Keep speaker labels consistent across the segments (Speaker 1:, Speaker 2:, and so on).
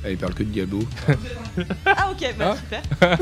Speaker 1: Il parle que de Diablo.
Speaker 2: Ah ok, super.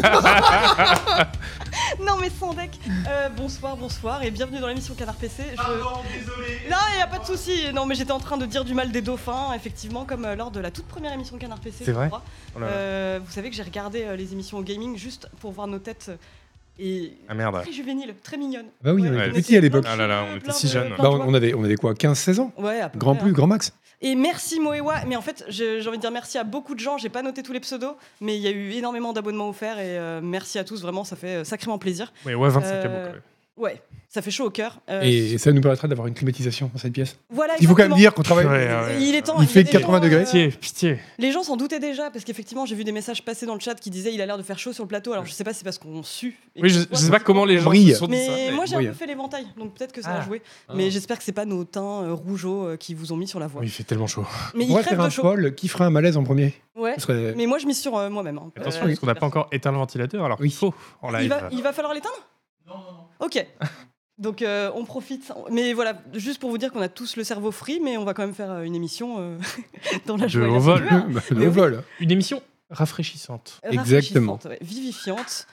Speaker 2: Non mais sans deck. Bonsoir et bienvenue dans l'émission Canard PC.
Speaker 3: Pardon, désolé.
Speaker 2: Non, il n'y a pas de souci. Non mais j'étais en train de dire du mal des dauphins, effectivement, comme lors de la toute première émission Canard PC.
Speaker 4: C'est vrai.
Speaker 2: Vous savez que j'ai regardé les émissions au gaming juste pour voir nos têtes. Et
Speaker 4: Ah merde.
Speaker 2: très juvénile, très mignonne.
Speaker 1: Bah oui, on
Speaker 4: Ouais,
Speaker 1: était petits à l'époque.
Speaker 4: Ah là là, on était si jeunes.
Speaker 1: Bah, on avait quoi, 15-16 ans?
Speaker 2: Ouais, à peu
Speaker 1: Grand
Speaker 2: près,
Speaker 1: plus, grand max.
Speaker 2: Et merci Moewa, mais en fait j'ai envie de dire merci à beaucoup de gens, j'ai pas noté tous les pseudos, mais il y a eu énormément d'abonnements offerts et merci à tous, vraiment ça fait sacrément plaisir.
Speaker 4: Ouais, 25 abos.
Speaker 2: Ouais, ça fait chaud au cœur.
Speaker 1: Et ça nous permettra d'avoir une climatisation dans cette pièce.
Speaker 2: Voilà,
Speaker 1: Il faut quand même
Speaker 2: exactement.
Speaker 1: dire qu'on travaille.
Speaker 4: Ouais.
Speaker 2: Il est temps.
Speaker 1: Il
Speaker 2: y a
Speaker 1: fait
Speaker 2: des
Speaker 1: 80
Speaker 2: gens,
Speaker 1: degrés.
Speaker 4: Pitié.
Speaker 2: Les gens s'en doutaient déjà parce qu'effectivement j'ai vu des messages passer dans le chat qui disaient il a l'air de faire chaud sur le plateau. Alors je sais pas si c'est parce qu'on sue.
Speaker 4: Oui, je sais pas comment les gens
Speaker 1: brille.
Speaker 4: se sont dit ça.
Speaker 2: Mais moi j'ai un
Speaker 1: oui.
Speaker 2: peu fait l'éventail, donc peut-être que ça a
Speaker 4: Ah.
Speaker 2: joué. Mais j'espère que c'est pas nos teints rougeaux qui vous ont mis sur la voie.
Speaker 4: Oui, il fait tellement chaud.
Speaker 2: Mais
Speaker 1: On
Speaker 2: il
Speaker 1: va
Speaker 2: crève
Speaker 1: faire un
Speaker 2: de chaud.
Speaker 1: poll. Qui fera un malaise en premier?
Speaker 2: Ouais.
Speaker 1: Ce serait-
Speaker 2: Mais moi je mise sur moi-même. Hein.
Speaker 4: Attention, parce qu'on n'a pas encore éteint le ventilateur, alors
Speaker 1: Oui.
Speaker 4: il faut en live.
Speaker 2: Il va falloir l'éteindre?
Speaker 3: Non.
Speaker 2: Ok. Donc on profite. Mais voilà, juste pour vous dire qu'on a tous le cerveau free, mais on va quand même faire une émission dans la joie et
Speaker 4: au
Speaker 2: la
Speaker 4: vol.
Speaker 2: bonne humeur.
Speaker 1: Bah,
Speaker 2: Mais
Speaker 1: le
Speaker 2: oui.
Speaker 1: vol.
Speaker 4: Une émission rafraîchissante.
Speaker 1: Exactement.
Speaker 2: Rafraîchissante, ouais. Vivifiante.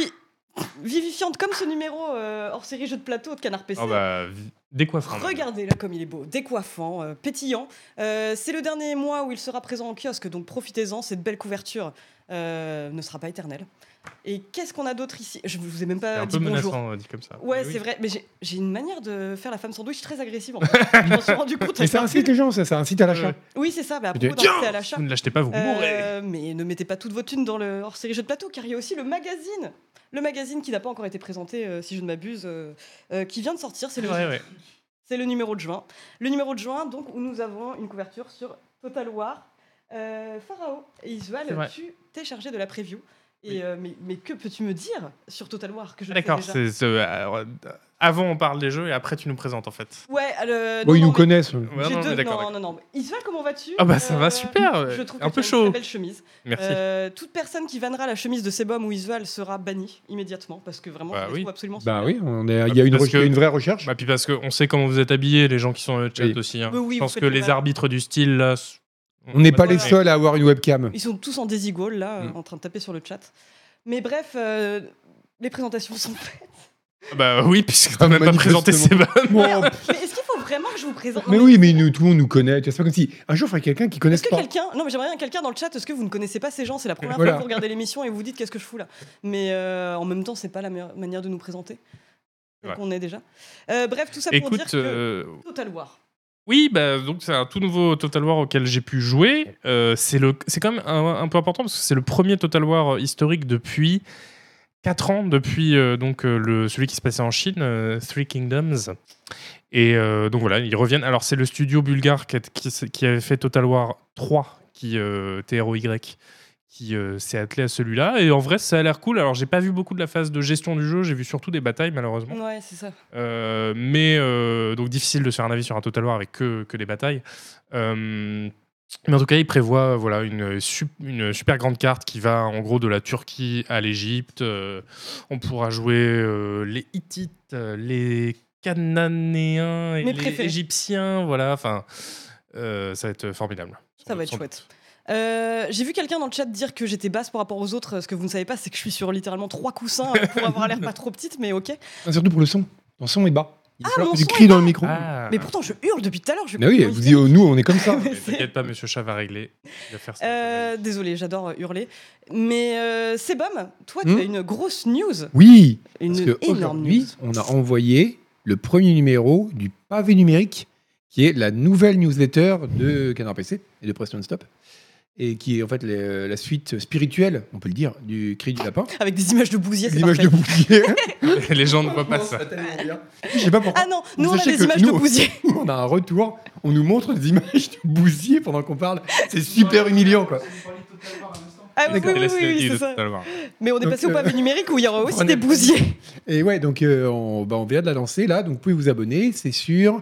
Speaker 2: Vivifiante comme ce numéro hors série jeu de plateau de Canard PC.
Speaker 4: Oh bah, décoiffant.
Speaker 2: Regardez là comme il est beau, décoiffant, pétillant. C'est le dernier mois où il sera présent en kiosque, donc profitez-en, cette belle couverture ne sera pas éternelle. Et qu'est-ce qu'on a d'autre ici? Je vous ai même
Speaker 4: C'est
Speaker 2: pas
Speaker 4: un
Speaker 2: dit
Speaker 4: peu
Speaker 2: bonjour.
Speaker 4: menaçant dit comme ça.
Speaker 2: Ouais,
Speaker 4: Mais oui.
Speaker 2: c'est vrai, mais j'ai une manière de faire la femme sandwich très agressive en fait. Je m'en suis rendu compte.
Speaker 1: Mais ça incite les gens, ça incite à l'achat.
Speaker 2: Oui, c'est ça, mais à
Speaker 1: Tu dis,
Speaker 2: propos d'inciter à l'achat.
Speaker 4: Vous ne l'achetez pas, vous mourrez.
Speaker 2: Mais ne mettez pas toute votre thune dans le hors-série jeu de plateau, car il y a aussi le magazine. Le magazine qui n'a pas encore été présenté, si je ne m'abuse, qui vient de sortir. C'est le numéro de juin. Le numéro de juin, donc, où nous avons une couverture sur Total War. Pharao et Isual, tu t'es chargé de la preview. Et, mais que peux-tu me dire sur Total War que je
Speaker 4: D'accord,
Speaker 2: fais déjà
Speaker 4: avant on parle des jeux et après tu nous présentes en fait.
Speaker 2: Ouais,
Speaker 1: Bon, ils nous
Speaker 2: mais
Speaker 1: connaissent.
Speaker 4: Ouais,
Speaker 2: j'ai
Speaker 4: non,
Speaker 2: deux.
Speaker 4: mais d'accord.
Speaker 2: Non. Isual, comment vas-tu?
Speaker 4: Ah bah ça va super.
Speaker 2: Je trouve
Speaker 4: un
Speaker 2: que
Speaker 4: peu
Speaker 2: tu as une
Speaker 4: chaud.
Speaker 2: très belle chemise.
Speaker 4: Merci.
Speaker 2: Toute personne qui vannera la chemise de Sebum ou Isual sera bannie immédiatement parce que vraiment,
Speaker 4: Bah
Speaker 2: je les
Speaker 4: oui.
Speaker 2: trouve absolument
Speaker 1: Bah
Speaker 2: super.
Speaker 1: oui, il y a
Speaker 4: Parce que-
Speaker 1: une vraie recherche.
Speaker 4: Bah puis parce qu'on sait comment vous êtes habillés, les gens qui sont dans le chat
Speaker 1: Oui.
Speaker 4: aussi. Hein.
Speaker 2: Oui,
Speaker 4: Je pense
Speaker 2: vous
Speaker 4: que
Speaker 2: faites
Speaker 4: les
Speaker 2: mal.
Speaker 4: arbitres du style là.
Speaker 1: On n'est pas les
Speaker 2: Voilà.
Speaker 1: seuls à avoir une webcam.
Speaker 2: Ils sont tous en désigole là, en train de taper sur le chat. Mais bref, les présentations sont faites.
Speaker 4: Bah oui, puisque
Speaker 1: Ah,
Speaker 4: t'as même pas présenté
Speaker 1: manifestement.
Speaker 4: Sebum.
Speaker 1: Bon,
Speaker 2: Mais est-ce qu'il faut vraiment que je vous présente?
Speaker 1: mais
Speaker 2: Non,
Speaker 1: oui, mais tout le monde nous connaît. C'est pas comme si un jour il y aurait quelqu'un qui connaisse
Speaker 2: Est-ce que
Speaker 1: pas.
Speaker 2: quelqu'un. Non, mais j'aimerais bien quelqu'un dans le chat. Est-ce que vous ne connaissez pas ces gens? C'est la première
Speaker 1: Voilà.
Speaker 2: fois que vous regardez l'émission et vous dites qu'est-ce que je fous là. Mais en même temps, c'est pas la meilleure manière de nous présenter.
Speaker 4: Ouais.
Speaker 2: Donc on est déjà. Bref, tout ça pour dire
Speaker 4: Écoute,
Speaker 2: que Total War.
Speaker 4: oui, bah, donc c'est un tout nouveau Total War auquel j'ai pu jouer. C'est quand même un peu important parce que c'est le premier Total War historique depuis 4 ans, depuis celui qui se passait en Chine, Three Kingdoms. Et donc voilà, ils reviennent. Alors c'est le studio bulgare qui avait fait Total War 3, TROY, qui s'est attelé à celui-là. Et en vrai, ça a l'air cool. Alors j'ai pas vu beaucoup de la phase de gestion du jeu, j'ai vu surtout des batailles malheureusement.
Speaker 2: Ouais, c'est ça.
Speaker 4: Donc difficile de se faire un avis sur un Total War avec que des batailles. Mais en tout cas, il prévoit une super grande carte qui va en gros de la Turquie à l'Égypte. On pourra jouer les Hittites, les Cananéens et
Speaker 2: Mes
Speaker 4: les
Speaker 2: préférés.
Speaker 4: Égyptiens. Voilà, enfin, ça va être formidable.
Speaker 2: Ça va être
Speaker 4: Sans
Speaker 2: chouette.
Speaker 4: doute.
Speaker 2: J'ai vu quelqu'un dans le chat dire que j'étais basse par rapport aux autres. Ce que vous ne savez pas, c'est que je suis sur littéralement 3 coussins pour avoir l'air pas trop petite, mais ok.
Speaker 1: Ah, surtout pour le son. Ton son est bas. Il va falloir
Speaker 2: mon
Speaker 1: que tu
Speaker 2: son
Speaker 1: crie
Speaker 2: est
Speaker 1: dans le micro.
Speaker 4: Ah.
Speaker 2: Mais pourtant, je hurle depuis tout à l'heure. Je
Speaker 1: Mais oui,
Speaker 2: comment
Speaker 1: vous
Speaker 2: il
Speaker 1: dites, nous, on est comme ça.
Speaker 4: Mais T'inquiète pas, Monsieur Chat va régler. Il va faire ça.
Speaker 2: Désolé, j'adore hurler. Mais Sebum, toi, tu as une grosse news.
Speaker 1: Oui, parce
Speaker 2: Une énorme
Speaker 1: qu'aujourd'hui,
Speaker 2: news.
Speaker 1: on a envoyé le premier numéro du pavé numérique, qui est la nouvelle newsletter de Canard PC et de Press Non-Stop, et qui est en fait la suite spirituelle, on peut le dire, du Cri du Lapin.
Speaker 2: Avec des images de bousier, c'est
Speaker 1: Des images
Speaker 2: parfait.
Speaker 1: de bouclier.
Speaker 4: Les gens ne voient pas ça.
Speaker 1: Je sais pas pourquoi.
Speaker 2: Ah non, nous on a
Speaker 1: Sachez
Speaker 2: des
Speaker 1: que
Speaker 2: images de
Speaker 1: nous-
Speaker 2: bousier.
Speaker 1: On a un retour, on nous montre des images de bousier pendant qu'on parle. C'est super humiliant, quoi.
Speaker 2: Ah oui,
Speaker 4: Et laisse le
Speaker 2: oui,
Speaker 4: dit de
Speaker 2: c'est ça.
Speaker 4: Total War.
Speaker 2: Mais on est
Speaker 1: Donc,
Speaker 2: passé au pavé numérique où il y aura aussi
Speaker 1: on
Speaker 2: des
Speaker 1: est-
Speaker 2: bousiers.
Speaker 1: Et ouais, donc on vient de la lancer là, donc vous pouvez vous abonner. C'est sur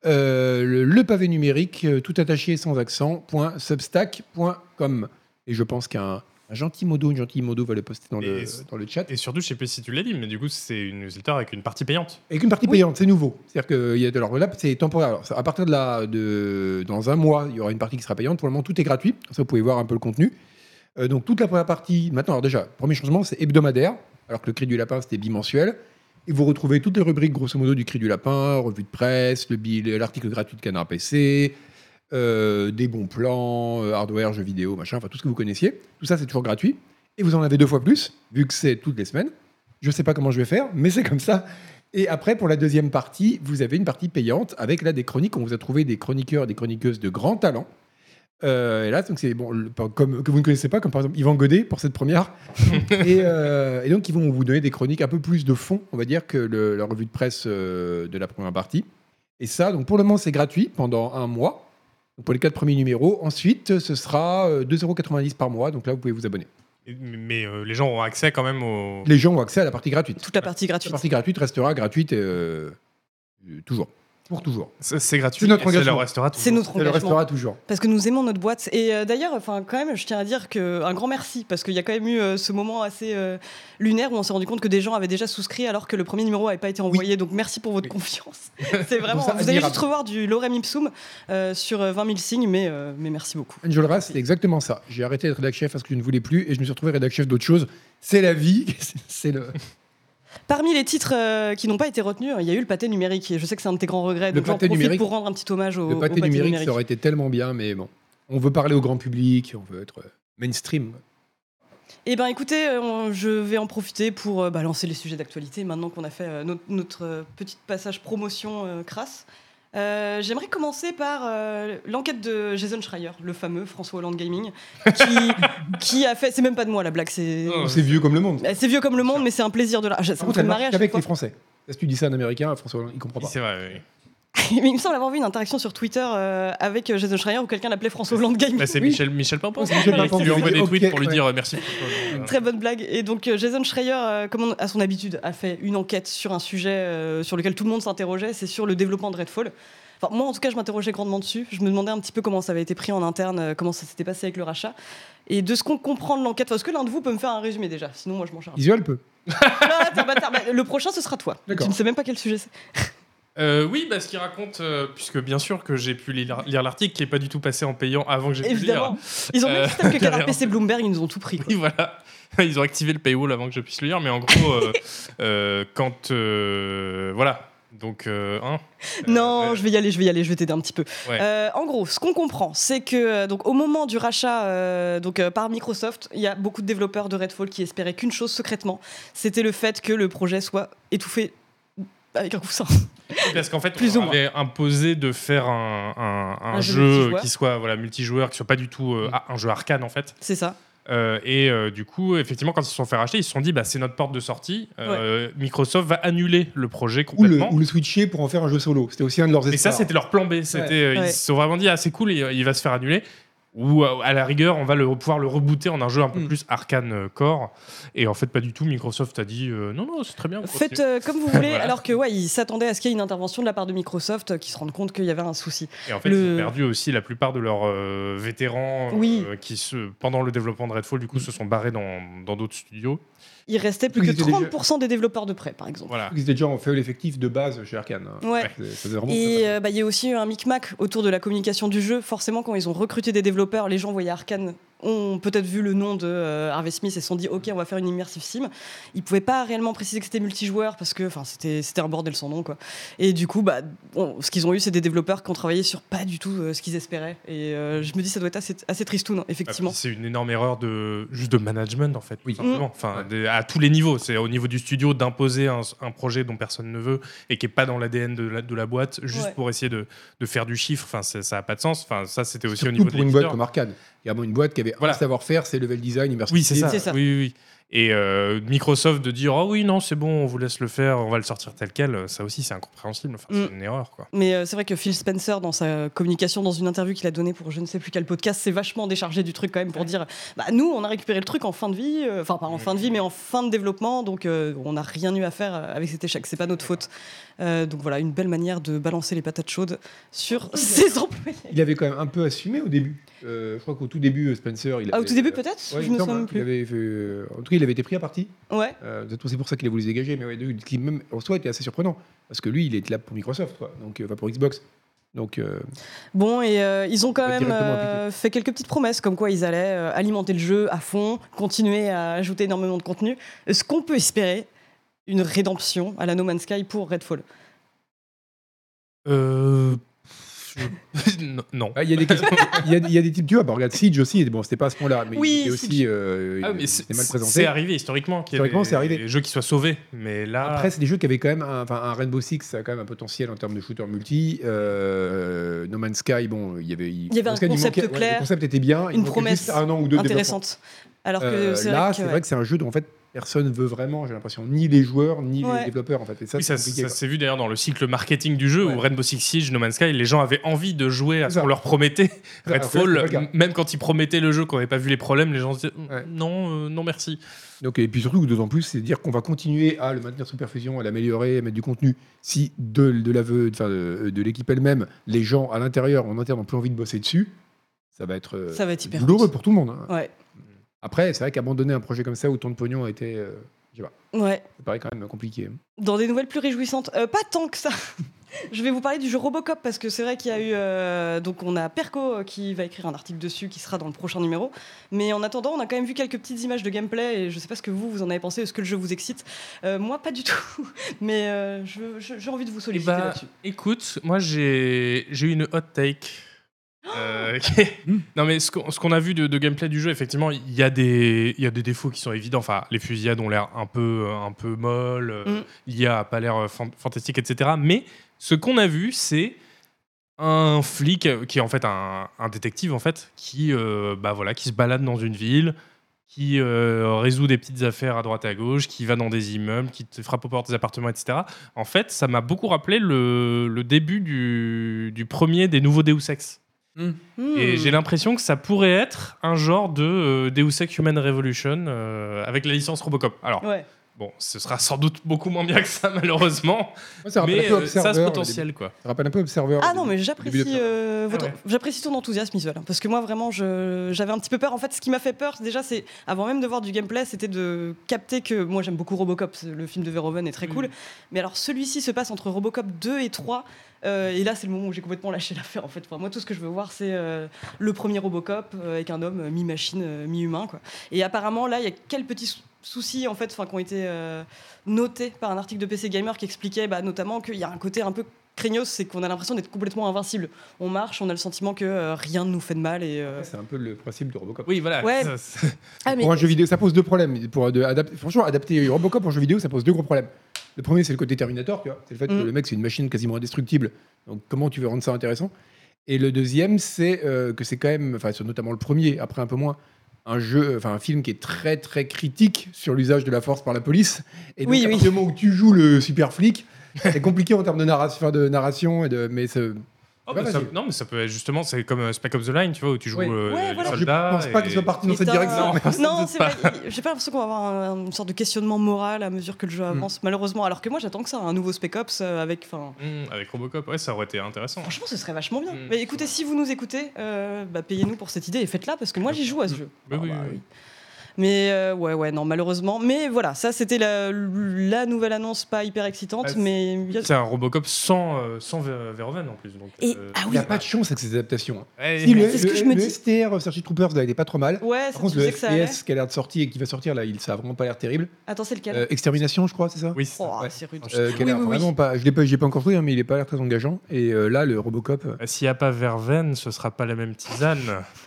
Speaker 1: le pavé numérique, tout attaché sans accent, .substack.com. Et je pense qu'un Un gentil modo, une gentille modo va le poster dans le chat.
Speaker 4: Et surtout, je sais plus si tu l'as dit, mais du coup, c'est une newsletter avec une partie payante.
Speaker 1: Avec une partie payante, c'est nouveau. C'est-à-dire que alors là, c'est temporaire. Alors, à partir dans un mois, il y aura une partie qui sera payante. Pour le moment, tout est gratuit. Comme ça, vous pouvez voir un peu le contenu. Donc, toute la première partie, maintenant, alors déjà, premier changement, c'est hebdomadaire, alors que le Cri du Lapin, c'était bimensuel. Et vous retrouvez toutes les rubriques, grosso modo, du Cri du Lapin, revue de presse, l'article gratuit de Canard PC, des bons plans, hardware, jeux vidéo, machin, enfin tout ce que vous connaissiez. Tout ça, c'est toujours gratuit. Et vous en avez 2 fois plus, vu que c'est toutes les semaines. Je ne sais pas comment je vais faire, mais c'est comme ça. Et après, pour la deuxième partie, vous avez une partie payante avec là des chroniques. On vous a trouvé des chroniqueurs et des chroniqueuses de grand talent. Et là, donc c'est comme que vous ne connaissez pas, comme par exemple Yvan Godet pour cette première. et donc, ils vont vous donner des chroniques un peu plus de fond, on va dire, que la revue de presse de la première partie. Et ça, donc pour le moment, c'est gratuit pendant un mois. Donc pour les 4 premiers numéros. Ensuite, ce sera 2,90 € par mois. Donc là, vous pouvez vous abonner.
Speaker 4: Mais les gens auront accès quand même au...
Speaker 1: Les gens ont accès à la partie gratuite.
Speaker 2: Toute la partie gratuite.
Speaker 1: La partie gratuite restera gratuite toujours. Pour toujours.
Speaker 4: C'est gratuit.
Speaker 1: C'est notre engagement.
Speaker 4: Ça le restera toujours.
Speaker 2: C'est notre
Speaker 1: Ça le
Speaker 2: engagement.
Speaker 1: restera toujours.
Speaker 2: Parce que nous aimons notre boîte. Et d'ailleurs, quand même, je tiens à dire un grand merci. Parce qu'il y a quand même eu ce moment assez lunaire où on s'est rendu compte que des gens avaient déjà souscrit alors que le premier numéro n'avait pas été envoyé. Donc merci pour votre confiance. C'est vraiment.
Speaker 1: Ça,
Speaker 2: vous allez juste revoir du lorem ipsum sur 20 000 signes, mais merci beaucoup.
Speaker 1: Enjolras, c'est exactement ça. J'ai arrêté d'être rédac chef parce que je ne voulais plus et je me suis retrouvé rédac chef d'autre chose. C'est la vie. C'est le.
Speaker 2: Parmi les titres qui n'ont pas été retenus, il y a eu le pâté numérique. Et je sais que c'est un de tes grands regrets. Donc j'en profite pour rendre un petit hommage au
Speaker 1: pâté numérique. Ça aurait été tellement bien, mais bon. On veut parler au grand public, on veut être mainstream.
Speaker 2: Eh bien, écoutez, je vais en profiter pour lancer les sujets d'actualité maintenant qu'on a fait notre petit passage promotion crasse. J'aimerais commencer par l'enquête de Jason Schreier, le fameux François Hollande Gaming, qui a fait. C'est même pas de moi la blague, c'est
Speaker 1: vieux comme le monde.
Speaker 2: C'est vieux comme le monde, mais c'est un plaisir de la. Ça me fait marrer à chaque
Speaker 1: avec
Speaker 2: fois.
Speaker 1: les Français. Si tu dis ça à un Américain, François Hollande, il comprend pas.
Speaker 4: C'est vrai, oui.
Speaker 2: Mais il me semble avoir vu une interaction sur Twitter avec Jason Schreier où quelqu'un l'appelait François Hollande Gaming.
Speaker 4: C'est Michel Pimpon.
Speaker 1: C'est Michel Pimpon.
Speaker 4: Il lui envoie des tweets pour lui dire merci.
Speaker 2: Très bonne blague. Et donc Jason Schreier, comme à son habitude, a fait une enquête sur un sujet sur lequel tout le monde s'interrogeait, c'est sur le développement de Redfall. Enfin, moi, en tout cas, je m'interrogeais grandement dessus. Je me demandais un petit peu comment ça avait été pris en interne, comment ça s'était passé avec le rachat. Et de ce qu'on comprend de l'enquête, est-ce que l'un de vous peut me faire un résumé déjà? Sinon, moi, je m'en charge.
Speaker 1: Isuel peut.
Speaker 2: Le prochain, ce sera toi. Tu ne sais même pas quel sujet c'est.
Speaker 4: Oui, ce qu'il raconte, puisque bien sûr que j'ai pu lire l'article qui n'est pas du tout passé en payant avant que j'ai pu le lire.
Speaker 2: Ils ont même système que Canard PC Bloomberg, ils nous ont tout pris.
Speaker 4: Oui, voilà. Ils ont activé le paywall avant que je puisse le lire, mais en gros, voilà. Donc,
Speaker 2: non, je vais y aller, je vais t'aider un petit peu.
Speaker 4: Ouais.
Speaker 2: En gros, ce qu'on comprend, c'est que au moment du rachat par Microsoft, il y a beaucoup de développeurs de Redfall qui espéraient qu'une chose secrètement, c'était le fait que le projet soit étouffé avec un coussin.
Speaker 4: Parce qu'en fait, on avait imposé de faire un jeu qui soit multijoueur, qui soit pas du tout un jeu arcane en fait.
Speaker 2: C'est ça.
Speaker 4: Du coup, effectivement, quand ils se sont fait racheter, ils se sont dit c'est notre porte de sortie. Microsoft va annuler le projet complètement.
Speaker 1: Ou le switcher pour en faire un jeu solo. C'était aussi un de leurs espoirs.
Speaker 4: Et ça, c'était leur plan B. Ils se sont vraiment dit c'est cool, il va se faire annuler. Ou à la rigueur, on va pouvoir le rebooter en un jeu un peu plus arcane core. Et en fait, pas du tout. Microsoft a dit non, c'est très bien.
Speaker 2: Faites comme vous voulez. Voilà. Alors que ils s'attendaient à ce qu'il y ait une intervention de la part de Microsoft qui se rendent compte qu'il y avait un souci.
Speaker 4: Et en fait, ils ont perdu aussi la plupart de leurs vétérans qui, pendant le développement de Redfall, du coup, se sont barrés dans d'autres studios.
Speaker 2: Il restait plus que 30% des développeurs de prêt, par exemple.
Speaker 4: Voilà.
Speaker 1: Ils étaient déjà en fait l'effectif de base chez Arkane.
Speaker 2: Ouais. Et il y a aussi eu un micmac autour de la communication du jeu. Forcément, quand ils ont recruté des développeurs, les gens voyaient Arkane, ont peut-être vu le nom de Harvey Smith et se sont dit ok, on va faire une immersive sim. Ils pouvaient pas réellement préciser que c'était multijoueur parce que c'était un bordel sans nom quoi. Et du coup ce qu'ils ont eu, c'est des développeurs qui ont travaillé sur pas du tout ce qu'ils espéraient. Et je me dis ça doit être assez tristoun effectivement.
Speaker 4: C'est une énorme erreur de management en fait. Oui. Simplement. À tous les niveaux. C'est au niveau du studio d'imposer un projet dont personne ne veut et qui est pas dans l'ADN de la boîte juste pour essayer de faire du chiffre. Ça a pas de sens. Ça c'était aussi
Speaker 1: surtout
Speaker 4: au niveau
Speaker 1: pour une boîte comme Arkane. Il y a une boîte qui avait un savoir-faire, c'est level design, immersif.
Speaker 4: Oui, c'est ça. Oui. Et Microsoft de dire oui, non, c'est bon, on vous laisse le faire, on va le sortir tel quel, ça aussi c'est incompréhensible. C'est une erreur quoi.
Speaker 2: Mais c'est vrai que Phil Spencer, dans sa communication, dans une interview qu'il a donnée pour je ne sais plus quel podcast, s'est vachement déchargé du truc quand même pour dire nous, on a récupéré le truc en fin de vie, pas en fin de vie, mais en fin de développement, donc on n'a rien eu à faire avec cet échec, c'est pas notre faute. Donc voilà, une belle manière de balancer les patates chaudes sur ses employés.
Speaker 1: Il avait quand même un peu assumé au début. Je crois qu'au tout début, Spencer.
Speaker 2: Au tout début, peut-être.
Speaker 1: Ouais,
Speaker 2: Je me souviens plus.
Speaker 1: En tout cas, il avait été pris à partie.
Speaker 2: Ouais.
Speaker 1: C'est pour ça qu'il a voulu se dégager. Mais ouais, qui même en soi était assez surprenant. Parce que lui, il était là pour Microsoft, quoi. Donc, pour Xbox. Donc,
Speaker 2: bon, et ils ont quand même
Speaker 1: directement
Speaker 2: fait quelques petites promesses, comme quoi ils allaient alimenter le jeu à fond, continuer à ajouter énormément de contenu. Est-ce qu'on peut espérer une rédemption à la No Man's Sky pour Redfall ?
Speaker 4: Non.
Speaker 1: Il y a des questions. Il y a des types, tu vois, regarde Siege aussi, bon, c'était pas à ce point-là, mais
Speaker 2: Oui,
Speaker 1: il était aussi
Speaker 4: mais
Speaker 1: c'était mal présenté.
Speaker 4: c'est arrivé historiquement qu'il y ait
Speaker 1: c'est arrivé.
Speaker 4: des jeux qui soient sauvés, mais là...
Speaker 1: Après, c'est des jeux qui avaient quand même un Rainbow Six, ça a quand même un potentiel en termes de shooter multi. No Man's Sky, bon, il y avait
Speaker 2: un concept clair,
Speaker 1: le concept était bien,
Speaker 2: une promesse
Speaker 1: un an ou deux
Speaker 2: intéressante. Alors que
Speaker 1: c'est vrai que c'est un jeu dont en fait personne veut vraiment, j'ai l'impression, ni les joueurs, ni les développeurs en fait. Et ça,
Speaker 4: ça s'est vu d'ailleurs dans le cycle marketing du jeu où Rainbow Six Siege, No Man's Sky, les gens avaient envie de jouer à ce qu'on leur promettait. Redfall, même quand ils promettaient le jeu, qu'on n'avait pas vu les problèmes, les gens se disaient non merci.
Speaker 1: Donc, et puis surtout, d'autant plus, c'est dire qu'on va continuer à le maintenir sous perfusion, à l'améliorer, à mettre du contenu. Si de l'équipe elle-même, les gens à l'intérieur, en interne, n'ont plus envie de bosser dessus, ça va être
Speaker 2: hyper
Speaker 1: douloureux pour tout le monde. Hein.
Speaker 2: Ouais.
Speaker 1: Après, c'est vrai qu'abandonner un projet comme ça où tant de pognon a été. Je sais pas.
Speaker 2: Ouais.
Speaker 1: Ça paraît quand même compliqué.
Speaker 2: Dans des nouvelles plus réjouissantes, pas tant que ça. Je vais vous parler du jeu Robocop parce que c'est vrai qu'il y a eu. Donc, on a Perco qui va écrire un article dessus qui sera dans le prochain numéro. Mais en attendant, on a quand même vu quelques petites images de gameplay et je sais pas ce que vous en avez pensé. Est-ce que le jeu vous excite ? Moi, pas du tout. Mais j'ai envie de vous solliciter là-dessus.
Speaker 4: Écoute, moi, j'ai eu une hot take. Non mais ce qu'on a vu de gameplay du jeu, effectivement, il y a des défauts qui sont évidents. Enfin, les fusillades ont l'air un peu molles, l'IA a pas l'air fantastique, etc. Mais ce qu'on a vu, c'est un flic qui est en fait un détective en fait, qui se balade dans une ville, qui résout des petites affaires à droite à gauche, qui va dans des immeubles, qui te frappe aux portes des appartements, etc. En fait, ça m'a beaucoup rappelé le début du premier des nouveaux Deus Ex. Et j'ai l'impression que ça pourrait être un genre de Deus Ex Human Revolution avec la licence Robocop. Alors, bon, ce sera sans doute beaucoup moins bien que ça, malheureusement.
Speaker 1: Moi, ça
Speaker 4: mais ça a ce potentiel, quoi.
Speaker 1: Ça rappelle un peu Observer.
Speaker 2: Ah non, mais j'apprécie ton enthousiasme, Isuel. Parce que moi, vraiment, j'avais un petit peu peur. En fait, ce qui m'a fait peur, déjà, c'est, avant même de voir du gameplay, c'était de capter que... Moi, j'aime beaucoup Robocop. Le film de Verhoeven est très cool. Mais alors, celui-ci se passe entre Robocop 2 et 3. Et là, c'est le moment où j'ai complètement lâché l'affaire, en fait. Enfin, moi, tout ce que je veux voir, c'est le premier Robocop avec un homme mi-machine, mi-humain, quoi. Et apparemment, là, il y a quels petits soucis, en fait, qui ont été notés par un article de PC Gamer qui expliquait notamment qu'il y a un côté un peu craignos, c'est qu'on a l'impression d'être complètement invincible. On marche, on a le sentiment que rien ne nous fait de mal. Et
Speaker 1: c'est un peu le principe de Robocop.
Speaker 4: Oui, voilà.
Speaker 2: Ouais.
Speaker 1: Pour un jeu vidéo, ça pose deux problèmes. Franchement, adapter Robocop en jeu vidéo, ça pose deux gros problèmes. Le premier, c'est le côté Terminator, tu vois. C'est le fait que le mec, c'est une machine quasiment indestructible. Donc, comment tu veux rendre ça intéressant ? Et le deuxième, c'est que c'est quand même, notamment le premier, après un peu moins, un film qui est très très critique sur l'usage de la force par la police. Et donc, à partir du moment où tu joues le super flic, c'est compliqué en termes de narration mais
Speaker 4: non, mais ça peut être justement, c'est comme Spec Ops The Line, tu vois, où tu joues
Speaker 1: voilà.
Speaker 4: soldat.
Speaker 1: Je pense pas que ce soit parti dans cette direction.
Speaker 2: Non, c'est vrai. J'ai pas l'impression qu'on va avoir une sorte de questionnement moral à mesure que le jeu avance, malheureusement. Alors que moi, j'attends que ça, un nouveau Spec Ops avec
Speaker 4: Robocop, ça aurait été intéressant.
Speaker 2: Franchement, ce serait vachement bien. Mais écoutez, si vous nous écoutez, payez-nous pour cette idée et faites-la parce que moi, j'y joue à ce jeu.
Speaker 4: Oui.
Speaker 2: Mais non, malheureusement. Mais voilà, ça c'était la nouvelle annonce pas hyper excitante. Mais
Speaker 4: c'est un Robocop sans Verhoeven en plus. Donc,
Speaker 2: il
Speaker 1: n'y a pas de chance avec ces adaptations.
Speaker 2: Si, c'est ce que je me dis.
Speaker 1: Le STR Starship Troopers, là, il est pas trop mal.
Speaker 2: Ouais,
Speaker 1: par contre, le FPS qui a l'air de sortir et qui va sortir, là, ça a vraiment pas l'air terrible.
Speaker 2: Attends, c'est lequel
Speaker 1: Extermination, je crois, c'est ça ?
Speaker 4: Oui,
Speaker 2: c'est rude.
Speaker 1: Qui a l'air vraiment pas. J'ai pas encore trouvé, mais il est pas l'air très engageant. Et là, le Robocop.
Speaker 4: S'il n'y a pas Verveine, ce sera pas la même tisane.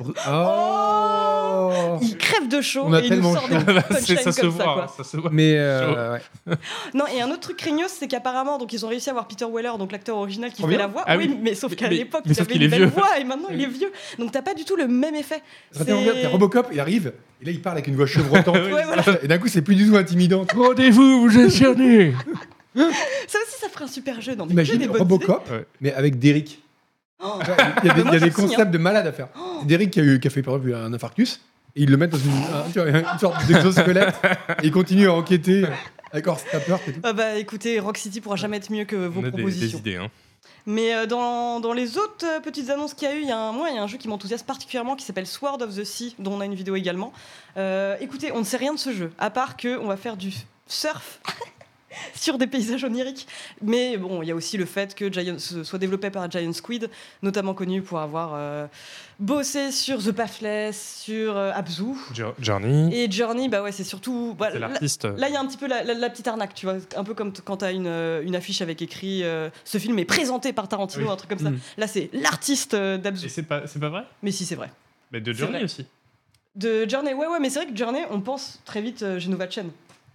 Speaker 2: Il crève de chaud.
Speaker 1: On a tellement chaud.
Speaker 4: Ça se voit.
Speaker 1: Mais
Speaker 2: non, et un autre truc craignos, c'est qu'apparemment, donc ils ont réussi à avoir Peter Weller, donc l'acteur original qui fait la voix. Oui, mais sauf qu'à l'époque, il avait une belle voix et maintenant il est vieux. Donc t'as pas du tout le même effet.
Speaker 1: Robocop, il arrive et là il parle avec une voix chevrotante. Et d'un coup, c'est plus du tout intimidant.
Speaker 4: Rendez-vous, vous êtes cerné.
Speaker 2: Ça aussi, ça ferait un super jeu.
Speaker 1: Imagine Robocop, mais avec Derrick. Il y a des concepts de malade à faire. Derrick qui a fait par exemple un infarctus. Et ils le mettent dans une sorte d'exosquelette et ils continuent à enquêter avec Horse Tapper et tout.
Speaker 2: Écoutez, Rock City pourra jamais être mieux que vos propositions.
Speaker 4: Des idées, hein.
Speaker 2: Mais dans les autres petites annonces qu'il y a eu, il y a un jeu qui m'enthousiasme particulièrement qui s'appelle Sword of the Sea, dont on a une vidéo également. Écoutez, on ne sait rien de ce jeu, à part qu'on va faire du surf sur des paysages oniriques. Mais bon, il y a aussi le fait que ce soit développé par Giant Squid, notamment connu pour avoir bossé sur The Pathless, sur Abzu.
Speaker 4: Journey.
Speaker 2: Et Journey, bah ouais, c'est surtout... Bah,
Speaker 4: c'est l'artiste.
Speaker 2: Là, il y a un petit peu la petite arnaque, tu vois. Un peu comme quand tu as une affiche avec écrit ce film est présenté par Tarantino, un truc comme ça. Là, c'est l'artiste d'Abzu.
Speaker 4: Et c'est pas vrai?
Speaker 2: Mais si, c'est vrai.
Speaker 4: Mais de Journey aussi.
Speaker 2: De Journey, ouais, mais c'est vrai que Journey, on pense très vite Genova Chen.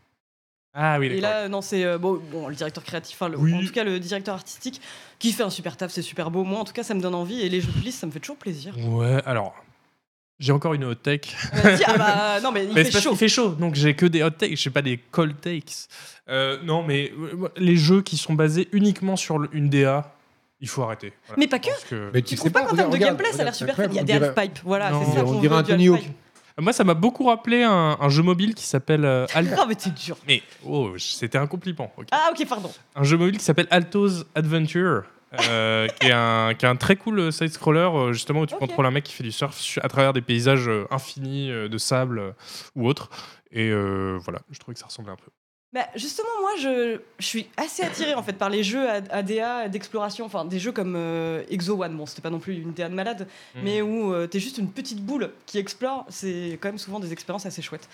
Speaker 4: Ah oui, d'accord.
Speaker 2: Et là, non, c'est bon, le directeur créatif, en tout cas le directeur artistique, qui fait un super taf, c'est super beau. Moi, en tout cas, ça me donne envie. Et les jeux de liste, ça me fait toujours plaisir.
Speaker 4: Ouais, alors, j'ai encore une hot take.
Speaker 2: Non, mais il fait chaud.
Speaker 4: Il fait chaud, donc j'ai que des hot takes, j'ai pas des cold takes. Non, mais les jeux qui sont basés uniquement sur une DA, il faut arrêter. Voilà.
Speaker 2: Mais pas que.
Speaker 1: Mais
Speaker 2: tu trouves pas qu'en termes de gameplay, ça a l'air super fun. Il y a des half-pipe. Voilà, c'est ça qu'on
Speaker 1: on dirait un Tony Hawk.
Speaker 4: Moi, ça m'a beaucoup rappelé un jeu mobile qui s'appelle Altos.
Speaker 2: Ah, mais t'es dur.
Speaker 4: Mais c'était un compliment. Okay.
Speaker 2: Ah, ok, pardon.
Speaker 4: Un jeu mobile qui s'appelle Altos Adventure, qui est un très cool side-scroller, justement, où tu contrôles un mec qui fait du surf à travers des paysages infinis de sable ou autre. Et voilà, je trouvais que ça ressemblait un peu.
Speaker 2: Bah justement, moi, je suis assez attirée en fait par les jeux ADA d'exploration, enfin des jeux comme Exo One. Bon, c'était pas non plus une DA de malade, mais où t'es juste une petite boule qui explore. C'est quand même souvent des expériences assez chouettes.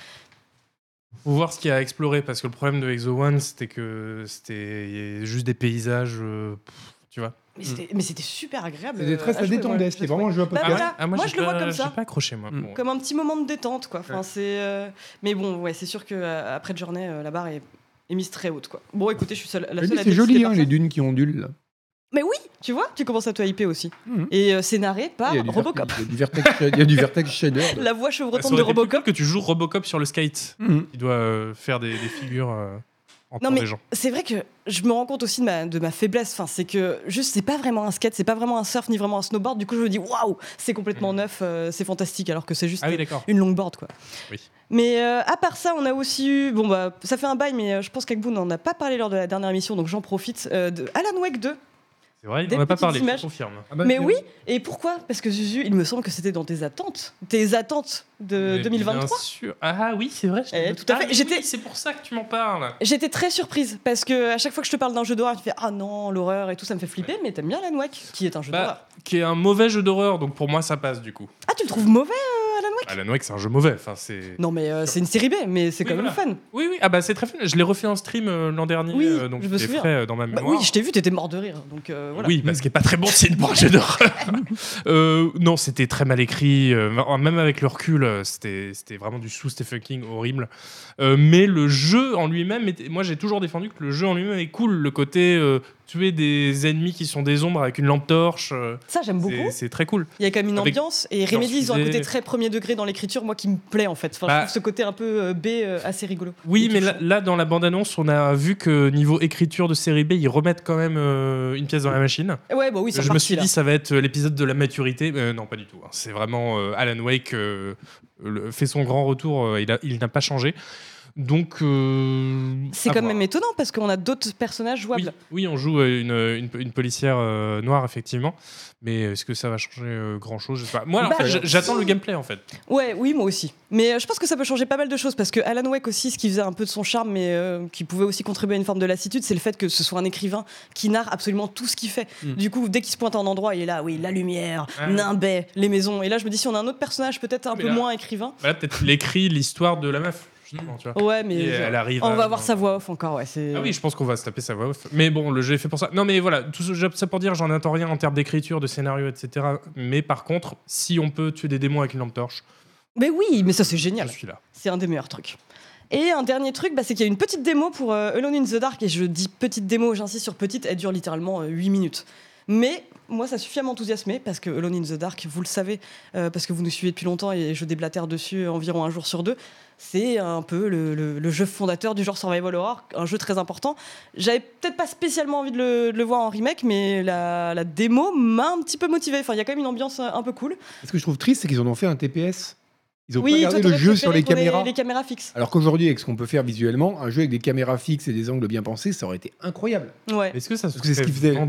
Speaker 4: Faut voir ce qu'il y a à explorer, parce que le problème de Exo One, c'était que c'était juste des paysages, tu vois.
Speaker 2: Mais c'était super agréable.
Speaker 1: C'était très, ça détendait. C'était vraiment un jeu à podcast.
Speaker 2: Voilà. Moi, je le vois comme ça.
Speaker 4: J'ai pas accroché, moi.
Speaker 2: Comme un petit moment de détente, quoi. Enfin, mais bon, ouais, c'est sûr qu'après Journey, la barre est mise très haute, quoi. Bon, écoutez, je suis la seule à
Speaker 1: c'est joli, les dunes qui ondulent, là.
Speaker 2: Mais oui, tu vois, tu commences à te hyper aussi. Et c'est narré par Robocop.
Speaker 1: Il y a du Vertex Shader.
Speaker 2: La voix chevrotante de Robocop.
Speaker 4: Que tu joues Robocop sur le skate. Il doit faire des figures...
Speaker 2: Non mais c'est vrai que je me rends compte aussi de ma faiblesse. Enfin, c'est que juste c'est pas vraiment un skate, c'est pas vraiment un surf ni vraiment un snowboard. Du coup, je me dis waouh, c'est complètement neuf, c'est fantastique, alors que c'est juste une longboard quoi. Oui. Mais à part ça, on a aussi eu ça fait un bail, mais je pense qu'Agbou n'en a pas parlé lors de la dernière émission, donc j'en profite de Alan Wake 2.
Speaker 4: C'est vrai, il n'en a pas parlé, je confirme.
Speaker 2: Mais oui, et pourquoi ? Parce que Zuzu, il me semble que c'était dans tes attentes de 2023.
Speaker 4: Bien sûr. Ah oui, c'est vrai.
Speaker 2: Tout à fait.
Speaker 4: Oui, c'est pour ça que tu m'en parles.
Speaker 2: J'étais très surprise parce que à chaque fois que je te parle d'un jeu d'horreur, tu fais ah non, l'horreur et tout, ça me fait flipper. Mais t'aimes bien Alan Wake, qui est un jeu d'horreur.
Speaker 4: Qui est un mauvais jeu d'horreur, donc pour moi ça passe du coup.
Speaker 2: Ah, tu le trouves mauvais, Alan Wake ?
Speaker 4: Alan Wake, c'est un jeu mauvais. Enfin, c'est...
Speaker 2: Non, mais c'est une série B, mais c'est quand même fun.
Speaker 4: Oui, oui. Ah bah c'est très fun. Je l'ai refait en stream l'an dernier, donc je me souviens. Frais dans ma mémoire.
Speaker 2: Oui, je t'ai vu, t'étais mort de rire. Donc voilà.
Speaker 4: Oui, parce qu'il n'est pas très bon signe pour un jeu d'horreur. Non, c'était très mal écrit. Même avec le recul, c'était vraiment du sous-Stephen horrible. Mais le jeu en lui-même, moi j'ai toujours défendu que le jeu en lui-même est cool. Le côté tuer des ennemis qui sont des ombres avec une lampe torche.
Speaker 2: Ça, j'aime beaucoup.
Speaker 4: C'est très cool.
Speaker 2: Il y a quand même une ambiance. Et Remedy, ils ont un côté très premier degré dans l'écriture, moi qui me plaît en fait. Enfin, je trouve ce côté un peu B assez rigolo.
Speaker 4: Oui, mais là, dans la bande-annonce, on a vu que niveau écriture de série B, ils remettent quand même une pièce dans la machine.
Speaker 2: Ouais, bah oui, c'est
Speaker 4: Je me suis dit, ça va être l'épisode de la maturité. Non, pas du tout. C'est vraiment Alan Wake fait son grand retour. Il n'a pas changé. Donc,
Speaker 2: c'est quand même étonnant parce qu'on a d'autres personnages jouables.
Speaker 4: Oui, on joue une policière noire, effectivement. Mais est-ce que ça va changer grand-chose ? Je sais pas. Moi, j'attends le gameplay, en fait.
Speaker 2: Oui, moi aussi. Mais je pense que ça peut changer pas mal de choses parce que Alan Wake aussi, ce qui faisait un peu de son charme, mais qui pouvait aussi contribuer à une forme de lassitude, c'est le fait que ce soit un écrivain qui narre absolument tout ce qu'il fait. Du coup, dès qu'il se pointe à un endroit, il est là, oui, la lumière, Nimbay, les maisons. Et là, je me dis, si on a un autre personnage peut-être un peu moins écrivain.
Speaker 4: Là, peut-être qu'il écrit l'histoire de la meuf. Tu vois.
Speaker 2: Ouais, mais
Speaker 4: elle arrive
Speaker 2: on va voir sa voix off encore. Ouais,
Speaker 4: ah oui, je pense qu'on va se taper sa voix off. Mais bon, le jeu est fait pour ça. Non, mais voilà, tout ça pour dire, j'en attends rien en termes d'écriture, de scénario, etc. Mais par contre, si on peut tuer des démons avec une lampe torche.
Speaker 2: Mais oui, mais ça c'est génial.
Speaker 4: Je suis là.
Speaker 2: C'est un des meilleurs trucs. Et un dernier truc, c'est qu'il y a une petite démo pour Alone in the Dark. Et je dis petite démo, j'insiste sur petite, elle dure littéralement 8 minutes. Mais moi, ça suffit à m'enthousiasmer parce que Alone in the Dark, vous le savez, parce que vous nous suivez depuis longtemps et je déblatère dessus environ un jour sur deux, c'est un peu le jeu fondateur du genre survival horror, un jeu très important. J'avais peut-être pas spécialement envie de le voir en remake, mais la démo m'a un petit peu motivé. Enfin, il y a quand même une ambiance un peu cool.
Speaker 1: Ce que je trouve triste, c'est qu'ils en ont fait un TPS. Ils ont pas gardé le jeu sur les caméras.
Speaker 2: Les caméras fixes.
Speaker 1: Alors qu'aujourd'hui, avec ce qu'on peut faire visuellement, un jeu avec des caméras fixes et des angles bien pensés, ça aurait été incroyable.
Speaker 2: Ouais.
Speaker 4: Est-ce que ça
Speaker 1: c'est ce qu'ils faisaient
Speaker 4: vendu ?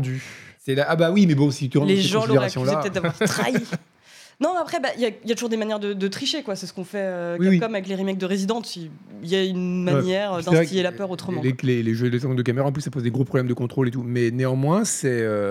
Speaker 1: Ah bah oui, mais bon, si tu rends
Speaker 2: Les
Speaker 1: ces
Speaker 2: gens l'auraient accusé
Speaker 1: considérations-là...
Speaker 2: peut-être d'avoir trahi. Non, après, il y a toujours des manières de tricher, quoi. C'est ce qu'on fait
Speaker 1: Oui,
Speaker 2: Capcom avec les remakes de Resident. Il y a une manière
Speaker 1: c'est vrai
Speaker 2: d'instiller
Speaker 1: que
Speaker 2: la peur autrement.
Speaker 1: Les jeux, les angles de caméra, en plus, ça pose des gros problèmes de contrôle et tout. Mais néanmoins, ça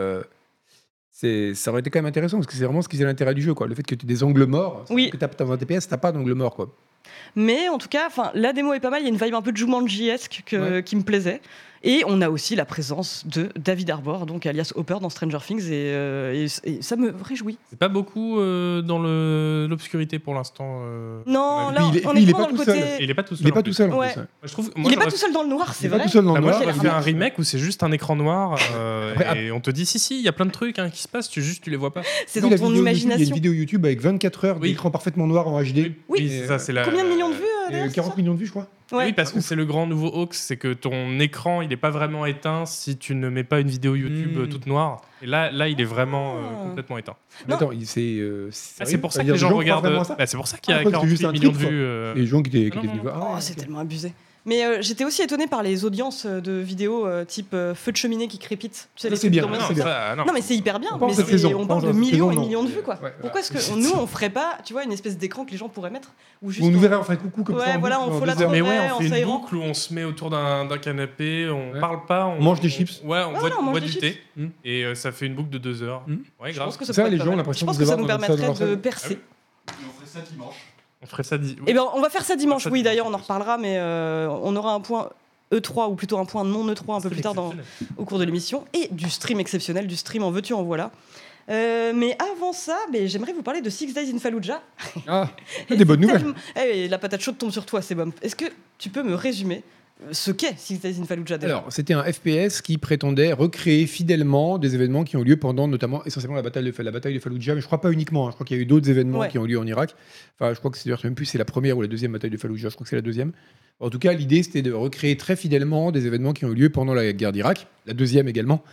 Speaker 1: aurait été quand même intéressant parce que c'est vraiment ce qui faisait l'intérêt du jeu, quoi. Le fait que tu aies des angles morts,
Speaker 2: Oui.
Speaker 1: que tu as dans un TPS, t'as pas d'angle mort, quoi.
Speaker 2: Mais en tout cas, la démo est pas mal. Il y a une vibe un peu de Jumanji-esque qui me plaisait. Et on a aussi la présence de David Harbour, donc alias Hopper dans Stranger Things, et ça me réjouit.
Speaker 4: C'est pas beaucoup dans l'obscurité pour l'instant.
Speaker 2: Non,
Speaker 1: Et
Speaker 2: là,
Speaker 1: puis,
Speaker 2: on
Speaker 1: il
Speaker 2: est
Speaker 1: est
Speaker 2: vraiment
Speaker 1: pas
Speaker 2: dans le
Speaker 1: tout
Speaker 2: côté.
Speaker 1: seul.
Speaker 4: Il est pas tout seul.
Speaker 1: Il est pas
Speaker 4: en
Speaker 1: tout
Speaker 4: plus.
Speaker 1: seul, en
Speaker 2: Ouais.
Speaker 1: plus.
Speaker 4: Je trouve,
Speaker 2: Il est pas tout seul dans le noir, c'est
Speaker 1: Il est pas
Speaker 2: vrai.
Speaker 1: tout seul dans le
Speaker 4: Moi,
Speaker 1: noir.
Speaker 4: j'aurais fait un remake où c'est juste un écran noir
Speaker 1: Après,
Speaker 4: et on te dit si, il y a plein de trucs qui se passent, tu les vois pas.
Speaker 2: C'est
Speaker 1: Oui,
Speaker 2: dans
Speaker 1: la
Speaker 2: ton
Speaker 1: vidéo YouTube, il y a une
Speaker 2: imagination.
Speaker 1: vidéo YouTube avec 24 heures
Speaker 4: Oui.
Speaker 1: d'écran parfaitement noir en HD.
Speaker 2: Oui,
Speaker 4: c'est ça, c'est la.
Speaker 2: Combien de millions de vues
Speaker 1: Et
Speaker 2: d'ailleurs,
Speaker 1: 40 millions de vues, je crois.
Speaker 2: Ouais.
Speaker 4: Oui, parce que c'est le grand nouveau Hawks, c'est que ton écran, il est pas vraiment éteint si tu ne mets pas une vidéo YouTube toute noire. Et là, il est vraiment complètement éteint.
Speaker 2: Non.
Speaker 1: Attends,
Speaker 4: C'est pour ça que
Speaker 1: les
Speaker 4: les gens
Speaker 1: croient
Speaker 4: regardent.
Speaker 1: vraiment à ça.
Speaker 4: C'est pour ça qu'il y a
Speaker 1: Ah, je crois que c'était
Speaker 4: 48
Speaker 1: juste
Speaker 4: millions
Speaker 1: un
Speaker 4: de
Speaker 1: truc,
Speaker 4: vues.
Speaker 1: Les gens qui étaient
Speaker 4: Non, non,
Speaker 1: venus voir.
Speaker 2: Oh, c'est tellement abusé. Mais j'étais aussi étonnée par les audiences de vidéos type feu de cheminée qui crépite. Tu sais,
Speaker 1: Ça,
Speaker 2: les
Speaker 1: c'est
Speaker 2: trucs
Speaker 1: bien,
Speaker 2: d'ambiance.
Speaker 1: c'est bien.
Speaker 2: Non, mais c'est hyper bien.
Speaker 1: On pense
Speaker 2: Mais
Speaker 1: à cette saison.
Speaker 2: on parle de
Speaker 1: On pense à cette
Speaker 2: millions et
Speaker 1: saison,
Speaker 2: millions de
Speaker 1: non.
Speaker 2: vues, quoi.
Speaker 1: Ouais,
Speaker 2: Pourquoi est-ce que nous, on ferait pas, tu vois, une espèce d'écran que les gens pourraient mettre ou juste
Speaker 1: On nous verrait en fait coucou comme ça.
Speaker 2: Ouais,
Speaker 1: en
Speaker 2: voilà,
Speaker 1: boucle,
Speaker 2: on
Speaker 1: en
Speaker 2: faut la
Speaker 1: 2 heures.
Speaker 4: Mais
Speaker 2: Ouais,
Speaker 4: ouais, on
Speaker 2: en
Speaker 4: fait une
Speaker 2: s'aérant.
Speaker 4: boucle où on se met autour d'un canapé, on
Speaker 1: Ouais.
Speaker 4: parle pas,
Speaker 1: On mange des chips.
Speaker 4: Ouais, on
Speaker 2: voilà, on mange
Speaker 4: boit
Speaker 2: des
Speaker 4: du
Speaker 2: chips.
Speaker 4: thé.
Speaker 1: Mm.
Speaker 4: Et ça fait une boucle de 2 heures. Ouais,
Speaker 2: Je
Speaker 4: grave.
Speaker 2: pense que ça
Speaker 1: Ça,
Speaker 2: pourrait
Speaker 1: les
Speaker 2: être
Speaker 1: gens
Speaker 2: pas
Speaker 1: ont
Speaker 2: mal.
Speaker 1: l'impression
Speaker 2: Je pense
Speaker 1: de
Speaker 2: que ça
Speaker 1: devoir
Speaker 2: nous
Speaker 1: dans ça,
Speaker 2: permettrait
Speaker 1: dans
Speaker 2: de
Speaker 1: ça.
Speaker 2: percer.
Speaker 3: Et on ferait ça dimanche.
Speaker 4: On ferait ça.
Speaker 2: Eh bien, on va faire ça dimanche,
Speaker 4: Ça,
Speaker 2: oui,
Speaker 4: dimanche,
Speaker 2: d'ailleurs, on en
Speaker 4: en plus.
Speaker 2: reparlera, mais on aura un point E3, ou plutôt un point non E3 un peu plus tard au cours de l'émission, et du stream exceptionnel, du stream en veux-tu, en voilà. Mais avant ça, j'aimerais vous parler de 6 Days in Fallujah.
Speaker 1: Ah,
Speaker 2: Et
Speaker 1: des bonnes
Speaker 2: c'est
Speaker 1: nouvelles.
Speaker 2: tellement- la patate chaude tombe sur toi, c'est bon. Est-ce que tu peux me résumer ce qu'est 6 Days in Fallujah déjà?
Speaker 1: Alors, c'était un FPS qui prétendait recréer fidèlement des événements qui ont lieu pendant notamment essentiellement la bataille de Fallujah, mais je crois pas uniquement. Je crois qu'il y a eu d'autres événements qui ont lieu en Irak. Enfin, je crois que c'est même plus c'est la première ou la deuxième bataille de Fallujah. Je crois que c'est la deuxième. En tout cas, l'idée c'était de recréer très fidèlement des événements qui ont eu lieu pendant la guerre d'Irak, la deuxième également.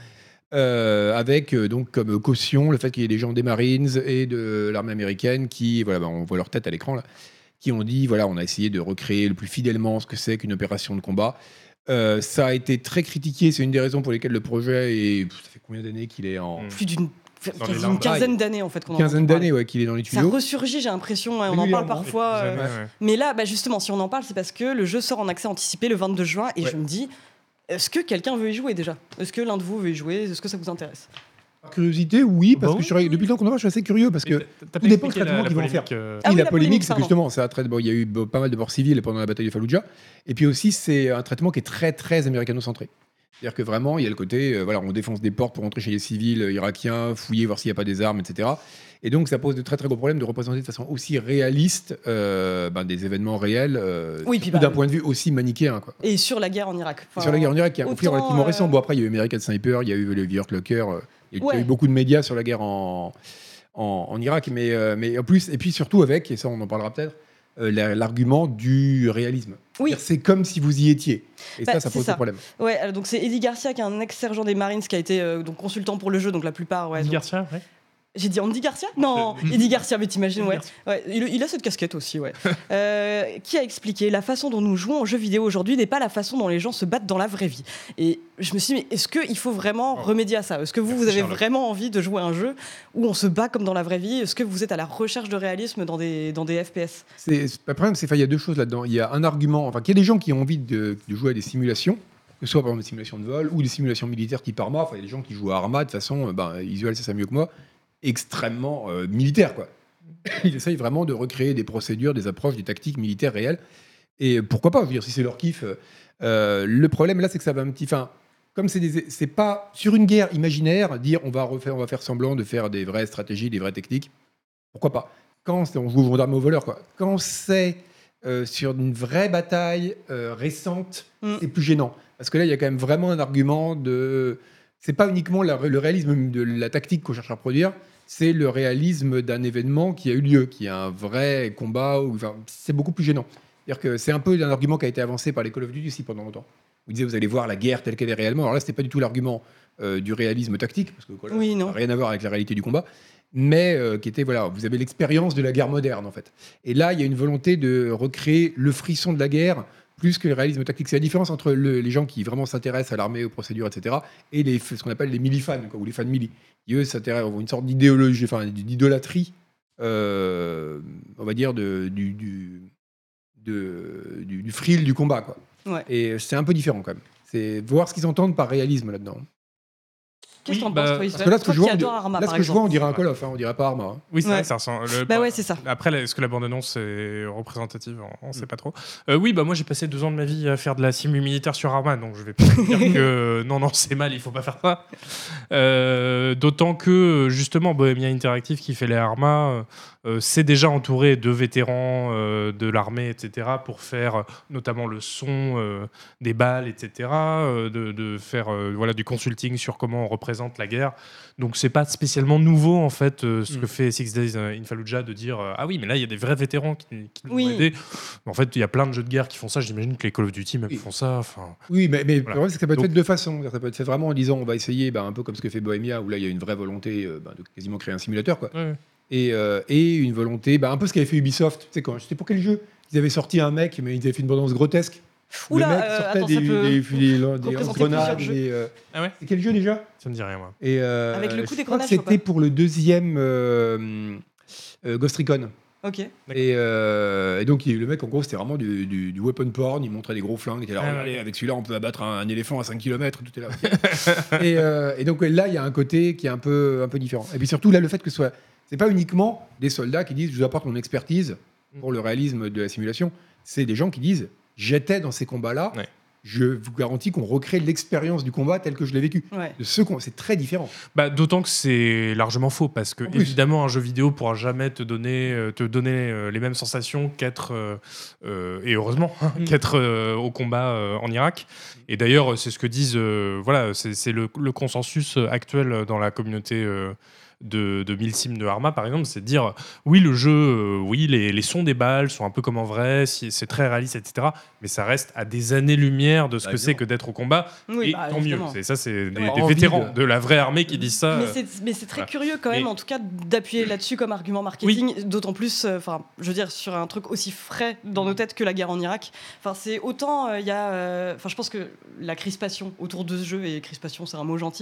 Speaker 1: Avec donc comme caution le fait qu'il y ait des gens des Marines et de l'armée américaine qui, voilà, on voit leur tête à l'écran là, qui ont dit voilà, on a essayé de recréer le plus fidèlement ce que c'est qu'une opération de combat. Ça a été très critiqué, c'est une des raisons pour lesquelles le projet est. Ça fait combien d'années qu'il est en.
Speaker 2: Plus d'une
Speaker 4: Dans les
Speaker 2: quasi
Speaker 4: larmes.
Speaker 2: une quinzaine d'années en fait qu'on en
Speaker 1: Quinzaine
Speaker 2: entend parler.
Speaker 1: d'années, ouais, qu'il est dans les
Speaker 2: Ça
Speaker 1: tuyaux.
Speaker 2: ressurgit, j'ai l'impression, on en parle
Speaker 1: Régulièrement.
Speaker 2: parfois.
Speaker 4: Jamais, ouais.
Speaker 2: Mais là, justement, si on en parle, c'est parce que le jeu sort en accès anticipé le 22 juin et
Speaker 1: Ouais.
Speaker 2: je me dis, est-ce que quelqu'un veut y jouer déjà? Est-ce que l'un de vous veut y jouer? Est-ce que ça vous intéresse?
Speaker 1: Par curiosité, oui, parce
Speaker 4: Bah
Speaker 1: que
Speaker 4: oui.
Speaker 1: depuis le temps qu'on en parle, je suis assez curieux parce que.
Speaker 4: T'as
Speaker 1: tout dépend du traitement qu'ils vont
Speaker 4: polémique,
Speaker 1: faire.
Speaker 2: Ah oui,
Speaker 1: la
Speaker 2: la
Speaker 1: polémique,
Speaker 2: polémique,
Speaker 1: c'est que
Speaker 2: pardon.
Speaker 1: justement, ça traite. Bon, il y a eu pas mal de morts civiles pendant la bataille de Fallujah. Et puis aussi, c'est un traitement qui est très, très américano-centré. C'est-à-dire que vraiment, il y a le côté, voilà, on défonce des portes pour entrer chez les civils irakiens, fouiller, voir s'il n'y a pas des armes, etc. Et donc, ça pose de très, très gros problèmes de représenter de façon aussi réaliste des événements réels,
Speaker 2: Oui, puis
Speaker 1: surtout d'un point de vue aussi manichéen, quoi.
Speaker 2: Et sur la guerre en Irak. Enfin,
Speaker 1: Sur la guerre en Irak, qui est un conflit
Speaker 2: autant,
Speaker 1: relativement récent. Bon, après, il y a eu American Sniper, il y a eu le York Locker, il y a
Speaker 2: Ouais.
Speaker 1: eu beaucoup de médias sur la guerre en Irak, mais en plus, et puis surtout avec, et ça on en parlera peut-être, l'argument du réalisme.
Speaker 2: Oui.
Speaker 1: C'est comme si vous y étiez. Et ça
Speaker 2: c'est
Speaker 1: pose
Speaker 2: ça.
Speaker 1: des problèmes.
Speaker 2: Ouais, donc c'est Eddie Garcia qui est un ex-sergent des Marines qui a été donc consultant pour le jeu, donc la plupart. Ouais,
Speaker 4: Andy
Speaker 2: donc-
Speaker 4: Garcia, ouais.
Speaker 2: J'ai dit Andy Garcia? Non, Eddie Garcia, mais t'imagines,
Speaker 4: Eddie
Speaker 2: ouais.
Speaker 4: Garcia.
Speaker 2: Ouais, il a cette casquette aussi, ouais. Qui a expliqué la façon dont nous jouons aux jeux vidéo aujourd'hui n'est pas la façon dont les gens se battent dans la vraie vie. Et je me suis dit, mais est-ce qu'il faut vraiment remédier à ça? Est-ce que vous avez
Speaker 4: Charlotte.
Speaker 2: vraiment envie de jouer à un jeu où on se bat comme dans la vraie vie? Est-ce que vous êtes à la recherche de réalisme dans des FPS?
Speaker 1: Le problème, c'est qu'il y a deux choses là-dedans. Il y a un argument, enfin, qu'il y a des gens qui ont envie de jouer à des simulations, que ce soit par exemple des simulations de vol ou des simulations militaires type Arma. Enfin, il y a des gens qui jouent à Arma, de toute façon, Isuel, c'est ça mieux que moi, extrêmement militaire, quoi. Ils essayent vraiment de recréer des procédures, des approches, des tactiques militaires réelles. Et pourquoi pas, je veux dire, si c'est leur kiff. Le problème là, c'est que ça va un petit. Enfin, comme c'est pas sur une guerre imaginaire, dire on va faire semblant de faire des vraies stratégies, des vraies techniques. Pourquoi pas? Quand on joue au gendarme au voleur, quoi. Quand c'est sur une vraie bataille récente, c'est plus gênant. Parce que là, il y a quand même vraiment un argument de. C'est pas uniquement le réalisme de la tactique qu'on cherche à reproduire, c'est le réalisme d'un événement qui a eu lieu, qui a un vrai combat. Enfin, c'est beaucoup plus gênant. C'est-à-dire que c'est un peu un argument qui a été avancé par les Call of Duty aussi pendant longtemps. Vous disiez, vous allez voir la guerre telle qu'elle est réellement. Alors là, c'était pas du tout l'argument du réalisme tactique, parce que voilà,
Speaker 2: Oui,
Speaker 1: ça
Speaker 2: non.
Speaker 1: n'a rien à voir avec la réalité du combat, mais qui était, voilà, vous avez l'expérience de la guerre moderne, en fait. Et là, il y a une volonté de recréer le frisson de la guerre plus que le réalisme tactique. C'est la différence entre les gens qui vraiment s'intéressent à l'armée, aux procédures, etc., et ce qu'on appelle les milifans, ou les fans mili. Qui, eux, s'intéressent à une sorte d'idéologie, d'idolâtrie, on va dire, du thrill du combat, quoi.
Speaker 2: Ouais.
Speaker 1: Et c'est un peu différent, quand même. C'est voir ce qu'ils entendent par réalisme là-dedans.
Speaker 2: Qu'est-ce que t'en penses, toi,
Speaker 1: Parce que là, ce que je vois,
Speaker 2: Arma,
Speaker 1: on dirait un Call of, on dirait pas Arma. Hein.
Speaker 4: Oui, c'est vrai, ça ressemble.
Speaker 2: Ouais, c'est ça.
Speaker 4: Après, est-ce que la bande-annonce est représentative? On sait pas trop. Oui, moi j'ai passé 2 ans de ma vie à faire de la simu militaire sur Arma, donc je vais pas dire que non, c'est mal, il faut pas faire ça. D'autant que, justement, Bohemia Interactive qui fait les Arma, c'est déjà entouré de vétérans de l'armée, etc., pour faire notamment le son des balles, etc., de faire du consulting sur comment on représente la guerre. Donc c'est pas spécialement nouveau en fait ce que fait Six Days in Fallujah, de dire ah oui mais là il y a des vrais vétérans qui nous ont aidés. En fait il y a plein de jeux de guerre qui font ça, j'imagine que les Call of Duty même font ça.
Speaker 1: Oui mais le problème c'est que ça peut être fait de deux façons. Ça peut être fait vraiment en disant on va essayer un peu comme ce que fait Bohemia, où là il y a une vraie volonté de quasiment créer un simulateur, quoi.
Speaker 4: Ouais.
Speaker 1: Et une volonté un peu ce qu'avait fait Ubisoft. Tu sais, c'était pour quel jeu ils avaient sorti un mec mais ils avaient fait une bande-annonce grotesque.
Speaker 2: Oula,
Speaker 1: le mec sortait des grenades.
Speaker 4: Ah ouais.
Speaker 1: C'est quel jeu déjà?
Speaker 4: Ça me dit rien moi.
Speaker 1: Et
Speaker 2: avec le coup des grenades.
Speaker 1: C'était pour le deuxième Ghost Recon.
Speaker 2: Ok.
Speaker 1: Et donc le mec en gros c'était vraiment du weapon porn, il montrait des gros flingues, il était là, regardez, avec celui-là on peut abattre un éléphant à 5 km, tout est là. Et donc là il y a un côté qui est un peu différent. Et puis surtout là le fait que c'est pas uniquement des soldats qui disent je vous apporte mon expertise pour le réalisme de la simulation, c'est des gens qui disent j'étais dans ces combats-là, je vous garantis qu'on recrée l'expérience du combat tel que je l'ai vécu.
Speaker 2: Ouais.
Speaker 1: C'est très différent.
Speaker 4: D'autant que c'est largement faux, parce que évidemment un jeu vidéo pourra jamais te donner les mêmes sensations qu'être, et heureusement, qu'être au combat en Irak. Et d'ailleurs c'est ce que disent, c'est le consensus actuel dans la communauté de Milsim de Arma par exemple, c'est de dire oui le jeu, les sons des balles sont un peu comme en vrai, c'est très réaliste, etc., mais ça reste à des années-lumière de ce que c'est que d'être au combat, et tant mieux. C'est des vétérans de la vraie armée qui disent ça.
Speaker 2: Mais c'est très curieux quand même, en tout cas, d'appuyer là-dessus comme argument marketing, d'autant plus, je veux dire, sur un truc aussi frais dans nos têtes que la guerre en Irak. C'est autant, il y a... je pense que la crispation autour de ce jeu, et crispation c'est un mot gentil,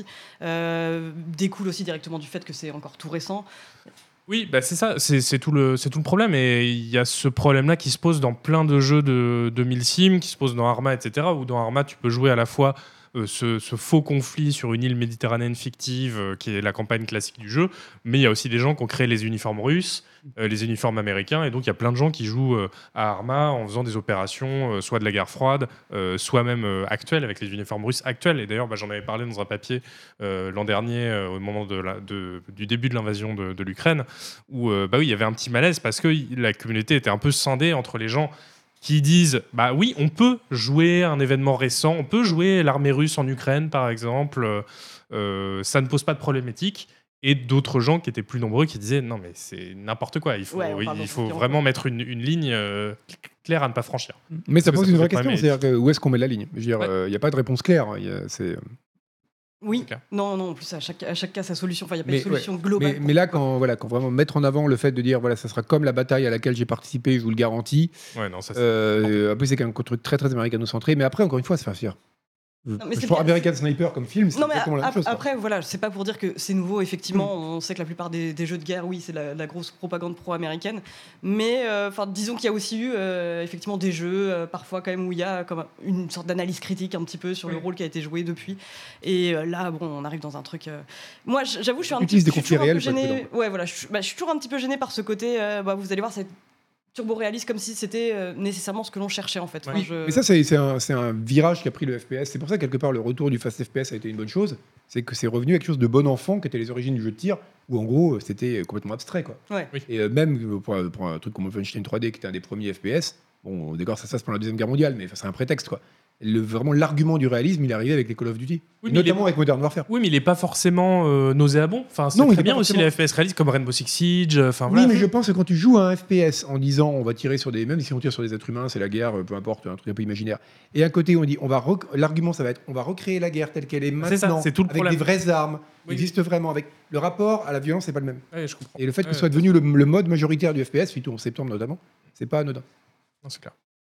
Speaker 2: découle aussi directement du fait que c'est encore tout récent.
Speaker 4: Oui, c'est ça, c'est tout le problème, et il y a ce problème-là qui se pose dans plein de jeux de Milsim, qui se pose dans Arma, etc., où dans Arma, tu peux jouer à la fois ce faux conflit sur une île méditerranéenne fictive, qui est la campagne classique du jeu, mais il y a aussi des gens qui ont créé les uniformes russes, les uniformes américains, et donc il y a plein de gens qui jouent à Arma en faisant des opérations soit de la guerre froide, soit même actuelles, avec les uniformes russes actuels. Et d'ailleurs, j'en avais parlé dans un papier l'an dernier, au moment du début de l'invasion de l'Ukraine, où il y avait un petit malaise, parce que la communauté était un peu scindée entre les gens qui disent oui, on peut jouer un événement récent, on peut jouer l'armée russe en Ukraine par exemple, ça ne pose pas de problématique, et d'autres gens qui étaient plus nombreux qui disaient non mais c'est n'importe quoi, il faut vraiment mettre une ligne claire à ne pas franchir.
Speaker 1: Mais ça pose une vraie question, c'est-à-dire où est-ce qu'on met la ligne? Il n'y a pas de réponse claire.
Speaker 2: Oui, non, en plus à chaque cas sa solution, il n'y a pas de solution globale.
Speaker 1: Mais là, quand vraiment mettre en avant le fait de dire ça sera comme la bataille à laquelle j'ai participé, je vous le garantis. Un peu c'est un truc très très américano-centré, mais après, encore une fois, pour American Sniper comme film, c'est exactement la même chose.
Speaker 2: Après, c'est pas pour dire que c'est nouveau, effectivement. On sait que la plupart des jeux de guerre, c'est la grosse propagande pro-américaine. Mais disons qu'il y a aussi eu effectivement des jeux, parfois quand même, où il y a comme une sorte d'analyse critique un petit peu sur le rôle qui a été joué depuis. Et là, on arrive dans un truc. Moi, j'avoue, je suis gênée. Ouais, voilà, je suis toujours un petit peu gênée par ce côté. Vous allez voir, c'est turbo-réaliste, comme si c'était nécessairement ce que l'on cherchait en fait.
Speaker 1: Mais ça c'est un virage qu'a pris le FPS. C'est pour ça que quelque part le retour du fast FPS a été une bonne chose. C'est que c'est revenu à quelque chose de bon enfant qui était les origines du jeu de tir, où en gros c'était complètement abstrait, quoi. Et même pour un truc comme Wolfenstein 3D qui était un des premiers FPS, d'accord, ça se passe pendant la Deuxième Guerre mondiale, mais c'est un prétexte, quoi. Vraiment l'argument du réalisme, il est arrivé avec les Call of Duty, notamment avec Modern Warfare.
Speaker 4: Oui, mais il est pas forcément nauséabond. C'est très bien aussi les FPS réalistes comme Rainbow Six Siege.
Speaker 1: Mais je pense que quand tu joues à un FPS en disant on va tirer sur même si on tire sur des êtres humains, c'est la guerre, peu importe, un truc un peu imaginaire. Et à côté on dit l'argument ça va être on va recréer la guerre telle qu'elle est maintenant,
Speaker 4: c'est tout le problème.
Speaker 1: Avec des vraies armes, existe vraiment, avec le rapport à la violence, c'est pas le même.
Speaker 4: Je comprends.
Speaker 1: Et le fait que ce soit devenu le mode majoritaire du FPS, suite au 11 septembre notamment, c'est pas anodin.
Speaker 4: Non, c'est clair.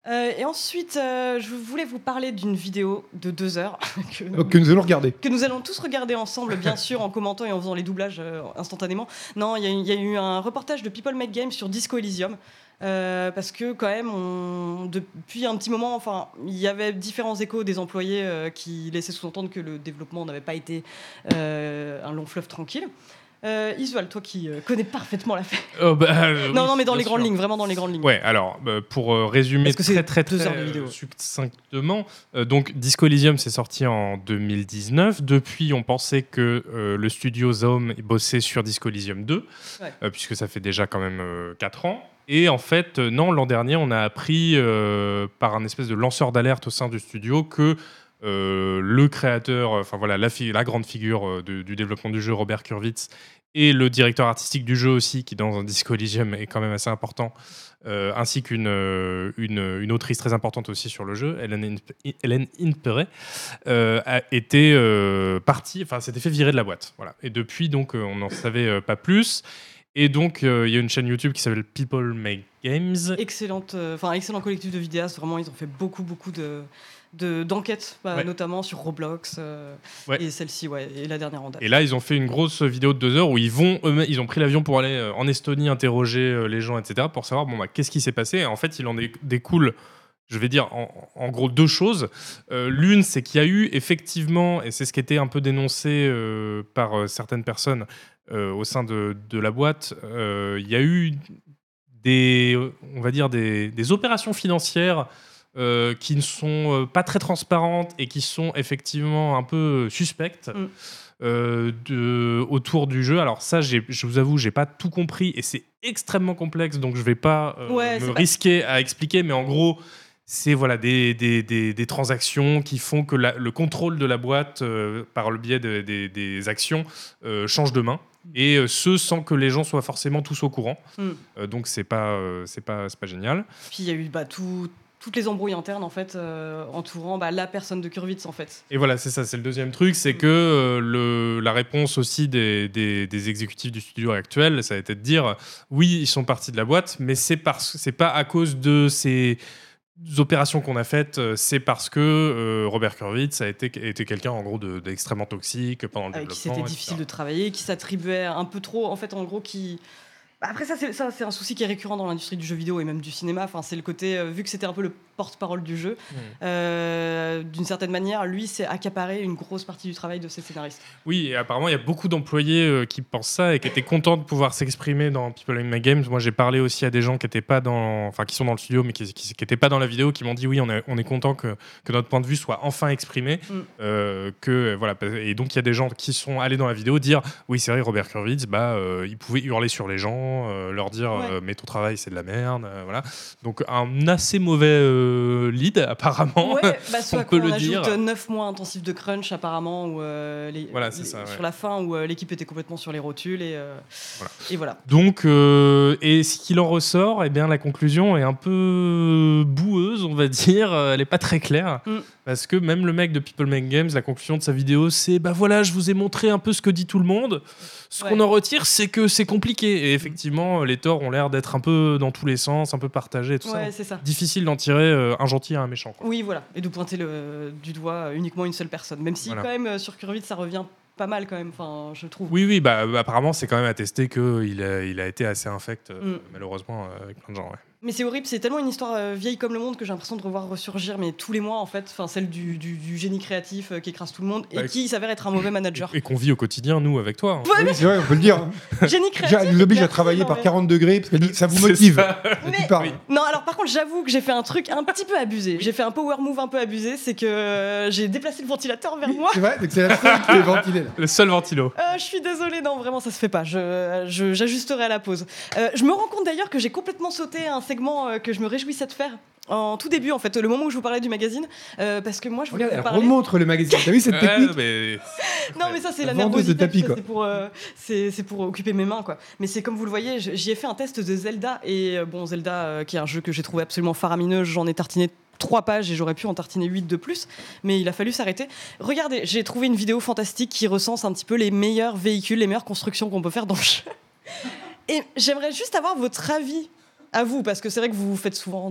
Speaker 2: Et ensuite, je voulais vous parler d'une vidéo de 2 heures
Speaker 1: Que nous allons regarder.
Speaker 2: que nous allons tous regarder ensemble, bien sûr, en commentant et en faisant les doublages instantanément. Non, il y a eu un reportage de People Make Games sur Disco Elysium. Parce que quand même, depuis un petit moment, enfin, il y avait différents échos des employés qui laissaient sous-entendre que le développement n'avait pas été un long fleuve tranquille. Isual, toi qui connais parfaitement l'affaire. Non, mais dans les grandes lignes, vraiment dans les grandes lignes.
Speaker 4: Ouais, alors pour résumer très
Speaker 2: 2 heures de vidéo
Speaker 4: succinctement, donc Disco Elysium c'est sorti en 2019. Depuis, on pensait que le studio Zaum bossait sur Disco Elysium 2, puisque ça fait déjà quand même 4 ans. Et en fait, non, l'an dernier, on a appris par un espèce de lanceur d'alerte au sein du studio que le créateur, enfin voilà, la grande figure du développement du jeu, Robert Kurwitz, et le directeur artistique du jeu aussi, qui dans un Disco Elysium est quand même assez important, ainsi qu'une autrice très importante aussi sur le jeu, Hélène Imperet, a été partie, enfin s'était fait virer de la boîte. Voilà. Et depuis, donc, on n'en savait pas plus. Et donc, il y a une chaîne YouTube qui s'appelle People Make Games.
Speaker 2: Excellent collectif de vidéastes. Vraiment, ils ont fait beaucoup d'enquêtes, notamment sur Roblox et celle-ci, et la dernière en date.
Speaker 4: Et là, ils ont fait une grosse vidéo de 2 heures où ils ont pris l'avion pour aller en Estonie interroger les gens, etc., pour savoir qu'est-ce qui s'est passé. Et en fait, il en découle, je vais dire en gros 2 choses. L'une, c'est qu'il y a eu effectivement, et c'est ce qui était un peu dénoncé par certaines personnes au sein de la boîte, il y a eu des opérations financières qui ne sont pas très transparentes et qui sont effectivement un peu suspectes autour du jeu. Alors ça, je vous avoue, j'ai pas tout compris et c'est extrêmement complexe, donc je vais pas risquer à expliquer, mais en gros, c'est des transactions qui font que le contrôle de la boîte par le biais des actions change de main. Et ce sans que les gens soient forcément tous au courant. Donc c'est pas génial.
Speaker 2: Puis il y a eu toutes les embrouilles internes en fait entourant la personne de Kurwitz en fait.
Speaker 4: Et voilà, c'est ça, c'est le deuxième truc, c'est que la réponse aussi des exécutifs du studio actuel, ça a été de dire oui, ils sont partis de la boîte, mais c'est pas à cause de ces opérations qu'on a faites, c'est parce que Robert Kurwitz a été quelqu'un en gros d'extrêmement toxique pendant le développement.
Speaker 2: Qui c'était difficile de travailler, qui s'attribuait un peu trop, en fait, en gros, qui... Après, ça, c'est un souci qui est récurrent dans l'industrie du jeu vidéo et même du cinéma. Enfin, c'est le côté, vu que c'était un peu le porte-parole du jeu, d'une certaine manière, lui, s'est accaparé une grosse partie du travail de ses scénaristes.
Speaker 4: Oui, et apparemment, il y a beaucoup d'employés qui pensent ça et qui étaient contents de pouvoir s'exprimer dans People Make Games. Moi, j'ai parlé aussi à des gens qui sont dans le studio, mais qui n'étaient pas dans la vidéo, qui m'ont dit oui, on est content que notre point de vue soit enfin exprimé. Et donc, il y a des gens qui sont allés dans la vidéo dire oui, c'est vrai, Robert Kurwitz, il pouvait hurler sur les gens, leur dire mais ton travail c'est de la merde, voilà. Donc un assez mauvais lead apparemment.
Speaker 2: On peut le dire. On ajoute 9 mois intensifs de crunch apparemment où sur la fin où l'équipe était complètement sur les rotules et voilà.
Speaker 4: Donc et ce qu'il en ressort, la conclusion est un peu boueuse, on va dire. Elle est pas très claire parce que même le mec de People Make Games, la conclusion de sa vidéo, c'est je vous ai montré un peu ce que dit tout le monde. Ce qu'on en retire, c'est que c'est compliqué. Et effectivement, les torts ont l'air d'être un peu dans tous les sens, un peu partagés, tout ça.
Speaker 2: C'est ça.
Speaker 4: Difficile d'en tirer un gentil à un méchant. Quoi.
Speaker 2: Oui, voilà. Et de pointer du doigt uniquement une seule personne. Même si, quand même, sur Kurwitz, ça revient pas mal, quand même, je trouve.
Speaker 4: Oui, apparemment, c'est quand même attesté qu'il a été assez infect, malheureusement, avec plein de gens,
Speaker 2: Mais c'est horrible, c'est tellement une histoire vieille comme le monde que j'ai l'impression de revoir ressurgir, mais tous les mois en fait, celle du génie créatif qui écrase tout le monde et qui s'avère être un mauvais manager.
Speaker 4: Et qu'on vit au quotidien, nous, avec toi.
Speaker 1: Oui, c'est vrai, on peut le dire.
Speaker 2: Génie créatif.
Speaker 1: Elle nous oblige à travailler par 40 degrés parce que ça vous motive.
Speaker 2: Non, alors par contre, j'avoue que j'ai fait un truc un petit peu abusé. J'ai fait un power move un peu abusé, c'est que j'ai déplacé le ventilateur vers moi.
Speaker 1: C'est vrai, donc c'est la seule qui est ventilée.
Speaker 4: Le seul ventilo.
Speaker 2: Je suis désolée, non, vraiment, ça se fait pas. J'ajusterai à la pause. Je me rends compte d'ailleurs que j'ai complètement sauté un segment que je me réjouissais de faire en tout début, en fait, le moment où je vous parlais du magazine, parce que moi je voulais vous parler...
Speaker 1: remontre le magazine, t'as vu cette technique?
Speaker 2: Non mais ça c'est la nervosité, tapis, c'est pour occuper mes mains quoi. Mais c'est comme vous le voyez, j'y ai fait un test de Zelda et Zelda qui est un jeu que j'ai trouvé absolument faramineux, j'en ai tartiné 3 pages et j'aurais pu en tartiner 8 de plus, mais il a fallu s'arrêter. Regardez, j'ai trouvé une vidéo fantastique qui recense un petit peu les meilleurs véhicules, les meilleures constructions qu'on peut faire dans le jeu. Et j'aimerais juste avoir votre avis à vous, parce que c'est vrai que vous faites souvent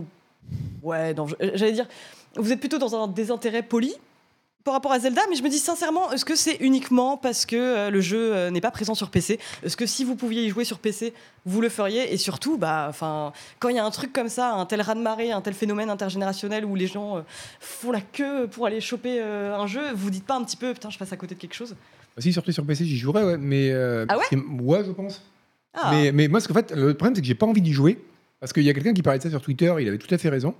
Speaker 2: Ouais, non, j'allais dire, vous êtes plutôt dans un désintérêt poli par rapport à Zelda, mais je me dis sincèrement, est-ce que c'est uniquement parce que le jeu n'est pas présent sur PC ? Est-ce que si vous pouviez y jouer sur PC, vous le feriez ? Et surtout, quand il y a un truc comme ça, un tel raz-de-marée, un tel phénomène intergénérationnel où les gens font la queue pour aller choper un jeu, vous dites pas un petit peu, putain, je passe à côté de quelque chose ?
Speaker 1: Si sortait sur PC, j'y jouerais, ouais, mais
Speaker 2: Ah ouais ?
Speaker 1: Ouais, je pense.
Speaker 2: Ah.
Speaker 1: Mais moi, en fait, le problème, c'est que j'ai pas envie d'y jouer parce qu'il y a quelqu'un qui parlait de ça sur Twitter, il avait tout à fait raison.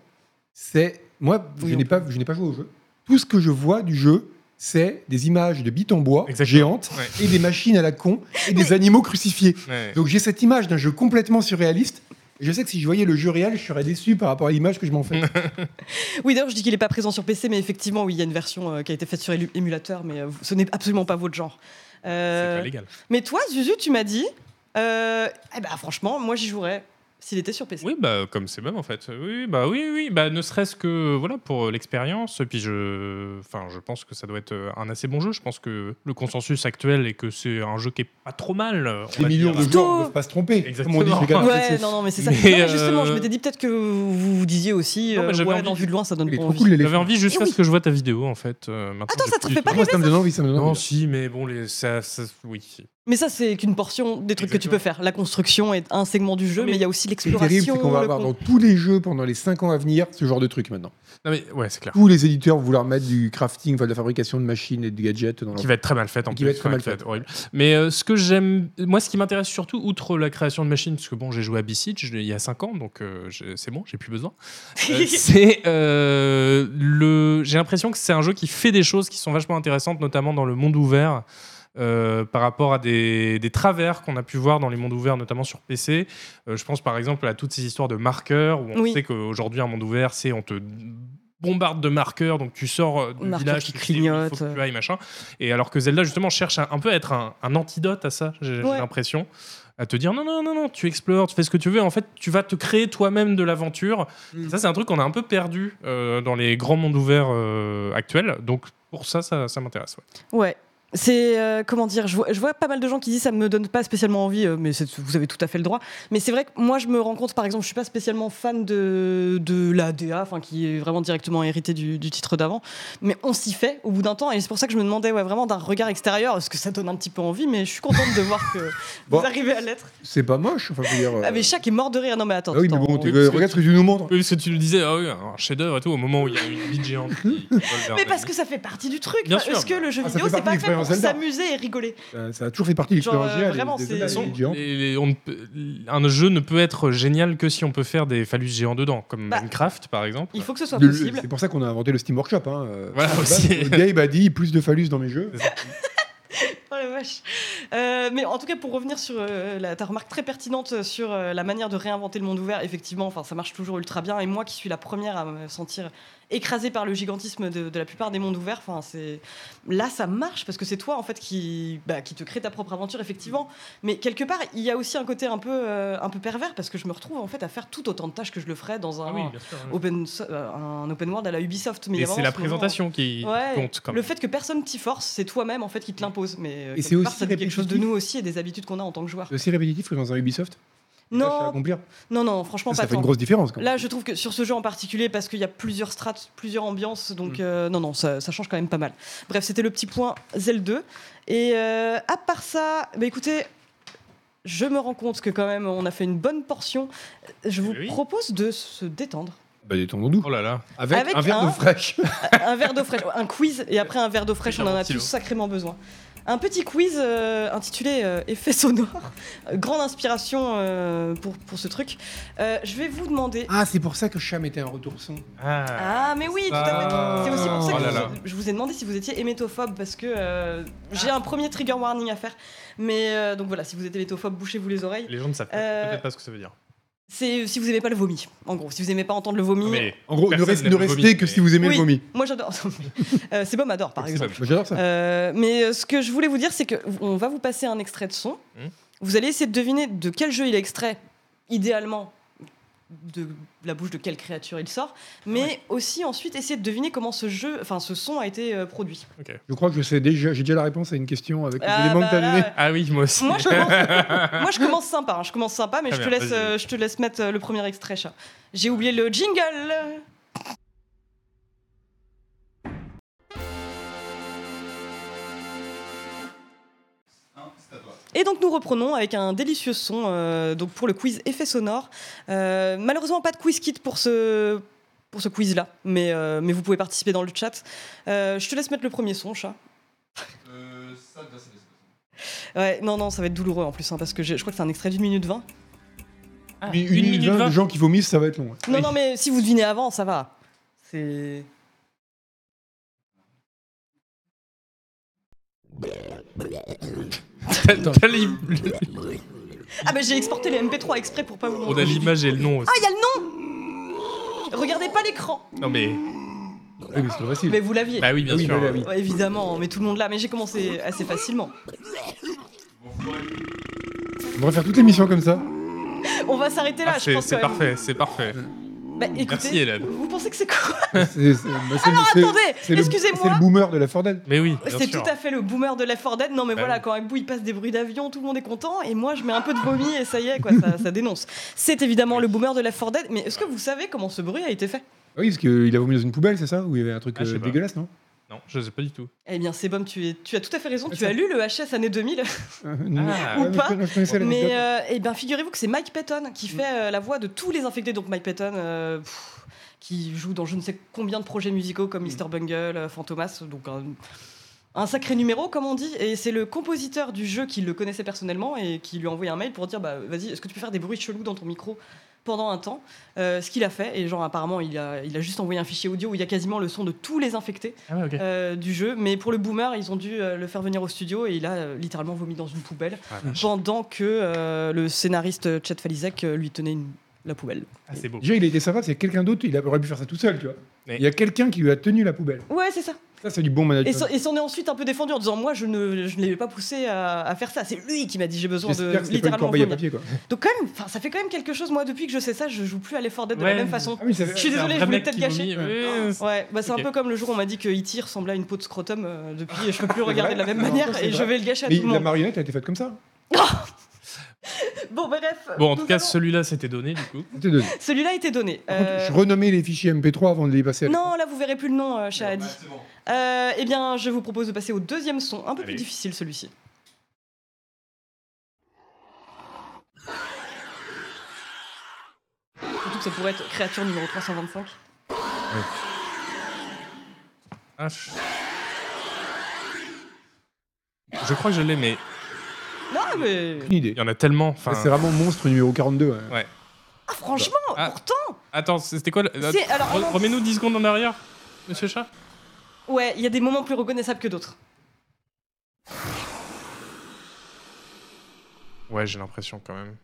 Speaker 1: Je n'ai pas joué au jeu. Tout ce que je vois du jeu, c'est des images de bites en bois géantes et des machines à la con et des animaux crucifiés. Ouais. Donc j'ai cette image d'un jeu complètement surréaliste. Et je sais que si je voyais le jeu réel, je serais déçu par rapport à l'image que je m'en fais.
Speaker 2: Oui, d'ailleurs, je dis qu'il n'est pas présent sur PC, mais effectivement, oui, il y a une version qui a été faite sur émulateur, mais ce n'est absolument pas votre genre.
Speaker 4: C'est pas légal.
Speaker 2: Mais toi, Zuzu, tu m'as dit, franchement, moi j'y jouerais. S'il était sur PC.
Speaker 4: Oui, comme c'est même en fait. Oui, ne serait-ce que pour l'expérience. Et puis je pense que ça doit être un assez bon jeu. Je pense que le consensus actuel est que c'est un jeu qui est pas trop mal.
Speaker 1: Les millions de joueurs ne peuvent pas se tromper.
Speaker 4: Exactement.
Speaker 1: Comme on dit,
Speaker 2: ouais, non, mais c'est ça. Mais justement, je m'étais dit peut-être que vous disiez aussi. Vu de loin, ça donne pas envie.
Speaker 4: J'avais envie jusqu'à ce que je vois ta vidéo en fait.
Speaker 2: Attends, ça te fait pas rêver
Speaker 1: ça me donne envie,
Speaker 4: Non, si, mais bon, oui.
Speaker 2: Mais ça, c'est qu'une portion des trucs que tu peux faire. La construction est un segment du jeu, mais il y a aussi l'exploration.
Speaker 1: Ce qui est terrible, c'est qu'on va avoir dans tous les jeux pendant les 5 ans à venir ce genre de truc maintenant.
Speaker 4: Non mais ouais, c'est clair.
Speaker 1: Tous les éditeurs vont vouloir mettre du crafting, de la fabrication de machines et de gadgets.
Speaker 4: Qui va être très mal fait en plus.
Speaker 1: Qui va être très mal fait.
Speaker 4: Horrible. Mais ce que j'aime, moi, ce qui m'intéresse surtout, outre la création de machines, parce que bon, j'ai joué à Besiege il y a 5 ans, donc c'est bon, j'ai plus besoin. J'ai l'impression que c'est un jeu qui fait des choses qui sont vachement intéressantes, notamment dans le monde ouvert. Par rapport à des travers qu'on a pu voir dans les mondes ouverts, notamment sur PC. Je pense par exemple à toutes ces histoires de marqueurs, où on sait qu'aujourd'hui un monde ouvert, on te bombarde de marqueurs, donc tu sors du village,
Speaker 2: qui clignote,
Speaker 4: il faut que tu ailles, machin. Et alors que Zelda justement cherche un peu à être un antidote à ça, j'ai l'impression. À te dire non, tu explores, tu fais ce que tu veux. En fait, tu vas te créer toi-même de l'aventure. Ça, c'est un truc qu'on a un peu perdu dans les grands mondes ouverts actuels. Donc pour ça m'intéresse.
Speaker 2: Ouais. C'est comment dire, je vois pas mal de gens qui disent ça me donne pas spécialement envie, mais vous avez tout à fait le droit. Mais c'est vrai que moi je me rends compte, par exemple, je suis pas spécialement fan de la DA, qui est vraiment directement hérité du titre d'avant, mais on s'y fait au bout d'un temps, et c'est pour ça que je me demandais vraiment d'un regard extérieur, est-ce que ça donne un petit peu envie, mais je suis contente de voir que vous arrivez à l'être.
Speaker 1: C'est pas moche, enfin, je veux dire.
Speaker 2: Ah mais Shaq est mort de rire, non mais attends.
Speaker 1: Ah oui, mais bon, regarde ce que tu nous montres.
Speaker 4: Oui, parce que tu nous disais, un chef-d'œuvre et tout, au moment où il y a une bite géante.
Speaker 2: Mais parce que ça fait partie du truc.
Speaker 4: Bien sûr.
Speaker 2: Est-ce que le jeu vidéo c'est pas fait pour s'amuser et rigoler.
Speaker 1: Ça a toujours fait partie de l'expérience géniale.
Speaker 2: Vraiment,
Speaker 4: un jeu ne peut être génial que si on peut faire des phallus géants dedans, comme Minecraft par exemple.
Speaker 2: Il faut que ce soit possible.
Speaker 1: C'est pour ça qu'on a inventé le Steam Workshop.
Speaker 4: Voilà aussi.
Speaker 1: Gabe a dit plus de phallus dans mes jeux.
Speaker 2: Oh la vache. Mais en tout cas, pour revenir sur ta remarque très pertinente sur la manière de réinventer le monde ouvert, effectivement, ça marche toujours ultra bien. Et moi, qui suis la première à me sentir écrasée par le gigantisme de la plupart des mondes ouverts, là, ça marche parce que c'est toi en fait qui te crée ta propre aventure, effectivement. Mais quelque part, il y a aussi un côté un peu pervers parce que je me retrouve en fait à faire tout autant de tâches que je le ferais dans un open world à la Ubisoft. Mais
Speaker 4: c'est la présentation qui compte.
Speaker 2: Le fait que personne t'y force, c'est toi-même en fait qui te l'impose. Mais
Speaker 1: et c'est aussi
Speaker 2: ça dit quelque chose de nous aussi et des habitudes qu'on a en tant que joueur.
Speaker 1: C'est aussi répétitif que dans un Ubisoft.
Speaker 2: Non, franchement,
Speaker 1: ça fait une grosse différence. Quand même.
Speaker 2: Là, je trouve que sur ce jeu en particulier, parce qu'il y a plusieurs strates, plusieurs ambiances, donc non, ça change quand même pas mal. Bref, c'était le petit point Zelda 2. Et à part ça, écoutez, je me rends compte que quand même, on a fait une bonne portion. Je vous propose de se détendre.
Speaker 1: Détendons-nous.
Speaker 4: Oh là là.
Speaker 1: Avec un verre d'eau fraîche.
Speaker 2: Un verre d'eau fraîche, un quiz, et après un verre d'eau fraîche, on en a tous sacrément besoin. Un petit quiz intitulé Effets sonores. Grande inspiration pour ce truc. Je vais vous demander...
Speaker 1: Ah, c'est pour ça que Cham était un retour son.
Speaker 2: Ah mais oui, tout à fait. C'est aussi pour ça que je vous ai demandé si vous étiez hémétophobe, parce que j'ai un premier trigger warning à faire. Mais donc voilà, si vous êtes hémétophobe, bouchez-vous les oreilles.
Speaker 4: Les gens ne savent peut-être pas ce que ça veut dire.
Speaker 2: C'est si vous aimez pas le vomi, en gros. Si vous aimez pas entendre le vomi...
Speaker 1: En gros, ne restez que si vous aimez le vomi.
Speaker 2: Moi j'adore. C'est Bom adore, par exemple.
Speaker 1: Moi j'adore ça.
Speaker 2: Mais ce que je voulais vous dire, c'est qu'on va vous passer un extrait de son. Vous allez essayer de deviner de quel jeu il est extrait, idéalement. de la bouche de quelle créature il sort, mais aussi ensuite essayer de deviner comment ce son a été produit.
Speaker 4: Okay.
Speaker 1: Je crois que j'ai déjà la réponse à une question avec les éléments que tu as donnés.
Speaker 4: Ah oui, moi aussi.
Speaker 2: Moi, je commence sympa, mais je te laisse mettre le premier extrait, chat. J'ai oublié le jingle. Et donc nous reprenons avec un délicieux son donc pour le quiz effet sonore. Malheureusement pas de quiz kit pour ce quiz là, mais vous pouvez participer dans le chat. Je te laisse mettre le premier son, chat. Ouais, non, ça va être douloureux en plus, hein, parce que je crois que c'est un extrait d'1 minute 20.
Speaker 4: Ah,
Speaker 1: Mais 1 minute 20 de gens qui vomissent, ça va être long. Ouais.
Speaker 2: Non, mais si vous devinez avant, ça va. C'est... Ah bah j'ai exporté les MP3 exprès pour pas vous montrer.
Speaker 4: On a l'image et le nom aussi.
Speaker 2: Ah, il y a le nom. Regardez pas l'écran.
Speaker 4: Non mais...
Speaker 1: Oui, mais c'est facile.
Speaker 2: Mais vous l'aviez.
Speaker 4: Bah oui, bien sûr.
Speaker 1: Oui.
Speaker 2: Ouais, évidemment, mais tout le monde l'a. Mais j'ai commencé assez facilement.
Speaker 1: On devrait faire toute l'émission comme ça.
Speaker 2: On va s'arrêter là, je pense.
Speaker 4: C'est parfait.
Speaker 2: Bah, écoutez,
Speaker 4: merci Hélène.
Speaker 2: Vous pensez que c'est quoi?
Speaker 1: Attendez,
Speaker 2: excusez-moi.
Speaker 1: C'est le boomer de la Ford Dead.
Speaker 4: Mais oui,
Speaker 2: c'est tout à fait le boomer de Left 4 Dead. Non mais voilà, quand avec Bou il passe des bruits d'avion, tout le monde est content, et moi je mets un peu de vomi et ça y est, quoi, ça dénonce. C'est évidemment le boomer de Left 4 Dead, mais est-ce que vous savez comment ce bruit a été fait?
Speaker 1: Oui, parce qu'il a vomi dans une poubelle, c'est ça? Où il y avait un truc dégueulasse, non?
Speaker 4: Non, je sais pas du tout.
Speaker 2: Eh bien, c'est bon, tu as tout à fait raison. Tu as lu le HS année 2000
Speaker 1: ou
Speaker 2: pas?
Speaker 1: Je connaissais
Speaker 2: mais eh bien, figurez-vous que c'est Mike Patton qui fait la voix de tous les infectés. Donc Mike Patton, qui joue dans je ne sais combien de projets musicaux comme Mr. Bungle, Fantomas, donc un sacré numéro, comme on dit. Et c'est le compositeur du jeu qui le connaissait personnellement et qui lui a envoyé un mail pour dire vas-y, est-ce que tu peux faire des bruits chelous dans ton micro pendant un temps, ce qu'il a fait, et genre apparemment il a juste envoyé un fichier audio où il y a quasiment le son de tous les infectés du jeu, mais pour le boomer ils ont dû le faire venir au studio et il a littéralement vomi dans une poubelle pendant que le scénariste Chet Falizek lui tenait la poubelle.
Speaker 4: Ah, c'est beau.
Speaker 1: Déjà il a été sympa, c'est quelqu'un d'autre, il aurait pu faire ça tout seul, tu vois.
Speaker 4: Mais...
Speaker 1: Il y a quelqu'un qui lui a tenu la poubelle.
Speaker 2: Ouais, c'est ça.
Speaker 1: Ça, c'est du bon management.
Speaker 2: Et s'en est ensuite un peu défendu en disant moi je ne l'ai pas poussé à faire ça, c'est lui qui m'a dit j'ai besoin de littéralement vomir.
Speaker 1: Papier, quoi.
Speaker 2: Donc quand même, ça fait quand même quelque chose. Moi depuis que je sais ça, je joue plus à Left 4 Dead de la même façon.
Speaker 1: Ah oui, je
Speaker 2: suis désolé, je voulais peut-être gâcher.
Speaker 4: Ouais,
Speaker 2: c'est un peu comme le jour où on m'a dit que E.T. ressemblait à une peau de scrotum. Depuis je peux plus regarder de la même manière et je vais le gâcher à tout le monde.
Speaker 1: La marionnette a été faite comme ça.
Speaker 2: Bon, bref.
Speaker 4: Bon, en tout cas, celui-là, c'était donné, du coup.
Speaker 2: Celui-là a été donné.
Speaker 1: Je renommais les fichiers MP3 avant de les passer à
Speaker 2: Non, là, vous verrez plus le nom, chat Adi. Eh bien, je vous propose de passer au deuxième son, un peu plus difficile, celui-ci. Surtout que ça pourrait être créature numéro 325.
Speaker 4: Ah, je crois que je l'ai, mais...
Speaker 2: Non, mais...
Speaker 1: Une idée.
Speaker 4: Il y en a tellement.
Speaker 1: C'est vraiment monstre numéro 42.
Speaker 4: Ouais.
Speaker 2: Ah, franchement, pourtant...
Speaker 4: Attends, c'était quoi
Speaker 2: alors,
Speaker 4: remets-nous 10 secondes en arrière, monsieur Chat.
Speaker 2: Ouais, il y a des moments plus reconnaissables que d'autres.
Speaker 4: Ouais, j'ai l'impression quand même.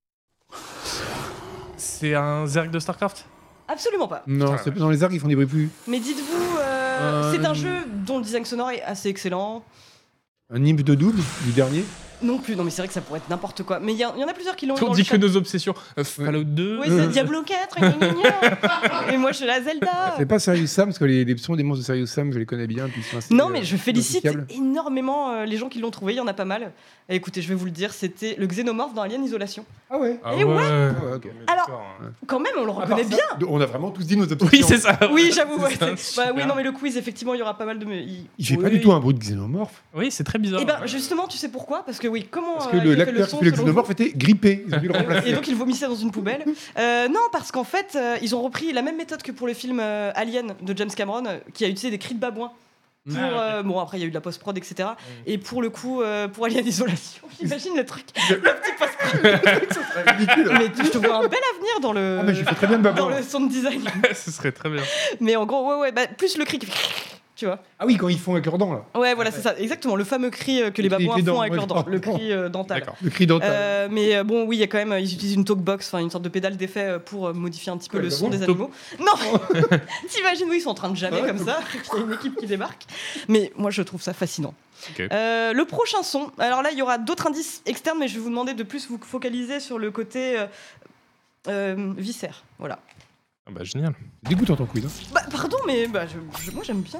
Speaker 4: C'est un Zerg de StarCraft?
Speaker 2: Absolument pas.
Speaker 1: Non, c'est dans les arcs, ils font des bruits plus.
Speaker 2: Mais dites-vous, c'est un jeu dont le design sonore est assez excellent.
Speaker 1: Un Nimb de double, du dernier.
Speaker 2: Non plus, non mais c'est vrai que ça pourrait être n'importe quoi. Mais il y en a plusieurs qui l'ont eu
Speaker 4: On
Speaker 2: dans
Speaker 4: dit
Speaker 2: le
Speaker 4: que
Speaker 2: chat.
Speaker 4: nos obsessions. Fallout 2.
Speaker 2: Oui, c'est Diablo 4, et moi je suis la Zelda.
Speaker 1: C'est pas Serious Sam, parce que les sons des monstres de Serious Sam, je les connais bien. Puis
Speaker 2: non mais je félicite énormément les gens qui l'ont trouvé, il y en a pas mal. Et écoutez, je vais vous le dire, c'était le Xénomorphe dans Alien Isolation.
Speaker 1: Ah ouais.
Speaker 2: Et ouais.
Speaker 1: Okay.
Speaker 2: Alors, quand même, on le reconnaît bien.
Speaker 1: On a vraiment tous dit nos obsessions.
Speaker 4: Oui, c'est ça.
Speaker 2: Oui, j'avoue. Ouais, oui, non mais le quiz, effectivement, il y aura pas mal de...
Speaker 1: Il fait pas du tout un bruit de xénomorphe.
Speaker 4: Oui, c'est très bizarre.
Speaker 2: Et ben justement, tu sais pourquoi? Parce que oui, comment...
Speaker 1: Parce que l'acteur qui fait le xénomorphe était grippé. Ils ont dû le remplacer.
Speaker 2: Et donc il vomissait dans une poubelle. Non, parce qu'en fait, ils ont repris la même méthode que pour le film Alien de James Cameron, qui a utilisé des cris de babouin. Bon, après il y a eu de la post-prod, etc. Et pour le coup, pour Alien Isolation, j'imagine le truc, le petit post-prod.
Speaker 1: Ridicule.
Speaker 2: Mais je te vois un bel avenir dans le,
Speaker 1: mais je fais très bien le
Speaker 2: dans le sound design.
Speaker 4: Ce serait très bien.
Speaker 2: Mais en gros, ouais, plus le cri qui fait... Tu vois.
Speaker 1: Ah oui, quand ils font avec leurs dents là.
Speaker 2: Ouais, voilà, c'est ça, exactement, le fameux cri que les babouins font avec leurs dents, le cri dental.
Speaker 1: D'accord. Le cri dental.
Speaker 2: Mais bon, oui, il y a quand même, ils utilisent une talkbox, enfin une sorte de pédale d'effet pour modifier un petit peu le son des animaux. Non, t'imagines, oui, ils sont en train de jammer comme ça, il y a une équipe qui débarque. Mais moi, je trouve ça fascinant.
Speaker 4: Okay.
Speaker 2: Le prochain son, alors là, il y aura d'autres indices externes, mais je vais vous demander de plus vous focaliser sur le côté Viscère, voilà.
Speaker 4: Ah bah génial.
Speaker 1: C'est dégoûtant ton quiz. Hein.
Speaker 2: Bah pardon, mais moi j'aime bien.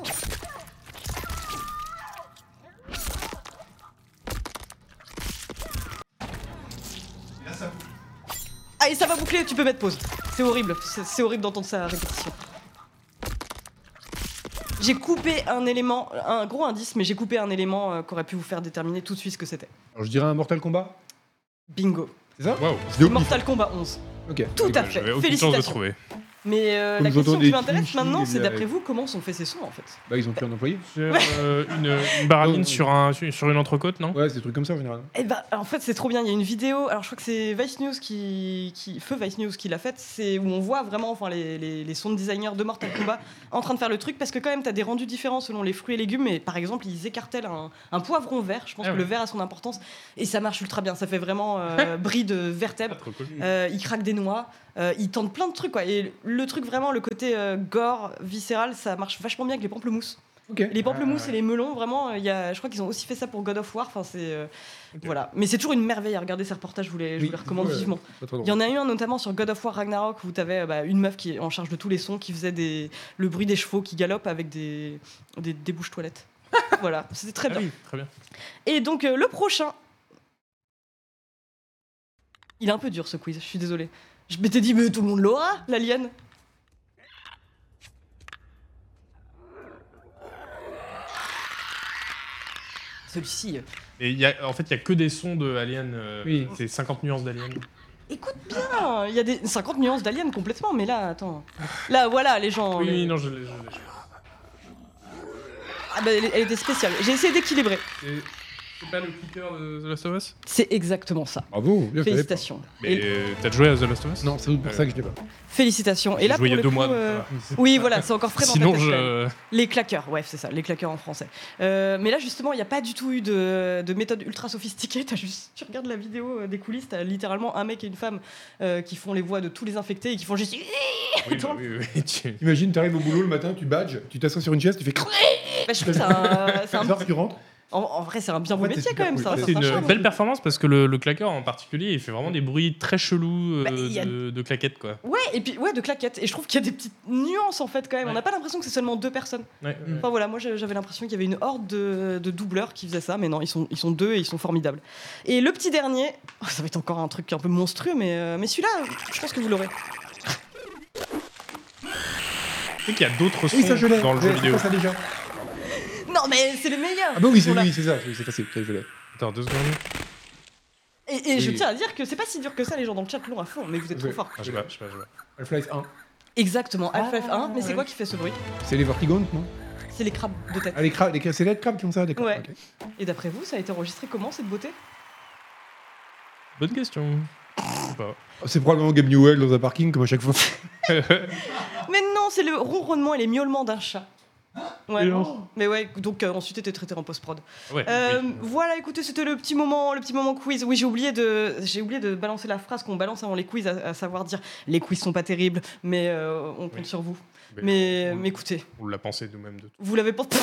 Speaker 2: Ah, et ça va boucler, tu peux mettre pause. C'est horrible, c'est horrible d'entendre ça à répétition. J'ai coupé un élément, un gros indice, mais j'ai coupé un élément qui aurait pu vous faire déterminer tout de suite ce que c'était.
Speaker 1: Alors je dirais un Mortal Kombat.
Speaker 2: Bingo.
Speaker 1: C'est ça?
Speaker 4: Waouh.
Speaker 1: C'est
Speaker 2: Mortal Kombat 11.
Speaker 1: Ok.
Speaker 2: Tout à
Speaker 4: J'avais
Speaker 2: fait.
Speaker 4: aucune chance de
Speaker 2: Félicitations.
Speaker 4: trouver.
Speaker 2: Mais
Speaker 1: Comme
Speaker 2: la
Speaker 1: j'entends
Speaker 2: question
Speaker 1: des
Speaker 2: qui m'intéresse
Speaker 1: clichés,
Speaker 2: maintenant,
Speaker 1: des
Speaker 2: c'est
Speaker 1: blagues.
Speaker 2: d'après vous, comment sont faits ces sons en fait?
Speaker 1: Bah ils ont pris un employé.
Speaker 4: Une baramine sur une entrecôte, non?
Speaker 1: Ouais, c'est des trucs comme ça en général.
Speaker 2: Eh ben, en fait, c'est trop bien. Il y a une vidéo. Alors, je crois que c'est Vice News Feu Vice News qui l'a faite. C'est où on voit vraiment, enfin, les sound designers de Mortal Kombat en train de faire le truc parce que quand même, t'as des rendus différents selon les fruits et légumes. Mais par exemple, ils écartèlent un poivron vert. Je pense que le vert a son importance et ça marche ultra bien. Ça fait vraiment bris de vertèbres.
Speaker 4: Trop cool.
Speaker 2: Ils craquent des noix. Ils tentent plein de trucs quoi. Et le truc vraiment, le côté gore, viscéral, ça marche vachement bien avec les pamplemousses.
Speaker 1: Ok.
Speaker 2: Les pamplemousses et les melons, vraiment, je crois qu'ils ont aussi fait ça pour God of War. Enfin, voilà. Mais c'est toujours une merveille à regarder ces reportages, je vous les recommande vivement. Il y en a eu un notamment sur God of War Ragnarok où tu avais une meuf qui est en charge de tous les sons, qui faisait le bruit des chevaux qui galopent avec des bouches toilettes. Voilà, c'était très bien.
Speaker 4: Oui, très bien.
Speaker 2: Et donc, le prochain. Il est un peu dur ce quiz, je suis désolée. Je m'étais dit, mais tout le monde l'aura, l'alien. Celui-ci.
Speaker 4: Et en fait, il n'y a que des sons de Alien.
Speaker 1: Oui.
Speaker 4: C'est 50 nuances d'Alien.
Speaker 2: Écoute bien, il y a des 50 nuances d'Alien complètement, mais là, attends. Là, voilà, les gens.
Speaker 4: Oui, non, je l'ai.
Speaker 2: Ah bah, elle était spéciale. J'ai essayé d'équilibrer.
Speaker 4: C'est pas le clicker de The Last of Us?
Speaker 2: C'est exactement ça.
Speaker 1: Bravo. Bien fait.
Speaker 2: Félicitations.
Speaker 4: Mais t'as joué à The Last of Us?
Speaker 1: Non, c'est pour ça que je l'ai pas.
Speaker 2: Félicitations. Et là,
Speaker 4: joué
Speaker 2: pour
Speaker 4: il y a
Speaker 2: le
Speaker 4: 2
Speaker 2: coup,
Speaker 4: mois.
Speaker 2: oui, voilà, c'est encore frais dans ta
Speaker 4: Sinon,
Speaker 2: tête, quand même. Les claqueurs, ouais, c'est ça, les claqueurs en français. Mais là, justement, il n'y a pas du tout eu de méthode ultra sophistiquée. Tu regardes la vidéo des coulisses, t'as littéralement un mec et une femme qui font les voix de tous les infectés et qui font juste.
Speaker 4: Oui, bah oui.
Speaker 1: Imagine, t'arrives au boulot le matin, tu badges, tu t'assois sur une chaise, tu fais.
Speaker 2: Bah, je trouve que c'est un.
Speaker 1: Tu rentres.
Speaker 2: En vrai, c'est un bien beau
Speaker 1: En fait,
Speaker 2: métier
Speaker 1: c'est
Speaker 2: quand même.
Speaker 1: super
Speaker 2: Ça,
Speaker 1: cool.
Speaker 2: ça,
Speaker 4: C'est
Speaker 2: ça
Speaker 4: une
Speaker 2: charme.
Speaker 4: belle performance parce que le claqueur en particulier, il fait vraiment des bruits très chelous
Speaker 2: Y a-
Speaker 4: de claquettes, quoi.
Speaker 2: Ouais, et puis de claquettes. Et je trouve qu'il y a des petites nuances en fait quand même.
Speaker 4: Ouais.
Speaker 2: On n'a pas l'impression que c'est seulement 2 personnes.
Speaker 4: Ouais.
Speaker 2: Enfin voilà, moi j'avais l'impression qu'il y avait une horde de doubleurs qui faisaient ça, mais non, ils sont 2 et ils sont formidables. Et le petit dernier, ça va être encore un truc un peu monstrueux, mais celui-là, je pense que vous l'aurez.
Speaker 4: Tu sais qu'il y a d'autres sons
Speaker 1: Oui, ça je l'ai.
Speaker 4: dans le jeu
Speaker 1: Ouais,
Speaker 4: vidéo.
Speaker 1: ça déjà.
Speaker 2: Non, mais c'est les meilleurs.
Speaker 1: Ah bah oui,
Speaker 2: Ils sont là.
Speaker 1: c'est ça, c'est facile, ça je l'ai.
Speaker 4: Attends, 2 secondes.
Speaker 2: Et je
Speaker 1: Oui.
Speaker 2: tiens à dire que c'est pas si dur que ça, les gens dans le chat l'ont à fond, mais vous êtes trop
Speaker 1: Oui.
Speaker 2: forts.
Speaker 4: Ah, je sais pas.
Speaker 1: Half-Life 1.
Speaker 2: Exactement, Half-Life 1, mais c'est
Speaker 4: ouais.
Speaker 2: quoi qui fait ce bruit?
Speaker 1: C'est les Vertigons, non?
Speaker 2: C'est les crabes de tête.
Speaker 1: Ah, les crabes, c'est les crabes qui ont ça, d'accord.
Speaker 2: Ouais.
Speaker 1: ok.
Speaker 2: Et d'après vous, ça a été enregistré comment cette beauté?
Speaker 4: Bonne question. Je sais pas.
Speaker 1: Oh, c'est probablement Gabe Newell dans un parking, comme à chaque fois.
Speaker 2: Mais non, c'est le ronronnement et les miaulements d'un chat. Ouais.
Speaker 4: Et non.
Speaker 2: Mais ouais, donc ensuite était traité en post-prod.
Speaker 4: Ouais. oui.
Speaker 2: Voilà, écoutez, c'était le petit moment quiz. Oui, j'ai oublié de balancer la phrase qu'on balance avant les quiz, à savoir dire les quiz sont pas terribles, mais on compte sur vous. Mais écoutez,
Speaker 4: On l'a pensé nous-mêmes de tout.
Speaker 2: vous l'avez pas.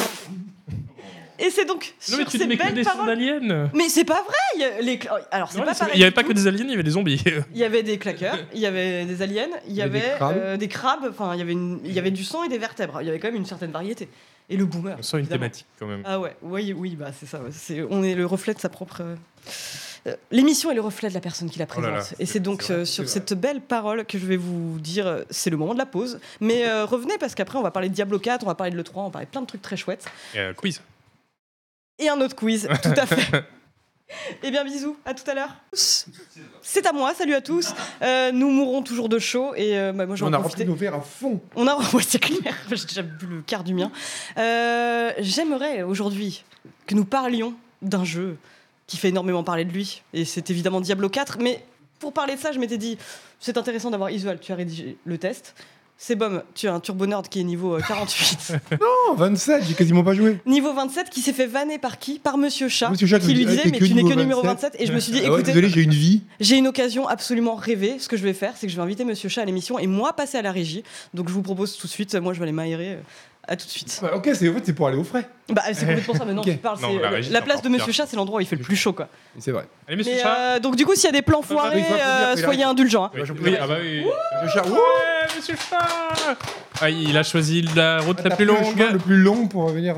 Speaker 2: Et c'est donc
Speaker 4: Non, mais
Speaker 2: sur
Speaker 4: tu
Speaker 2: ces
Speaker 4: ne mets que
Speaker 2: belles
Speaker 4: des sons
Speaker 2: paroles.
Speaker 4: d'aliens.
Speaker 2: Mais c'est pas vrai. Alors c'est
Speaker 4: Non,
Speaker 2: pas pareil.
Speaker 4: il n'y avait
Speaker 2: du
Speaker 4: pas
Speaker 2: tout.
Speaker 4: que des aliens, il y avait des zombies.
Speaker 2: Il y avait des claqueurs, il y avait des aliens, il y
Speaker 1: avait des
Speaker 2: avait
Speaker 1: crabes.
Speaker 2: des crabes. Enfin, il y avait du sang et des vertèbres. Il y avait quand même une certaine variété. Et le boomer.
Speaker 4: On sent une
Speaker 2: évidemment.
Speaker 4: thématique quand même.
Speaker 2: Ah ouais, oui, bah c'est ça. Ouais. On est le reflet de sa propre. L'émission est le reflet de la personne qui la
Speaker 4: Oh là
Speaker 2: présente.
Speaker 4: là,
Speaker 2: et c'est donc
Speaker 4: c'est vrai,
Speaker 2: sur
Speaker 1: c'est
Speaker 2: cette belle parole que je vais vous dire, c'est le moment de la pause. Mais revenez parce qu'après on va parler de Diablo 4, on va parler de l'E3, on va parler de plein de trucs très chouettes.
Speaker 4: Quiz.
Speaker 2: Et un autre quiz, tout à fait. Eh bien bisous, à tout à l'heure. C'est à moi, salut à tous. Nous mourrons toujours de chaud et moi je vais
Speaker 1: On
Speaker 2: en
Speaker 1: a
Speaker 2: profiter.
Speaker 1: rempli nos verres à fond.
Speaker 2: Ouais, c'est clair, j'ai déjà bu le quart du mien. J'aimerais aujourd'hui que nous parlions d'un jeu qui fait énormément parler de lui, et c'est évidemment Diablo 4, mais pour parler de ça, je m'étais dit, c'est intéressant d'avoir Isual, tu as rédigé le test. C'est Bom, tu as un Turbo Nerd qui est niveau 48.
Speaker 1: Non, 27, j'ai quasiment pas joué.
Speaker 2: Niveau 27, qui s'est fait vanner par qui? Par Monsieur Chat,
Speaker 1: Monsieur Chat
Speaker 2: qui
Speaker 1: me
Speaker 2: lui
Speaker 1: dit,
Speaker 2: disait,
Speaker 1: t'es
Speaker 2: mais
Speaker 1: que
Speaker 2: tu n'es que
Speaker 1: niveau
Speaker 2: numéro
Speaker 1: 27.
Speaker 2: 27, et je me suis dit,
Speaker 1: Ah ouais,
Speaker 2: écoutez,
Speaker 1: désolé, j'ai une vie.
Speaker 2: j'ai une occasion absolument rêvée. Ce que je vais faire, c'est que je vais inviter Monsieur Chat à l'émission et moi passer à la régie. Donc je vous propose tout de suite, moi je vais aller m'aérer À tout de suite.
Speaker 1: Ouais, ok, c'est pour aller au frais.
Speaker 2: Bah, c'est complètement ça, mais non,
Speaker 1: Ok.
Speaker 2: tu parles.
Speaker 4: Non, la régie,
Speaker 2: La
Speaker 4: c'est
Speaker 2: place
Speaker 4: encore
Speaker 2: de Monsieur
Speaker 4: pire.
Speaker 2: Chat, c'est l'endroit où il fait le plus chaud, quoi.
Speaker 1: C'est vrai.
Speaker 4: Allez, monsieur
Speaker 2: Mais,
Speaker 4: Chat.
Speaker 2: donc, du coup, s'il y a des plans foirés,
Speaker 1: il faut applaudir,
Speaker 2: soyez
Speaker 1: il
Speaker 2: indulgents. Hein.
Speaker 4: Oui,
Speaker 1: je-
Speaker 4: oui, ah bah oui.
Speaker 1: Monsieur Chat,
Speaker 4: Ouais, monsieur Chat. Ah, il a choisi la route la
Speaker 1: t'as
Speaker 4: plus
Speaker 1: pris
Speaker 4: longue.
Speaker 1: Le chemin le plus long pour venir.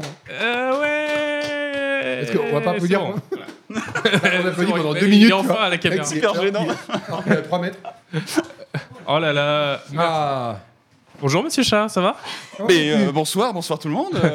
Speaker 4: Ouais.
Speaker 1: Est-ce qu'on va pas applaudir,
Speaker 4: C'est bon.
Speaker 1: hein
Speaker 4: Voilà.
Speaker 1: On a applaudi
Speaker 4: C'est bon,
Speaker 1: pendant
Speaker 4: il
Speaker 1: 2
Speaker 4: est
Speaker 1: minutes.
Speaker 4: enfin
Speaker 1: tu vois.
Speaker 4: à la caméra.
Speaker 1: Mec, c'est
Speaker 3: Super gênant.
Speaker 1: Alors qu'il est à 3 mètres.
Speaker 4: Oh là là.
Speaker 1: Ah.
Speaker 4: Bonjour monsieur Chat, ça va?
Speaker 3: Mais bonsoir tout le monde.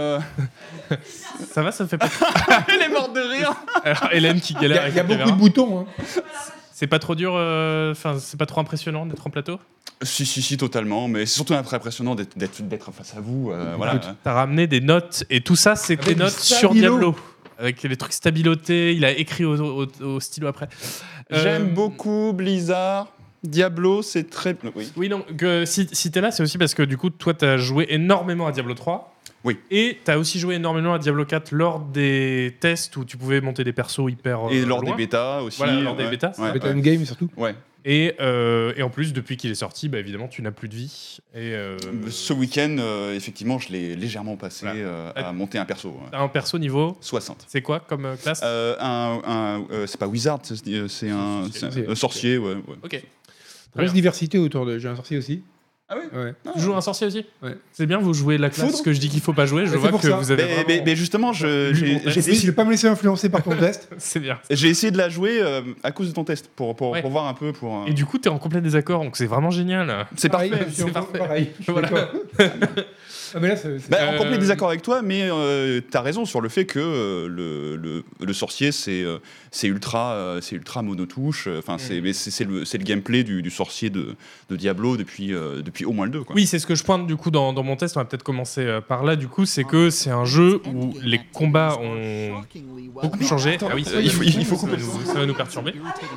Speaker 4: Ça va, ça me fait pas.
Speaker 3: Elle est morte de rire.
Speaker 4: Alors, Hélène qui
Speaker 1: Il y
Speaker 4: galère
Speaker 1: a,
Speaker 4: avec
Speaker 1: il y a
Speaker 4: la
Speaker 1: beaucoup
Speaker 4: caméra.
Speaker 1: de boutons. Hein.
Speaker 4: C'est pas trop dur, enfin c'est pas trop impressionnant d'être en plateau?
Speaker 3: Si, totalement. Mais c'est surtout impressionnant d'être face à vous. Voilà.
Speaker 4: T'as ramené des notes et tout ça, c'est
Speaker 1: Avec
Speaker 4: des
Speaker 1: du
Speaker 4: notes sur
Speaker 1: stabilo.
Speaker 4: Diablo. Avec les trucs stabilotés, il a écrit au stylo après.
Speaker 3: J'aime beaucoup Blizzard. Diablo, c'est très. Oui.
Speaker 4: Oui, non, si t'es là, c'est aussi parce que du coup, toi, t'as joué énormément à Diablo 3.
Speaker 3: Oui.
Speaker 4: Et t'as aussi joué énormément à Diablo 4 lors des tests où tu pouvais monter des persos hyper.
Speaker 3: Et lors
Speaker 4: loin.
Speaker 3: des bêtas aussi.
Speaker 4: Voilà, lors des bêtas, c'est
Speaker 3: Ouais,
Speaker 1: Beta
Speaker 3: ouais.
Speaker 1: Endgame surtout.
Speaker 3: Ouais.
Speaker 4: Et en plus, depuis qu'il est sorti, bah, évidemment, tu n'as plus de vie. Et
Speaker 3: Ce week-end, effectivement, je l'ai légèrement passé
Speaker 4: Voilà.
Speaker 3: à monter un perso.
Speaker 4: t'as un perso niveau.
Speaker 3: 60.
Speaker 4: C'est quoi comme classe?
Speaker 3: C'est pas wizard, c'est un sorcier. Ouais.
Speaker 4: Ok.
Speaker 1: Grosse diversité autour de. J'ai un sorcier aussi.
Speaker 3: Ah oui.
Speaker 1: Ouais.
Speaker 4: Tu joues un sorcier aussi?
Speaker 1: Ouais.
Speaker 4: C'est bien, vous jouez la classe
Speaker 3: Foudre
Speaker 4: que je dis qu'il faut pas jouer. Je
Speaker 1: Mais
Speaker 4: vois
Speaker 1: c'est pour
Speaker 4: que
Speaker 1: ça.
Speaker 4: vous avez. vraiment-
Speaker 3: Mais justement,
Speaker 4: lu mon test.
Speaker 1: Oui, je vais pas me laisser influencer par ton test.
Speaker 4: C'est bien.
Speaker 3: j'ai essayé de la jouer à cause de ton test pour
Speaker 4: Ouais.
Speaker 3: voir un peu.
Speaker 4: Et du coup, t'es en complet désaccord, donc c'est vraiment génial.
Speaker 3: C'est
Speaker 1: Pareil,
Speaker 3: parfait.
Speaker 1: c'est
Speaker 4: parfait.
Speaker 1: pareil. Je suis
Speaker 4: Voilà.
Speaker 1: d'accord. Ah, mais là, c'est.
Speaker 3: En complet désaccord avec toi, mais t'as raison sur le fait que le sorcier c'est ultra monotouche. Enfin c'est le gameplay du sorcier de Diablo depuis au moins le 2 quoi.
Speaker 4: Oui, c'est ce que je pointe du coup dans mon test. On va peut-être commencer par là. Du coup, c'est que c'est un jeu où les combats ont beaucoup changé. Ah oui,
Speaker 3: il faut couper.
Speaker 4: ça va nous perturber.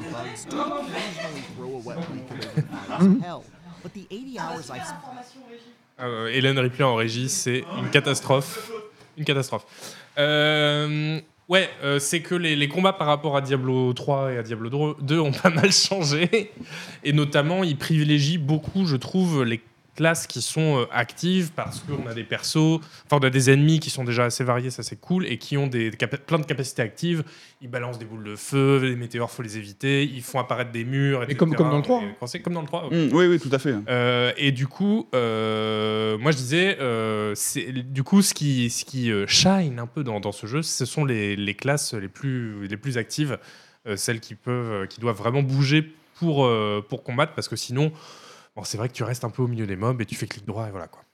Speaker 4: Hélène Ripley en régie, c'est une catastrophe. Une catastrophe. C'est que les combats par rapport à Diablo 3 et à Diablo 2 ont pas mal changé. Et notamment, ils privilégient beaucoup, je trouve, les classes qui sont actives parce qu'on a des persos, enfin on a des ennemis qui sont déjà assez variés, ça c'est cool, et qui ont plein de capacités actives. Ils balancent des boules de feu, les météores, faut les éviter, ils font apparaître des murs, etc.
Speaker 1: comme dans le 3.
Speaker 4: C'est comme dans le 3. ok.
Speaker 3: Oui, tout à fait.
Speaker 4: Et du coup, moi je disais, du coup, ce qui shine un peu dans ce jeu, ce sont les classes les plus actives, celles qui doivent vraiment bouger pour combattre, parce que sinon, bon, c'est vrai que tu restes un peu au milieu des mobs et tu fais clic droit et voilà quoi.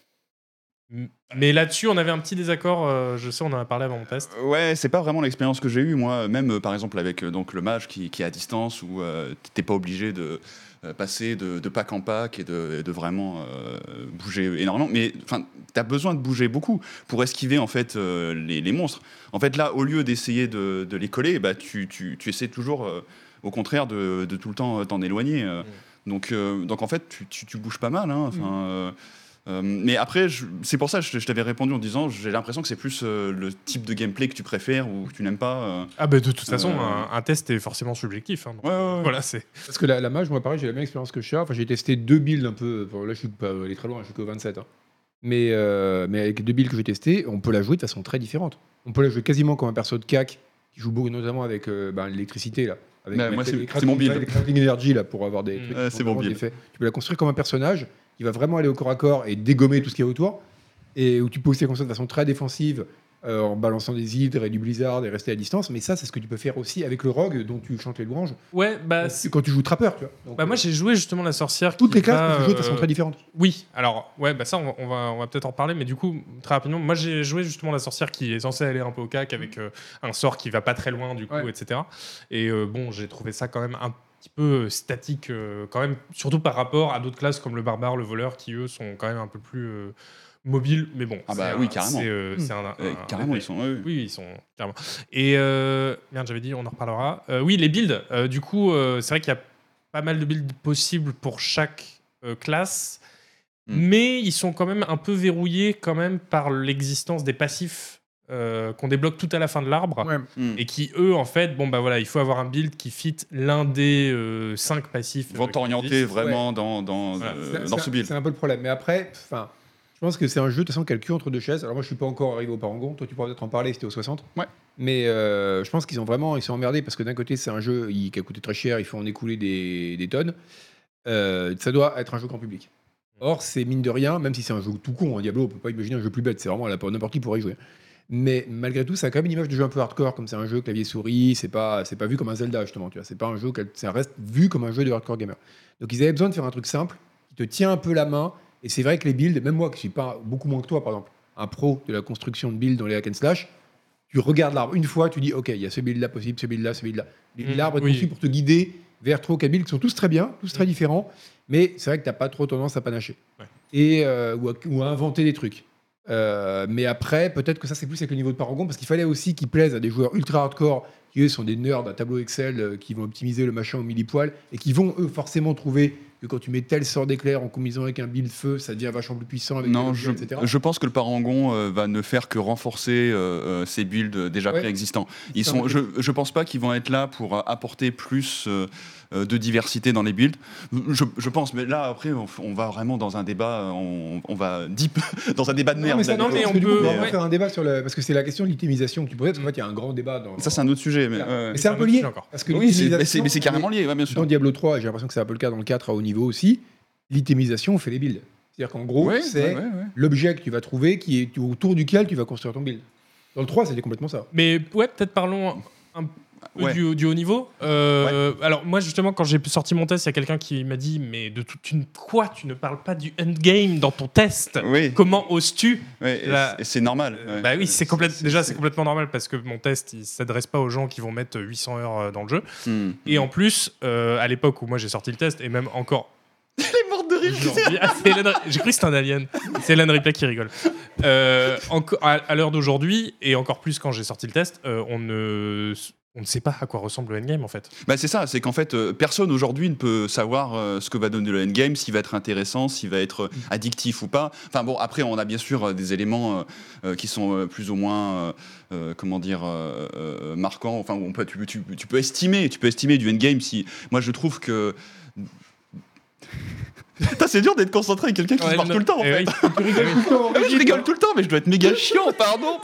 Speaker 4: Mais là-dessus, on avait un petit désaccord. Je sais, on en a parlé avant mon test.
Speaker 3: Ouais, c'est pas vraiment l'expérience que j'ai eue, moi. Même, par exemple, avec donc, le mage qui est à distance, où t'es pas obligé de passer de pack en pack et de vraiment bouger énormément. Mais t'as besoin de bouger beaucoup pour esquiver en fait, les monstres. En fait, là, au lieu d'essayer de les coller, bah, tu essaies toujours, au contraire, de tout le temps t'en éloigner. Donc, en fait, tu bouges pas mal. Hein, mais après, c'est pour ça que je t'avais répondu en disant j'ai l'impression que c'est plus le type de gameplay que tu préfères ou que tu n'aimes pas.
Speaker 4: Ah bah de toute façon, un test est forcément subjectif. Hein, donc,
Speaker 3: Ouais.
Speaker 4: voilà, c'est.
Speaker 1: Parce que la mage, moi pareil, j'ai la même expérience que Chat. Enfin, j'ai testé 2 builds un peu. Bon, là, je suis pas allé très loin, je suis qu'au 27. Hein. Mais avec 2 builds que j'ai testé, on peut la jouer de façon très différente. On peut la jouer quasiment comme un perso de CAC qui joue beaucoup, notamment avec l'électricité là. Avec
Speaker 3: Bah, moi,
Speaker 1: les
Speaker 3: c'est mon build.
Speaker 1: Les crafting energy là pour avoir des trucs. qui
Speaker 3: c'est
Speaker 1: sont
Speaker 3: mon
Speaker 1: vraiment
Speaker 3: build.
Speaker 1: des faits. Tu peux la construire comme un personnage qui va vraiment aller au corps à corps et dégommer tout ce qu'il y a autour. Et où tu peux aussi construire de façon très défensive en balançant des hydres et du blizzard et rester à distance. Mais ça, c'est ce que tu peux faire aussi avec le rogue dont tu chantes les louanges.
Speaker 4: Ouais, bah.
Speaker 1: C'est quand tu joues trappeur, tu vois. Donc,
Speaker 4: Bah moi j'ai joué justement la sorcière.
Speaker 1: toutes
Speaker 4: qui
Speaker 1: les classes
Speaker 4: va,
Speaker 1: peuvent se jouer de façon très différente.
Speaker 4: Oui, alors ouais, bah ça on va peut-être en reparler, mais du coup très rapidement, moi j'ai joué justement la sorcière qui est censée aller un peu au cac avec un sort qui va pas très loin du coup,
Speaker 1: Ouais.
Speaker 4: etc. Et bon, j'ai trouvé ça quand même un petit peu statique quand même, surtout par rapport à d'autres classes comme le barbare, le voleur, qui eux sont quand même un peu plus mobiles, mais bon.
Speaker 3: Ah bah
Speaker 4: c'est
Speaker 3: oui,
Speaker 4: un-
Speaker 3: carrément.
Speaker 4: C'est un
Speaker 3: Carrément,
Speaker 4: détail.
Speaker 3: ils sont. Ouais.
Speaker 4: Oui, ils sont carrément. Et merde, j'avais dit, on en reparlera. Oui, les builds. Du coup, c'est vrai qu'il y a pas mal de builds possibles pour chaque classe, mais ils sont quand même un peu verrouillés quand même par l'existence des passifs qu'on débloque tout à la fin de l'arbre.
Speaker 1: Ouais.
Speaker 4: Et qui, eux, en fait, bon, bah voilà, il faut avoir un build qui fit l'un des 5 passifs.
Speaker 3: Ils vont
Speaker 4: qui
Speaker 3: t'orienter
Speaker 4: existent.
Speaker 3: vraiment dans
Speaker 4: Voilà.
Speaker 3: ce build.
Speaker 1: C'est un peu le problème. Mais après, enfin, je pense que c'est un jeu, de toute façon, qui a le cul entre deux chaises. Alors moi, je suis pas encore arrivé au Parangon. Toi, tu pourras peut-être en parler, c'était au 60.
Speaker 3: Ouais.
Speaker 1: Mais je pense qu'ils sont emmerdés parce que d'un côté, c'est un jeu qui a coûté très cher, il faut en écouler des tonnes. Ça doit être un jeu grand public. Or, c'est mine de rien, même si c'est un jeu tout con, Diablo, on peut pas imaginer un jeu plus bête, c'est vraiment n'importe qui pourrait y jouer. Mais malgré tout, ça a quand même une image de jeu un peu hardcore, comme c'est un jeu clavier-souris, c'est pas vu comme un Zelda, justement, tu vois. C'est pas un jeu, ça reste vu comme un jeu de hardcore gamer. Donc ils avaient besoin de faire un truc simple, qui te tient un peu la main, et c'est vrai que les builds, même moi qui suis pas beaucoup moins que toi, par exemple, un pro de la construction de builds dans les hack and slash, tu regardes l'arbre une fois, tu dis, ok, il y a ce build-là possible, ce build-là, ce build-là. L'arbre est construit pour te guider vers 3 ou 4 builds qui sont tous très bien, tous très différents, mais c'est vrai que t'as pas trop tendance à panacher.
Speaker 4: Ouais.
Speaker 1: Et, ou à inventer des trucs. Mais après, peut-être que ça, c'est plus avec le niveau de Paragon, parce qu'il fallait aussi qu'ils plaisent à des joueurs ultra hardcore, qui eux sont des nerds à tableau Excel, qui vont optimiser le machin au millipoil, et qui vont, eux, forcément trouver que quand tu mets tel sort d'éclair en combinaison avec un build feu, ça devient vachement plus puissant avec etc.
Speaker 3: Je pense que le Parangon va ne faire que renforcer ces builds déjà préexistants. Je pense pas qu'ils vont être là pour apporter plus de diversité dans les builds. Je pense, mais là après on va vraiment dans un débat, on va deep dans un débat de merde.
Speaker 1: On peut faire un débat sur parce que c'est la question de l'itemisation que tu posais, parce qu'en fait il y a un grand débat.
Speaker 3: Ça c'est un autre sujet, mais
Speaker 1: c'est un peu lié. Parce que
Speaker 3: oui, mais c'est carrément lié, bien sûr.
Speaker 1: Dans Diablo 3, j'ai l'impression que c'est un peu le cas dans le 4 à haut niveau aussi. L'itemisation fait les builds. C'est-à-dire qu'en gros, c'est l'objet que tu vas trouver qui est autour duquel tu vas construire ton build. Dans le 3, c'était complètement ça.
Speaker 4: Mais peut-être parlons un peu du haut niveau. Alors moi, justement, quand j'ai sorti mon test, il y a quelqu'un qui m'a dit, mais tu ne parles pas du endgame dans ton test. Comment oses-tu?
Speaker 3: C'est normal.
Speaker 4: Bah oui, c'est complètement normal parce que mon test, il s'adresse pas aux gens qui vont mettre 800 heures dans le jeu. Et en plus, à l'époque où moi j'ai sorti le test, et même encore...
Speaker 3: Elle est morte de rire.
Speaker 4: J'ai cru que c'était un alien. C'est Hélène Ripley qui rigole. À l'heure d'aujourd'hui, et encore plus quand j'ai sorti le test, on ne sait pas à quoi ressemble le endgame en fait.
Speaker 3: Bah c'est ça, c'est qu'en fait personne aujourd'hui ne peut savoir ce que va donner le endgame, s'il va être intéressant, s'il va être addictif ou pas. Enfin bon, après on a bien sûr des éléments qui sont plus ou moins marquants. Enfin tu peux estimer du endgame. Si moi je trouve que c'est dur d'être concentré avec quelqu'un qui se marre tout le temps en fait. Je rigole tout le temps, mais je dois être méga chiant. Pardon.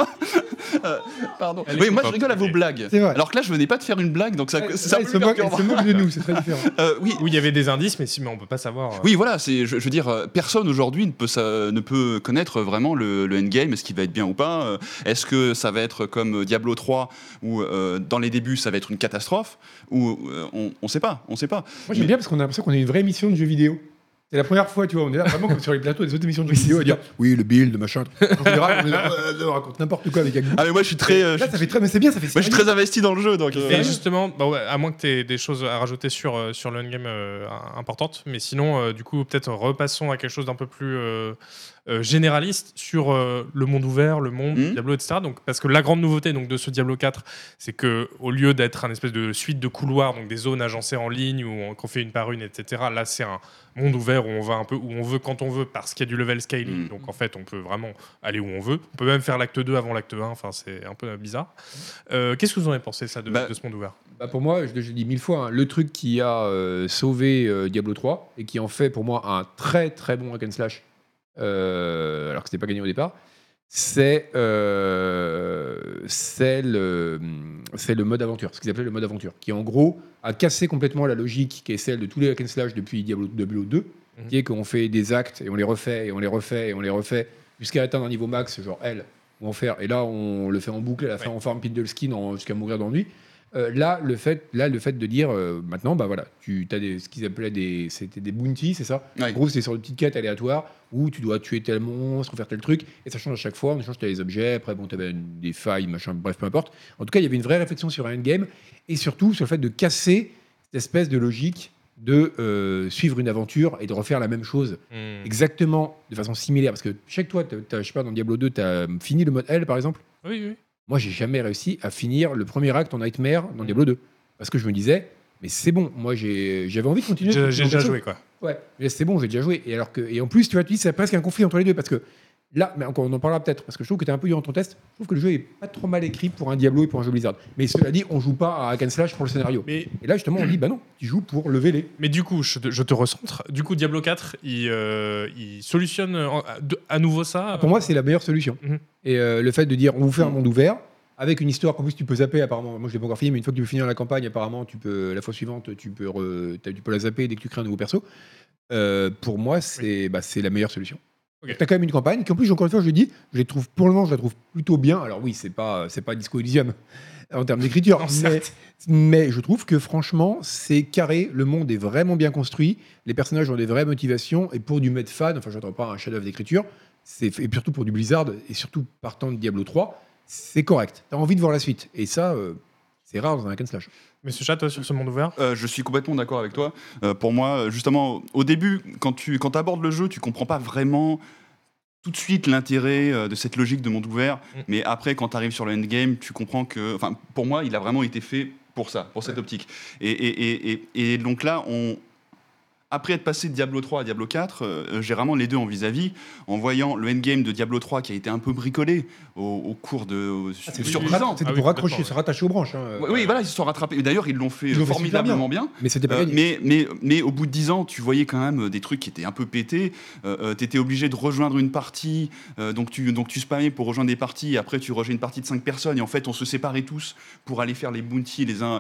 Speaker 3: Oui, moi je rigole à vos blagues. Alors que là je venais pas de faire une blague, donc ça
Speaker 1: se moque de nous, c'est très différent.
Speaker 4: Oui, il y avait des indices, mais on peut pas savoir.
Speaker 3: Oui, voilà, je veux dire, personne aujourd'hui ne peut connaître vraiment le endgame, est-ce qu'il va être bien ou pas. Est-ce que ça va être comme Diablo 3 où dans les débuts ça va être une catastrophe, ou on sait pas. Moi
Speaker 1: j'aime bien parce qu'on a l'impression qu'on est une vraie émission de jeux vidéo. C'est la première fois, tu vois, on est là vraiment comme sur les plateaux des autres émissions de jeux vidéo à dire oui, le build, le machin. En général, on raconte n'importe quoi avec Agou.
Speaker 3: Ah, mais moi je suis très.
Speaker 1: Là, ça fait très. Mais c'est bien, ça fait.
Speaker 3: Moi je suis très investi dans le jeu. Donc,
Speaker 4: Et justement, à moins que tu aies des choses à rajouter sur le endgame importantes, mais sinon, du coup, peut-être repassons à quelque chose d'un peu plus généraliste sur le monde ouvert, le monde Diablo, etc. Donc, parce que la grande nouveauté donc, de ce Diablo 4, c'est qu'au lieu d'être un espèce de suite de couloirs, donc des zones agencées en ligne où qu'on fait une par une, etc., là, c'est un monde ouvert où on va un peu où on veut quand on veut parce qu'il y a du level scaling. Donc, en fait, on peut vraiment aller où on veut. On peut même faire l'acte 2 avant l'acte 1. Enfin, c'est un peu bizarre. Qu'est-ce que vous en avez pensé, ça, de ce monde ouvert?
Speaker 1: Pour moi, je l'ai dit 1000 fois, le truc qui a sauvé Diablo 3 et qui en fait, pour moi, un très, très bon hack and slash, alors que c'était pas gagné au départ, c'est le mode aventure, ce qu'ils appelaient le mode aventure, qui en gros a cassé complètement la logique qui est celle de tous les hack and slash depuis Diablo 2, qui est qu'on fait des actes et on les refait et on les refait et on les refait jusqu'à atteindre un niveau max, genre L, ou en faire, et là on le fait en boucle, à la fin on farm Pindle Skin jusqu'à mourir d'ennui. Là, le fait de dire maintenant, bah voilà, tu as ce qu'ils appelaient c'était des bounties, c'est ça. En gros, c'est sur une petite quête aléatoire où tu dois tuer tel monstre, faire tel truc, et ça change à chaque fois. En échange, tu as les objets. Après, bon, tu avais des failles, machin, bref, peu importe. En tout cas, il y avait une vraie réflexion sur un endgame et surtout sur le fait de casser cette espèce de logique de suivre une aventure et de refaire la même chose exactement de façon similaire. Parce que je sais que toi, je sais pas, dans Diablo 2, tu as fini le mode L par exemple.
Speaker 4: Oui.
Speaker 1: Moi, j'ai jamais réussi à finir le premier acte en Nightmare dans Diablo 2. Parce que je me disais, mais c'est bon, moi j'avais envie de continuer.
Speaker 4: J'ai déjà joué, quoi.
Speaker 1: Ouais, mais c'est bon, j'ai déjà joué. Et en plus, tu vois, c'est presque un conflit entre les deux. Parce que Là, mais encore, on en parlera peut-être, parce que je trouve que tu es un peu dur dans ton test. Je trouve que le jeu est pas trop mal écrit pour un Diablo et pour un jeu Blizzard. Mais cela dit, on joue pas à hack and slash pour le scénario.
Speaker 4: Mais,
Speaker 1: Et là, justement, on dit, bah non, tu joues pour lever les.
Speaker 4: mais du coup, je te recentre. Du coup, Diablo 4, il solutionne à nouveau ça.
Speaker 1: Pour moi, c'est la meilleure solution.
Speaker 4: Mhm.
Speaker 1: Et le fait de dire, on vous fait un monde ouvert, avec une histoire qu'en plus tu peux zapper, apparemment. Moi, je l'ai pas encore fini, mais une fois que tu peux finir la campagne, apparemment, tu peux, la fois suivante, tu peux la zapper dès que tu crées un nouveau perso. Pour moi, c'est la meilleure solution.
Speaker 4: Ok.
Speaker 1: Tu as quand même une campagne qui, en plus, encore une fois, je le dis, pour le moment, je la trouve plutôt bien. Alors oui, c'est pas Disco Elysium en termes d'écriture,
Speaker 4: Non, certes.
Speaker 1: mais je trouve que franchement, c'est carré, le monde est vraiment bien construit, les personnages ont des vraies motivations, et pour du mode fan, enfin, j'entends pas un chef-d'œuvre d'écriture, et surtout pour du Blizzard, et surtout partant de Diablo 3, c'est correct. Tu as envie de voir la suite, et ça, c'est rare dans un hack and slash.
Speaker 4: Monsieur Chat, toi, sur ce monde ouvert
Speaker 3: Je suis complètement d'accord avec toi. Pour moi, justement, au début, quand tu abordes le jeu, tu comprends pas vraiment tout de suite l'intérêt de cette logique de monde ouvert. Mais après, quand tu arrives sur le endgame, tu comprends que... Enfin, pour moi, il a vraiment été fait pour ça, pour cette optique. Et donc là, après être passé de Diablo 3 à Diablo 4, j'ai vraiment les deux en vis-à-vis, en voyant le endgame de Diablo 3 qui a été un peu bricolé au cours de... sur 10 ans.
Speaker 1: C'était
Speaker 4: Ah oui,
Speaker 1: pour raccrocher,
Speaker 4: complètement,
Speaker 1: se rattacher aux branches.
Speaker 3: Oui, voilà, ils se sont rattrapés. D'ailleurs, ils l'ont fait
Speaker 1: Ils l'ont fait
Speaker 3: formidablement bien.
Speaker 1: Mais c'était pas gagné.
Speaker 3: Mais au bout de 10 ans, tu voyais quand même des trucs qui étaient un peu pétés. Tu étais obligé de rejoindre une partie, donc tu spammais pour rejoindre des parties, et après tu rejoins une partie de 5 personnes, et en fait on se séparait tous pour aller faire les bounties les uns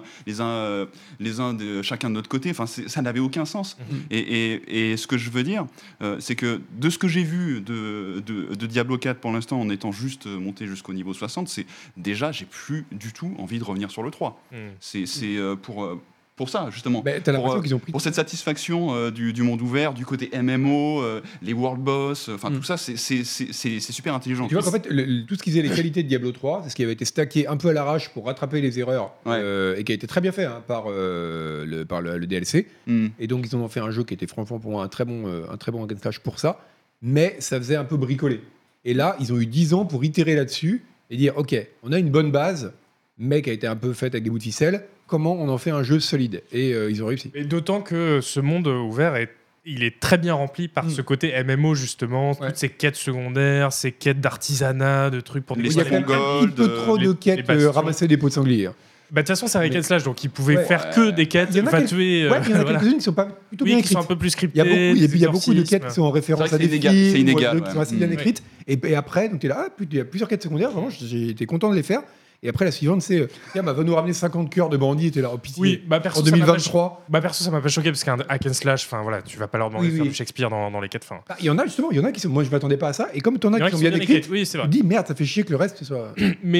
Speaker 3: de chacun de notre côté. Enfin, ça n'avait aucun sens. Et ce que je veux dire, c'est que de ce que j'ai vu de Diablo 4 pour l'instant, en étant juste monté jusqu'au niveau 60, c'est déjà, j'ai plus du tout envie de revenir sur le 3. C'est pour ça, justement.
Speaker 1: Bah, t'as l'impression qu'ils ont pris.
Speaker 3: Pour cette satisfaction du monde ouvert, du côté MMO, les world boss, enfin tout ça, c'est super intelligent.
Speaker 1: Tu vois qu'en fait, tout ce qui faisait les qualités de Diablo 3, c'est ce qui avait été stacké un peu à l'arrache pour rattraper les erreurs, et qui a été très bien fait par le DLC. Et donc, ils en ont fait un jeu qui était franchement pour moi un très bon hack and slash pour ça, mais ça faisait un peu bricoler. Et là, ils ont eu 10 ans pour itérer là-dessus et dire, OK, on a une bonne base, mais qui a été un peu faite avec des bouts de ficelle. Comment on en fait un jeu solide? Et ils ont réussi.
Speaker 4: Et d'autant que ce monde ouvert il est très bien rempli par ce côté MMO, justement, toutes ces quêtes secondaires, ces quêtes d'artisanat, de trucs pour
Speaker 3: Les
Speaker 1: Il y a quand même un petit peu trop de quêtes, ramasser des pots de sanglier.
Speaker 4: Bah, de toute façon, c'est un hack and slash, donc ils pouvaient faire que des quêtes,
Speaker 1: il y en a
Speaker 4: tuer.
Speaker 1: Ouais, il y en a quelques-unes qui sont pas plutôt bien
Speaker 4: qui
Speaker 1: écrites.
Speaker 4: sont un peu plus scriptées.
Speaker 1: Il y a beaucoup de quêtes qui sont en référence à des films,
Speaker 3: c'est inégal,
Speaker 1: qui sont assez bien écrites. Et après, donc tu es là, il y a plusieurs quêtes secondaires, vraiment, j'étais content de les faire. Et après, la suivante, c'est tiens, va nous ramener 50 cœurs de bandits, et t'es là, oh pitié.
Speaker 4: Oui, perso,
Speaker 1: en 2023.
Speaker 4: Perso, ça m'a pas choqué parce qu'un hack and slash, enfin voilà, tu vas pas leur demander de faire du Shakespeare dans les quêtes.
Speaker 1: Il y en a justement, il y en a qui sont. Moi, je m'attendais pas à ça. Et comme t'en as qui sont bien écrites,
Speaker 4: oui, c'est vrai.
Speaker 1: tu te dis merde, ça fait chier que le reste soit.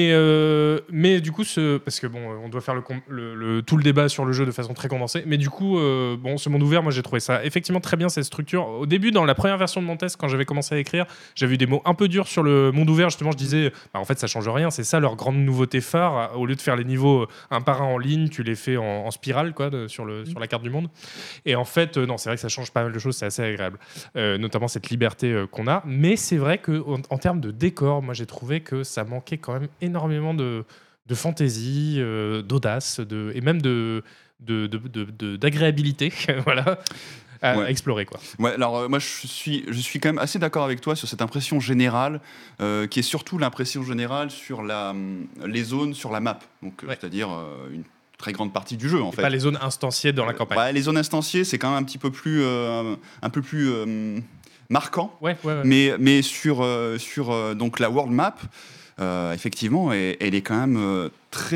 Speaker 4: Mais du coup, parce que bon, on doit faire tout le débat sur le jeu de façon très condensée. Mais du coup, ce monde ouvert, moi, j'ai trouvé ça effectivement très bien cette structure. Au début, dans la première version de mon test, quand j'avais commencé à écrire, j'avais eu des mots un peu durs sur le monde ouvert. Justement, je disais, en fait, ça change rien. C'est ça leur grande nouveauté phare. Au lieu de faire les niveaux un par un en ligne, tu les fais en spirale quoi, sur la carte du monde. Et en fait, non, c'est vrai que ça change pas mal de choses, c'est assez agréable. Notamment cette liberté qu'on a. Mais c'est vrai qu'en termes de décor, moi j'ai trouvé que ça manquait quand même énormément de fantaisie, d'audace et même d'agréabilité. Voilà. À explorer quoi.
Speaker 3: Ouais, alors moi je suis quand même assez d'accord avec toi sur cette impression générale qui est surtout l'impression générale sur les zones sur la map, donc c'est-à-dire une très grande partie du jeu en fait.
Speaker 4: Pas les zones instanciées dans la campagne.
Speaker 3: Les zones instanciées c'est quand même un petit peu plus marquant.
Speaker 4: Ouais.
Speaker 3: Mais sur donc la world map effectivement elle est quand même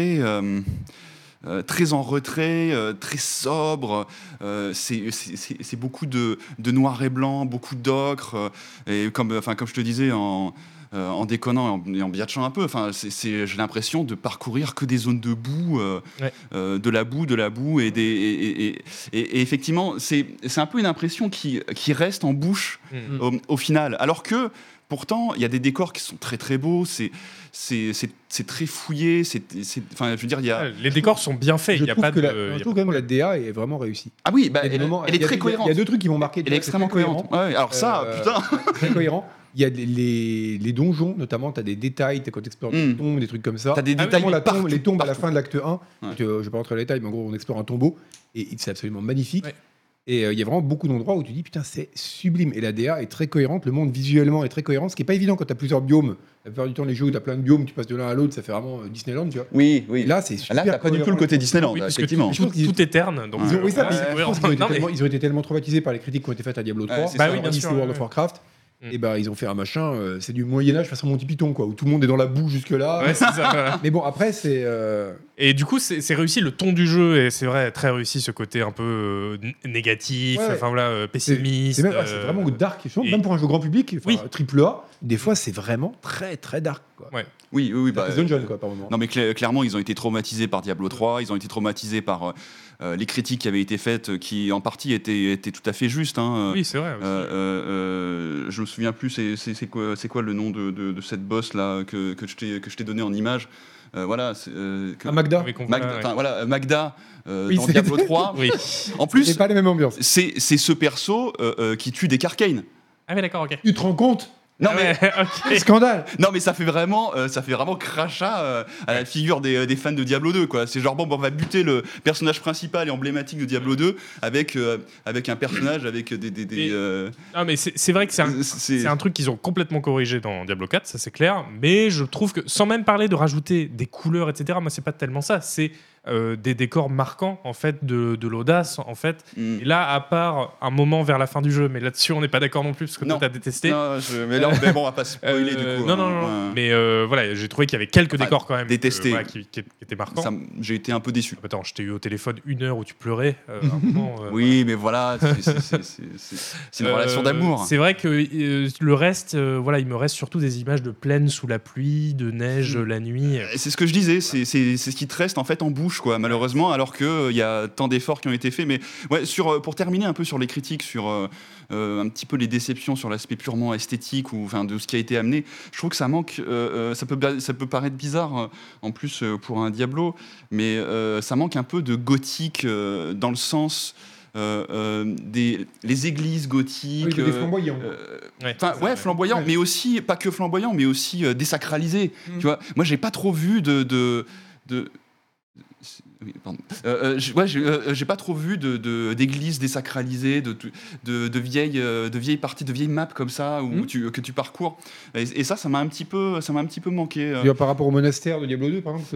Speaker 3: très en retrait, très sobre, c'est beaucoup de noir et blanc, beaucoup d'ocre, et comme je te disais en déconnant et en biatchant un peu, j'ai l'impression de parcourir que des zones de boue, de la boue et effectivement c'est un peu une impression qui reste en bouche au final, alors que pourtant, il y a des décors qui sont très très beaux, c'est très fouillé, je veux dire, il y a...
Speaker 4: Les décors sont bien faits, il y a pas de...
Speaker 1: Je trouve quand même que la DA est vraiment réussie.
Speaker 3: Ah oui, elle est très cohérente.
Speaker 1: Il y a deux trucs qui m'ont marqué.
Speaker 3: Elle est extrêmement cohérente. Ouais, alors ça, putain
Speaker 1: très cohérent. Il y a les donjons, notamment, tu as des détails, quand tu explores des tombes, des trucs comme ça.
Speaker 3: Tu as des détails
Speaker 1: les tombes à la fin de l'acte 1, je ne vais pas rentrer dans les détails, mais en gros, on explore un tombeau, et c'est absolument magnifique. Ouais. Et il y a vraiment beaucoup d'endroits où tu dis putain, c'est sublime. Et la DA est très cohérente, le monde visuellement est très cohérent, ce qui n'est pas évident quand tu as plusieurs biomes. La plupart du temps, les jeux où tu as plein de biomes, tu passes de l'un à l'autre, ça fait vraiment Disneyland, tu vois.
Speaker 3: Oui.
Speaker 1: Et là, c'est super.
Speaker 3: Là, t'as pas du tout le côté Disneyland,
Speaker 4: Oui, parce que
Speaker 3: effectivement.
Speaker 4: tout est terne. Donc
Speaker 1: Ils ont, oui, ça,
Speaker 3: Ouais,
Speaker 1: je pense qu'ils ont été tellement traumatisés par les critiques qui ont été faites à Diablo 3,
Speaker 3: c'est ça.
Speaker 4: Bah oui, bien sûr,
Speaker 1: World
Speaker 4: ouais.
Speaker 1: of Warcraft. Et bah ils ont fait un machin, c'est du Moyen-Âge façon Monty Python, quoi, où tout le monde est dans la boue jusque-là.
Speaker 4: Ouais, c'est ça, voilà.
Speaker 1: Mais bon, après, c'est.
Speaker 4: Et du coup, c'est réussi le ton du jeu, et c'est vrai, très réussi ce côté un peu négatif,
Speaker 1: Ouais.
Speaker 4: enfin voilà, pessimiste.
Speaker 1: C'est c'est vraiment dark.
Speaker 4: et-
Speaker 1: Même pour un jeu grand public,
Speaker 4: Oui.
Speaker 1: triple A, des fois, c'est vraiment très très dark, quoi.
Speaker 4: Ouais.
Speaker 3: Oui. Bah,
Speaker 1: C'est Dungeon, quoi, par moment.
Speaker 3: non, mais clairement, ils ont été traumatisés par Diablo 3, ils ont été traumatisés par les critiques qui avaient été faites, qui en partie étaient tout à fait justes. Hein.
Speaker 4: Oui, c'est vrai. Aussi.
Speaker 3: Je me souviens plus, c'est quoi le nom de cette boss là que je t'ai donné en image. Voilà.
Speaker 1: Magda.
Speaker 4: Avec on-
Speaker 3: Magda,
Speaker 4: ouais.
Speaker 3: enfin, voilà, Magda
Speaker 1: Oui,
Speaker 3: dans
Speaker 1: c'est-
Speaker 3: Diablo 3.
Speaker 4: Oui.
Speaker 3: En
Speaker 1: C'est
Speaker 3: plus,
Speaker 1: pas les mêmes ambiances.
Speaker 3: c'est ce perso qui tue des Carcane.
Speaker 4: Ah, mais d'accord, ok.
Speaker 1: Tu te rends compte?
Speaker 3: Non,
Speaker 4: Ah
Speaker 3: mais,
Speaker 4: ouais, ok.
Speaker 1: Scandale.
Speaker 3: non, mais ça fait vraiment crachat à la figure des fans de Diablo 2, quoi. C'est genre, bon, on va buter le personnage principal et emblématique de Diablo 2 avec un personnage avec des
Speaker 4: Ah, mais c'est vrai que c'est un truc qu'ils ont complètement corrigé dans Diablo 4, ça c'est clair. Mais je trouve que, sans même parler de rajouter des couleurs, etc., moi c'est pas tellement ça. C'est des décors marquants, en fait, de l'audace, en fait. Et là, à part un moment vers la fin du jeu, mais là-dessus on n'est pas d'accord non plus, parce que toi
Speaker 3: Non.
Speaker 4: t'as détesté.
Speaker 3: Non, mais bon, on va pas spoiler du coup.
Speaker 4: Non,
Speaker 3: hein.
Speaker 4: non, non.
Speaker 3: Ouais.
Speaker 4: Mais voilà, j'ai trouvé qu'il y avait quelques
Speaker 3: Enfin,
Speaker 4: décors quand même
Speaker 3: détesté.
Speaker 4: voilà, qui étaient marquants.
Speaker 3: J'ai été un peu déçu.
Speaker 4: Attends, je t'ai eu au téléphone 1 heure où tu pleurais. À un moment,
Speaker 3: Oui, mais voilà, c'est une relation d'amour.
Speaker 4: C'est vrai que le reste, voilà, il me reste surtout des images de plaine sous la pluie, de neige la nuit.
Speaker 3: Et c'est ce que je disais, c'est ce qui te reste en fait en bouche, quoi, malheureusement, alors qu'il y a tant d'efforts qui ont été faits. Mais ouais, pour terminer un peu sur les critiques, sur un petit peu les déceptions sur l'aspect purement esthétique ou de ce qui a été amené, je trouve que ça manque. Ça peut paraître bizarre en plus pour un Diablo, mais ça manque un peu de gothique dans le sens. Les églises gothiques,
Speaker 1: Oui, des flamboyants.
Speaker 3: flamboyants, mais aussi pas que flamboyants, mais aussi désacralisés. Tu vois, moi j'ai pas trop vu oui, pardon. J'ai pas trop vu d'églises désacralisées, de vieilles parties, de vieilles maps comme ça que tu parcours. Et ça m'a un petit peu manqué.
Speaker 1: Tu veux dire par rapport au monastère de Diablo 2, par exemple?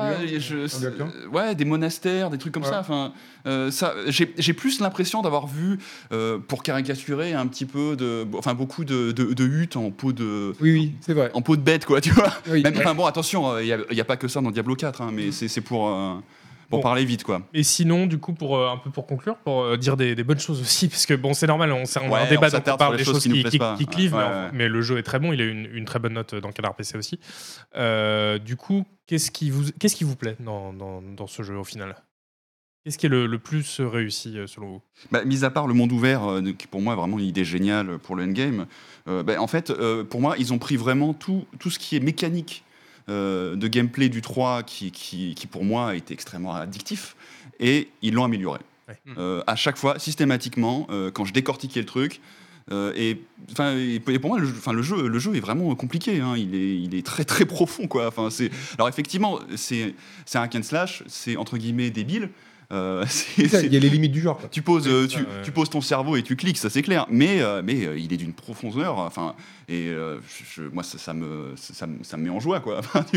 Speaker 3: Des monastères, des trucs comme ça. Enfin, j'ai plus l'impression d'avoir vu, pour caricaturer un petit peu beaucoup de huttes en peau de.
Speaker 1: Oui, c'est vrai.
Speaker 3: En peau de bête, quoi, tu vois.
Speaker 1: Oui.
Speaker 3: Enfin bon, attention, il y a pas que ça dans Diablo 4, hein, mais c'est pour parler vite, quoi.
Speaker 4: Et sinon, du coup, un peu pour conclure, pour dire des bonnes choses aussi, parce que bon, c'est normal, on a un débat, donc on parle des choses qui clivent, mais le jeu est très bon, il a une très bonne note dans Canard PC aussi. Du coup, qu'est-ce qui vous plaît dans ce jeu au final? Qu'est-ce qui est le plus réussi selon vous?
Speaker 3: Mis à part le monde ouvert, qui pour moi est vraiment une idée géniale pour le endgame, en fait, pour moi, ils ont pris vraiment tout ce qui est mécanique de gameplay du 3 qui pour moi a été extrêmement addictif, et ils l'ont amélioré. Ouais. À chaque fois, systématiquement, quand je décortiquais le truc, et pour moi le jeu est vraiment compliqué, hein. Il est très très profond, quoi. Alors effectivement c'est un hack and slash, c'est entre guillemets débile.
Speaker 1: Il y a les limites du genre.
Speaker 3: Tu poses ton cerveau et tu cliques, ça c'est clair. Mais il est d'une profondeur. Moi ça me met en joie, quoi. Tu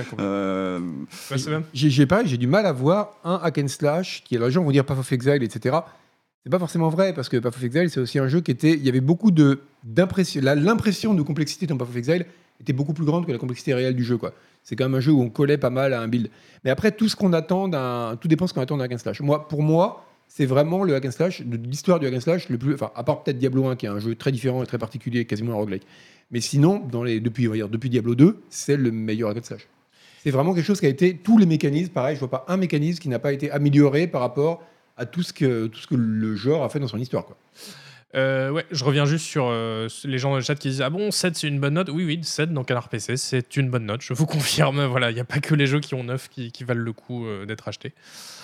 Speaker 3: vois.
Speaker 1: J'ai du mal à voir un hack and slash qui, alors les gens vont dire Path of Exile, etc. C'est pas forcément vrai, parce que Path of Exile c'est aussi un jeu il y avait beaucoup d'impression. L'impression de complexité dans Path of Exile était beaucoup plus grande que la complexité réelle du jeu, quoi. C'est quand même un jeu où on collait pas mal à un build. Mais après, tout dépend de ce qu'on attend d'un hack and slash. Pour moi, c'est vraiment le hack and slash, de l'histoire du hack and slash, à part peut-être Diablo 1, qui est un jeu très différent et très particulier, quasiment un roguelike. Mais sinon, depuis Diablo 2, c'est le meilleur hack and slash. C'est vraiment quelque chose qui a été, tous les mécanismes, pareil, je vois pas un mécanisme qui n'a pas été amélioré par rapport à tout ce que le genre a fait dans son histoire, quoi.
Speaker 4: Je reviens juste sur les gens dans le chat qui disent: ah bon, 7 c'est une bonne note. Oui, 7 dans Canard PC c'est une bonne note, je vous confirme. Voilà, il n'y a pas que les jeux qui ont 9 qui valent le coup d'être achetés.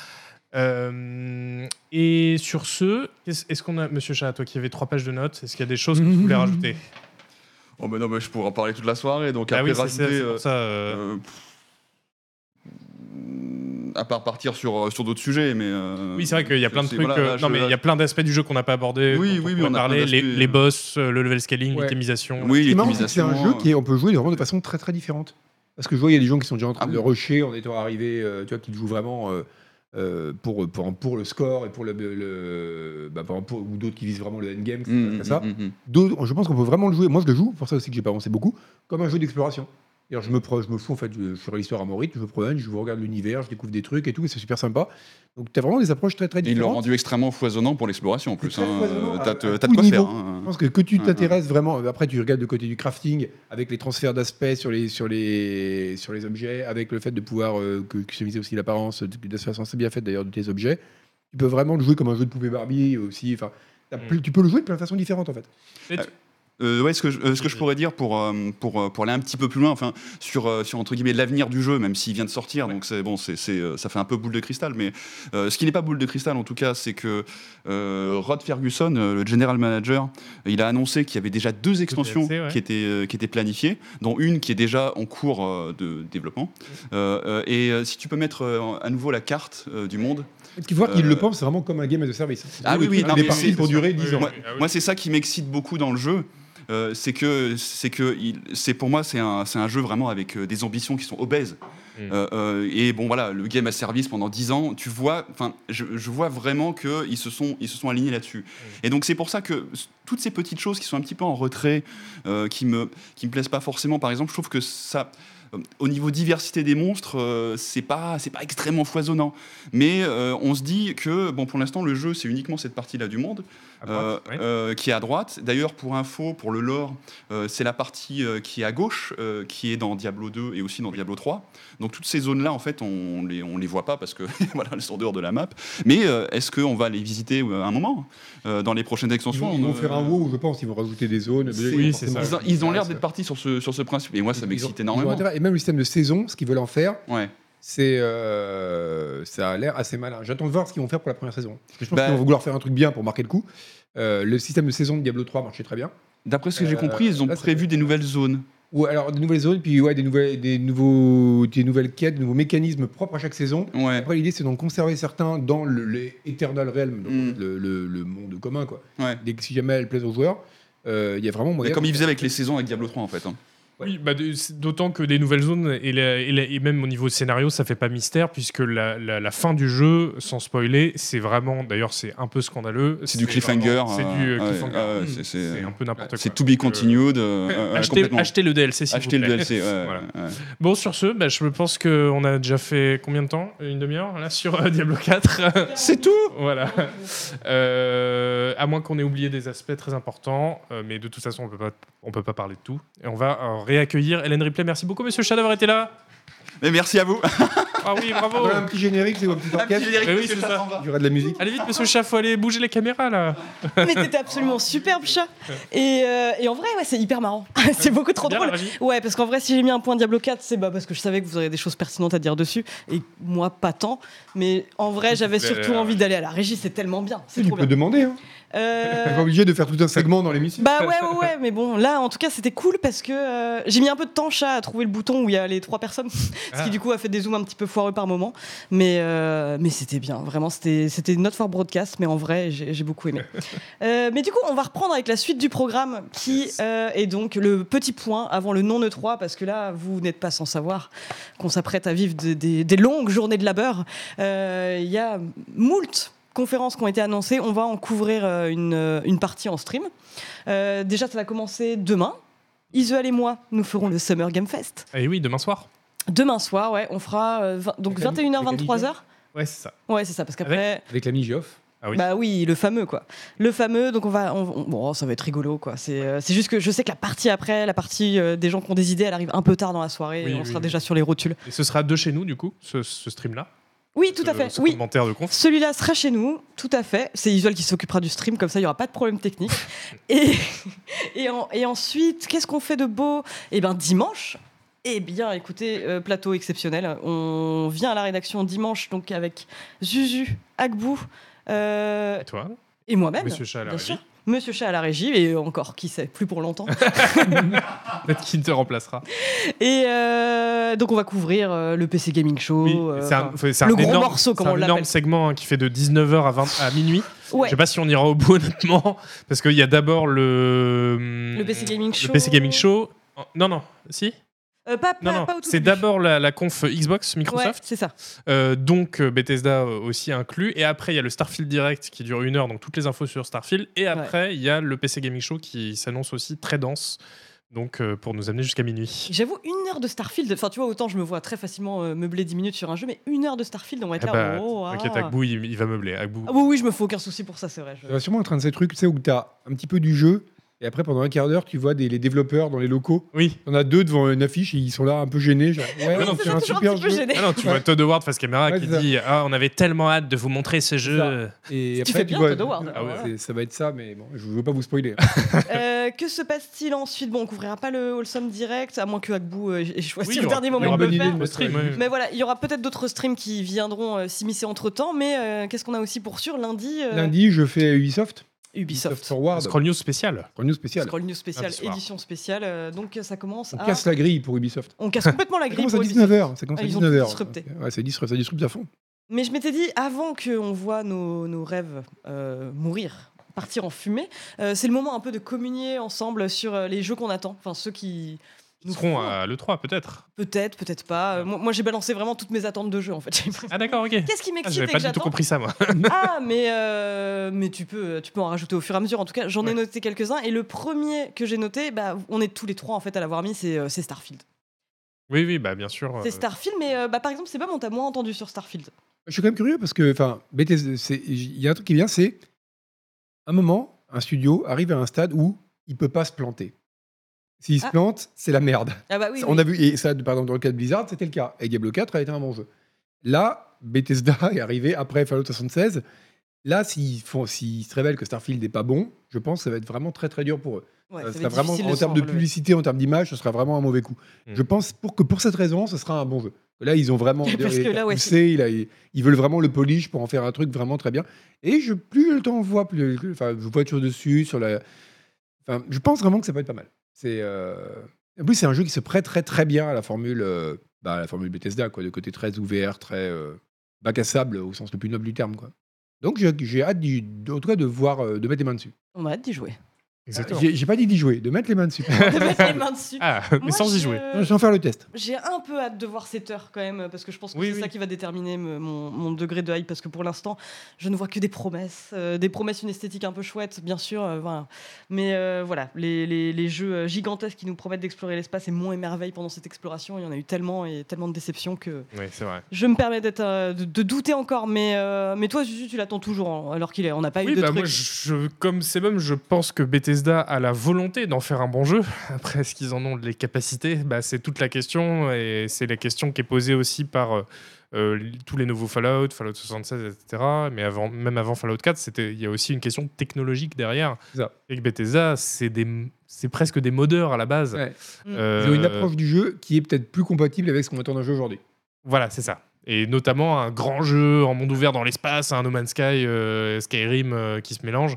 Speaker 4: Et sur ce, est-ce qu'on a, Monsieur Chat, toi qui avais 3 pages de notes, est-ce qu'il y a des choses que vous voulez rajouter?
Speaker 3: Oh ben non, mais je pourrais en parler toute la soirée, donc
Speaker 4: Ah
Speaker 3: après
Speaker 4: oui,
Speaker 3: rajouter.
Speaker 4: c'est pour ça,
Speaker 3: à part partir sur d'autres sujets, mais
Speaker 4: oui, c'est vrai qu'il y a plein de trucs.
Speaker 3: Voilà,
Speaker 4: il y a plein d'aspects du jeu qu'on n'a pas abordé.
Speaker 3: Oui,
Speaker 4: on a parlé les boss, le level scaling, l'optimisation.
Speaker 3: Oui,
Speaker 1: c'est un jeu on peut jouer vraiment de façon très très différente. Parce que je vois, il y a des gens qui sont déjà en train de le rusher en étant arrivés, tu vois, qui jouent vraiment pour le score et pour ou d'autres qui visent vraiment le endgame, ça. D'autres, je pense qu'on peut vraiment le jouer. Moi, je le joue, pour ça aussi que j'ai pas avancé beaucoup, comme un jeu d'exploration. D'ailleurs, je me fous, en fait, je suis l'histoire à Maurice, je me promène, je regarde l'univers, je découvre des trucs et tout, et c'est super sympa. Donc, tu as vraiment des approches très très différentes.
Speaker 3: Ils l'ont rendu extrêmement foisonnant pour l'exploration en plus. T'as de quoi
Speaker 1: niveau.
Speaker 3: faire.
Speaker 1: Je pense que tu t'intéresses vraiment. Après, tu regardes le côté du crafting, avec les transferts d'aspects sur les objets, avec le fait de pouvoir customiser aussi l'apparence, de façon assez bien faite d'ailleurs de tes objets. Tu peux vraiment le jouer comme un jeu de poupée Barbie aussi. Enfin, tu peux le jouer de plein de façons différentes en fait.
Speaker 3: Ce que je pourrais dire pour aller un petit peu plus loin, enfin sur entre guillemets l'avenir du jeu, même s'il vient de sortir, donc ça fait un peu boule de cristal, mais ce qui n'est pas boule de cristal en tout cas, c'est que Rod Ferguson, le general manager, il a annoncé qu'il y avait déjà 2 extensions qui étaient planifiées, dont une qui est déjà en cours de développement. Et si tu peux mettre à nouveau la carte du monde.
Speaker 1: Tu vois qu'il le pense vraiment comme un game as a service.
Speaker 3: Il est
Speaker 1: parti pour durer 10 ans.
Speaker 3: Moi, c'est ça qui m'excite beaucoup dans le jeu. C'est pour moi c'est un jeu vraiment avec des ambitions qui sont obèses. Et bon voilà, le game as service pendant 10 ans, tu vois, enfin je vois vraiment qu'ils se sont alignés là-dessus. Et donc c'est pour ça que toutes ces petites choses qui sont un petit peu en retrait, qui me plaisent pas forcément, par exemple, je trouve que ça, au niveau diversité des monstres, c'est pas extrêmement foisonnant. Mais on se dit que bon, pour l'instant le jeu c'est uniquement cette partie-là du monde. Qui est à droite. D'ailleurs, pour info, pour le lore, c'est la partie qui est à gauche, qui est dans Diablo 2 et aussi dans Diablo 3. Donc toutes ces zones-là, en fait, on les voit pas parce que voilà, elles sont en dehors de la map. Mais est-ce qu'on va les visiter à un moment dans les prochaines extensions?
Speaker 1: Ils vont faire un WoW, je pense. Ils vont rajouter des zones.
Speaker 4: Oui, c'est ça.
Speaker 3: Ils ont l'air d'être partis sur ce principe. Et moi, ça m'excite énormément.
Speaker 1: Et même le système de saison, ce qu'ils veulent en faire.
Speaker 3: Ouais.
Speaker 1: Ça a l'air assez malin. J'attends de voir ce qu'ils vont faire pour la première saison. Parce que je pense qu'ils vont vouloir faire un truc bien pour marquer le coup. Le système de saison de Diablo 3 marchait très bien.
Speaker 3: D'après ce que j'ai compris, ils ont prévu des nouvelles zones.
Speaker 1: Ouais, alors des nouvelles zones, puis des nouvelles quêtes, des nouveaux mécanismes propres à chaque saison.
Speaker 3: Ouais.
Speaker 1: Après, l'idée, c'est d'en conserver certains dans les Eternal Realm, donc le monde commun, quoi.
Speaker 3: Ouais.
Speaker 1: Si jamais elles plaisent aux joueurs, il y a vraiment moyen.
Speaker 3: Comme ils faisaient avec les saisons avec Diablo 3, en fait.
Speaker 4: Oui, d'autant que des nouvelles zones et même au niveau scénario, ça fait pas mystère puisque la fin du jeu, sans spoiler, c'est vraiment, d'ailleurs, c'est un peu scandaleux.
Speaker 3: C'est du cliffhanger.
Speaker 4: C'est du cliffhanger.
Speaker 3: C'est
Speaker 4: un peu n'importe quoi.
Speaker 3: C'est to be continued.
Speaker 4: Achetez le DLC, s'il vous plaît.
Speaker 3: Achetez le DLC.
Speaker 4: Voilà. Bon, sur ce, je pense qu'on a déjà fait combien de temps? Une demi-heure là sur Diablo 4.
Speaker 3: C'est tout.
Speaker 4: Voilà. À moins qu'on ait oublié des aspects très importants, mais de toute façon, on peut pas parler de tout. Et on va réaccueillir Hélène Ripley. Merci beaucoup, monsieur Chat, d'avoir été là.
Speaker 3: Mais merci à vous.
Speaker 4: Ah oui, bravo.
Speaker 1: Voilà, un petit générique, c'est un petit orchestre.
Speaker 4: Oui, c'est ça.
Speaker 1: Il y aura de la musique.
Speaker 4: Allez vite, monsieur Chat, faut aller bouger les caméras là.
Speaker 2: Mais t'étais absolument superbe, Chat. Et en vrai, c'est hyper marrant. C'est beaucoup trop drôle. Ouais, parce qu'en vrai, si j'ai mis un point Diablo 4, c'est parce que je savais que vous auriez des choses pertinentes à dire dessus. Et moi, pas tant. Mais en vrai, j'avais surtout envie d'aller à la régie. C'est tellement bien. C'est trop bien.
Speaker 1: Tu peux demander. Hein. T'es pas obligé de faire tout un segment dans l'émission.
Speaker 2: Ouais, mais bon, là, en tout cas, c'était cool parce que j'ai mis un peu de temps, Chat, à trouver le bouton où il y a les 3 personnes. Ce qui, du coup, a fait des zooms un petit peu foireux par moment. Mais c'était bien. Vraiment, c'était not for broadcast, mais en vrai, j'ai beaucoup aimé. Mais du coup, on va reprendre avec la suite du programme qui est donc le petit point avant le non E3, parce que là, vous n'êtes pas sans savoir qu'on s'apprête à vivre des longues journées de labeur. Il y a moult conférences qui ont été annoncées. On va en couvrir une partie en stream. Déjà, ça va commencer demain. Isuel et moi, nous ferons le Summer Game Fest.
Speaker 4: Et oui, demain soir.
Speaker 2: Demain soir, ouais, on fera donc 21h, 23h.
Speaker 4: Ouais, c'est ça.
Speaker 2: Ouais, c'est ça, parce qu'après...
Speaker 1: Avec l'ami Geoff.
Speaker 4: Ah oui.
Speaker 2: Bah oui, le fameux, quoi. Le fameux, donc bon, ça va être rigolo, quoi. C'est juste que je sais que la partie après, la partie des gens qui ont des idées, elle arrive un peu tard dans la soirée.
Speaker 4: Oui,
Speaker 2: on sera déjà sur les rotules.
Speaker 4: Et ce sera de chez nous, du coup, ce stream-là.
Speaker 2: Oui, tout à fait.
Speaker 4: Ce
Speaker 2: oui.
Speaker 4: commentaire de conf.
Speaker 2: Celui-là sera chez nous, tout à fait. C'est Isuel qui s'occupera du stream, comme ça il n'y aura pas de problème technique. et ensuite, qu'est-ce qu'on fait de beau? Eh bien, dimanche. Eh bien, écoutez, plateau exceptionnel. On vient à la rédaction dimanche, donc avec Zuzu, Agbou.
Speaker 4: Et toi?
Speaker 2: Et moi-même.
Speaker 4: Monsieur Chat,
Speaker 2: bien sûr. Monsieur Chat à la régie, et encore, qui sait, plus pour longtemps.
Speaker 4: Peut-être qu'il te remplacera.
Speaker 2: Et donc on va couvrir le PC Gaming Show,
Speaker 4: Oui, c'est
Speaker 2: le gros
Speaker 4: énorme,
Speaker 2: morceau, comme on
Speaker 4: c'est un énorme
Speaker 2: l'appelle.
Speaker 4: segment qui fait de 19h à minuit.
Speaker 2: Ouais.
Speaker 4: Je sais pas si on ira au bout honnêtement, parce qu'il y a d'abord
Speaker 2: Le PC Gaming Show.
Speaker 4: Le PC Gaming Show. Non, si.
Speaker 2: Pas
Speaker 4: Non,
Speaker 2: au tout
Speaker 4: c'est
Speaker 2: début.
Speaker 4: d'abord la conf Xbox,
Speaker 2: Ouais,
Speaker 4: Microsoft,
Speaker 2: c'est ça.
Speaker 4: donc Bethesda aussi inclus, et après il y a le Starfield Direct qui dure 1 heure, donc toutes les infos sur Starfield, et après il y a le PC Gaming Show qui s'annonce aussi très dense, donc pour nous amener jusqu'à minuit.
Speaker 2: J'avoue, 1 heure de Starfield, enfin tu vois, autant je me vois très facilement meubler 10 minutes sur un jeu, mais 1 heure de Starfield, on va être là.
Speaker 4: T'inquiète, Agbou, il va meubler. Agbou.
Speaker 2: Ah oui, je me fais aucun souci pour ça, c'est vrai.
Speaker 1: Ça va sûrement être un de ces trucs, tu sais, où tu as un petit peu du jeu, et après, pendant un quart d'heure, tu vois les développeurs dans les locaux.
Speaker 4: Oui.
Speaker 1: On a 2 devant une affiche et ils sont là un peu gênés. Genre, ouais,
Speaker 4: non,
Speaker 1: c'est un super jeu.
Speaker 4: Ah non, tu vois Todd Howard face caméra qui
Speaker 1: c'est ça.
Speaker 4: dit on avait tellement hâte de vous montrer ce jeu.
Speaker 1: Et
Speaker 2: Tu
Speaker 1: après,
Speaker 2: fais bien,
Speaker 1: vois,
Speaker 2: Todd Howard.
Speaker 4: Ah ouais.
Speaker 1: ça va être ça, mais bon, je ne veux pas vous spoiler.
Speaker 2: Que se passe-t-il ensuite? Bon, on couvrira pas le Wholesome Direct, à moins que Agbou ait choisi
Speaker 4: Oui,
Speaker 2: le
Speaker 4: il y aura-
Speaker 2: dernier
Speaker 4: il y
Speaker 2: moment
Speaker 4: aura
Speaker 2: de le
Speaker 1: bonne idée
Speaker 2: faire.
Speaker 1: de
Speaker 4: Le stream,
Speaker 1: ouais.
Speaker 4: oui.
Speaker 2: Mais voilà, il y aura peut-être d'autres streams qui viendront s'immiscer entre temps, mais qu'est-ce qu'on a aussi pour sûr lundi?
Speaker 1: Lundi, je fais Ubisoft.
Speaker 2: Ubisoft.
Speaker 1: Forward.
Speaker 4: Scroll News spécial.
Speaker 1: Scroll News spécial.
Speaker 2: Scroll News spécial,
Speaker 4: Lundi soir.
Speaker 2: édition spéciale. Donc ça commence
Speaker 1: On
Speaker 2: à.
Speaker 1: casse la grille pour Ubisoft.
Speaker 2: On casse complètement la
Speaker 1: Ça
Speaker 2: grille.
Speaker 1: commence à
Speaker 2: pour Ubisoft.
Speaker 1: 19h. Ça commence à
Speaker 2: Ils ont
Speaker 1: 19h.
Speaker 2: tout disrupté.
Speaker 1: Ouais, ça disrupte à fond.
Speaker 2: Mais je m'étais dit, avant qu'on voit nos rêves mourir, partir en fumée, c'est le moment un peu de communier ensemble sur les jeux qu'on attend. Enfin, ceux qui
Speaker 4: Nous serons à l'E3 peut-être.
Speaker 2: Peut-être pas. Moi, j'ai balancé vraiment toutes mes attentes de jeu, en fait.
Speaker 4: Ah d'accord, ok.
Speaker 2: Qu'est-ce qui m'excite
Speaker 4: J'avais
Speaker 2: et
Speaker 4: pas
Speaker 2: que
Speaker 4: du tout
Speaker 2: j'attends
Speaker 4: compris ça moi.
Speaker 2: Ah, mais tu peux en rajouter au fur et à mesure. En tout cas, j'en ai noté quelques-uns. Et le premier que j'ai noté, on est tous les trois en fait à l'avoir mis, c'est Starfield.
Speaker 4: Oui, bah bien sûr.
Speaker 2: C'est Starfield, mais par exemple, c'est pas on t'a moins entendu sur Starfield.
Speaker 1: Je suis quand même curieux parce que, enfin, il y a un truc qui vient, c'est un moment, un studio arrive à un stade où il peut pas se planter. S'il se plante, c'est la merde.
Speaker 2: Ah bah oui.
Speaker 1: On a vu, et ça, par exemple, dans le cas de Blizzard, c'était le cas. Et Diablo 4 a été un bon jeu. Là, Bethesda est arrivé après Fallout 76. Là, s'ils se révèlent que Starfield n'est pas bon, je pense que ça va être vraiment très très dur pour eux.
Speaker 2: Ouais,
Speaker 1: Ça
Speaker 2: ça va
Speaker 1: sera
Speaker 2: être
Speaker 1: vraiment,
Speaker 2: difficile
Speaker 1: en termes de
Speaker 2: s'en
Speaker 1: publicité, en termes d'image, ce sera vraiment un mauvais coup. Je pense que pour cette raison, ce sera un bon jeu. Là, ils ont vraiment
Speaker 2: Parce que là, ouais,
Speaker 1: poussé, ils veulent vraiment le polish pour en faire un truc vraiment très bien. Et plus le temps voit, je vois toujours dessus, je pense vraiment que ça peut être pas mal. En plus, c'est un jeu qui se prête très très bien à la formule Bethesda, quoi, de côté très ouvert, très bac à sable au sens le plus noble du terme, quoi. Donc j'ai hâte, en tout cas, de mettre les mains dessus.
Speaker 2: On a hâte d'y jouer.
Speaker 4: Exactement.
Speaker 1: J'ai pas dit d'y jouer, de mettre les mains dessus.
Speaker 2: De mettre les mains dessus.
Speaker 4: Ah,
Speaker 2: Moi,
Speaker 4: mais sans y jouer.
Speaker 1: Sans faire le test.
Speaker 2: J'ai un peu hâte de voir cette heure quand même, parce que je pense que c'est ça qui va déterminer mon degré de hype, parce que pour l'instant, je ne vois que des promesses, une esthétique un peu chouette, bien sûr, voilà. Mais voilà, les jeux gigantesques qui nous promettent d'explorer l'espace et monts et merveilles pendant cette exploration, il y en a eu tellement et tellement de déceptions que
Speaker 4: Oui, c'est vrai.
Speaker 2: je me permets de douter encore, mais toi, Zuzu, tu l'attends toujours, hein, alors qu'il est, on n'a pas eu de truc.
Speaker 4: Moi, comme c'est même, je pense que Bethesda a la volonté d'en faire un bon jeu. Après, est-ce qu'ils en ont les capacités? C'est toute la question, et c'est la question qui est posée aussi par tous les nouveaux Fallout 76, etc. Mais même avant Fallout 4, il y a aussi une question technologique derrière. Et que Bethesda, c'est presque des modeurs à la base.
Speaker 1: Ouais. Ils ont une approche du jeu qui est peut-être plus compatible avec ce qu'on attend d'un jeu aujourd'hui.
Speaker 4: Voilà, c'est ça. Et notamment un grand jeu en monde ouvert dans l'espace, un No Man's Sky, Skyrim qui se mélangent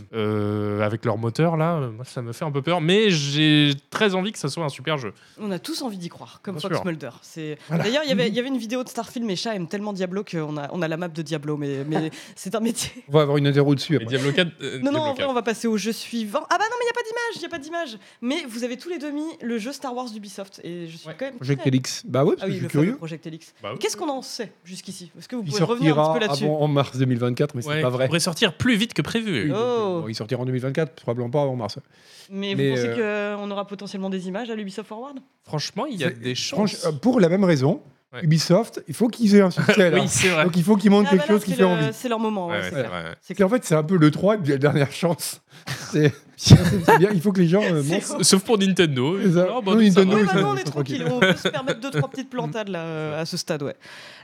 Speaker 4: avec leur moteur là. Moi, ça me fait un peu peur, mais j'ai très envie que ça soit un super jeu.
Speaker 2: On a tous envie d'y croire, comme
Speaker 4: Bien
Speaker 2: Fox
Speaker 4: sûr.
Speaker 2: Mulder.
Speaker 1: Voilà.
Speaker 2: D'ailleurs, il y avait une vidéo de Starfield, mes chats aiment tellement Diablo qu'on a la map de Diablo, mais c'est un métier.
Speaker 1: On va avoir une interro dessus
Speaker 4: Et
Speaker 1: après.
Speaker 4: Diablo 4.
Speaker 2: Non,
Speaker 4: Diablo
Speaker 2: en vrai,
Speaker 4: 4.
Speaker 2: on va passer au jeu suivant. Ah bah non, mais il n'y a pas d'image. Mais vous avez tous les deux mis le jeu Star Wars d'Ubisoft. Et je suis quand même.
Speaker 1: Project
Speaker 2: très-
Speaker 1: Helix. Bah ouais, parce
Speaker 2: Ah
Speaker 1: que
Speaker 2: oui,
Speaker 1: je
Speaker 2: le
Speaker 1: suis
Speaker 2: fameux
Speaker 1: curieux.
Speaker 2: Project Helix.
Speaker 4: Bah oui.
Speaker 2: Qu'est-ce qu'on en sait jusqu'ici? Est-ce que vous
Speaker 1: Il
Speaker 2: pouvez revenir un petit
Speaker 1: sortira
Speaker 2: peu là-dessus?
Speaker 1: en mars 2024, mais c'est
Speaker 4: Ouais,
Speaker 1: pas
Speaker 4: il
Speaker 1: vrai.
Speaker 4: devrait sortir plus vite que prévu.
Speaker 2: Oh.
Speaker 1: Bon, il sortira en 2024, probablement pas avant mars.
Speaker 2: Mais vous pensez qu'on aura potentiellement des images à l'Ubisoft Forward?
Speaker 4: Franchement, il y a des chances.
Speaker 1: Pour la même raison,
Speaker 4: Ouais.
Speaker 1: Ubisoft, il faut qu'ils aient un succès là.
Speaker 4: Oui, c'est vrai.
Speaker 1: Donc il faut qu'ils montrent
Speaker 2: Ah,
Speaker 1: quelque
Speaker 2: bah là,
Speaker 1: chose qui fait envie.
Speaker 2: c'est leur moment, ouais,
Speaker 4: Ouais,
Speaker 2: c'est
Speaker 4: c'est
Speaker 2: clair.
Speaker 4: vrai.
Speaker 2: C'est
Speaker 1: Et en fait, c'est un peu le 3 et puis la dernière chance. C'est bien, il faut que les gens montrent.
Speaker 4: Sauf pour Nintendo.
Speaker 1: C'est ça.
Speaker 4: Oh, bah,
Speaker 1: Non,
Speaker 4: ça
Speaker 1: Nintendo,
Speaker 4: va.
Speaker 2: Oui,
Speaker 1: ils
Speaker 2: maintenant on
Speaker 1: sont
Speaker 2: est tranquille, on peut se permettre 2-3 petites plantades là, à ce stade, ouais.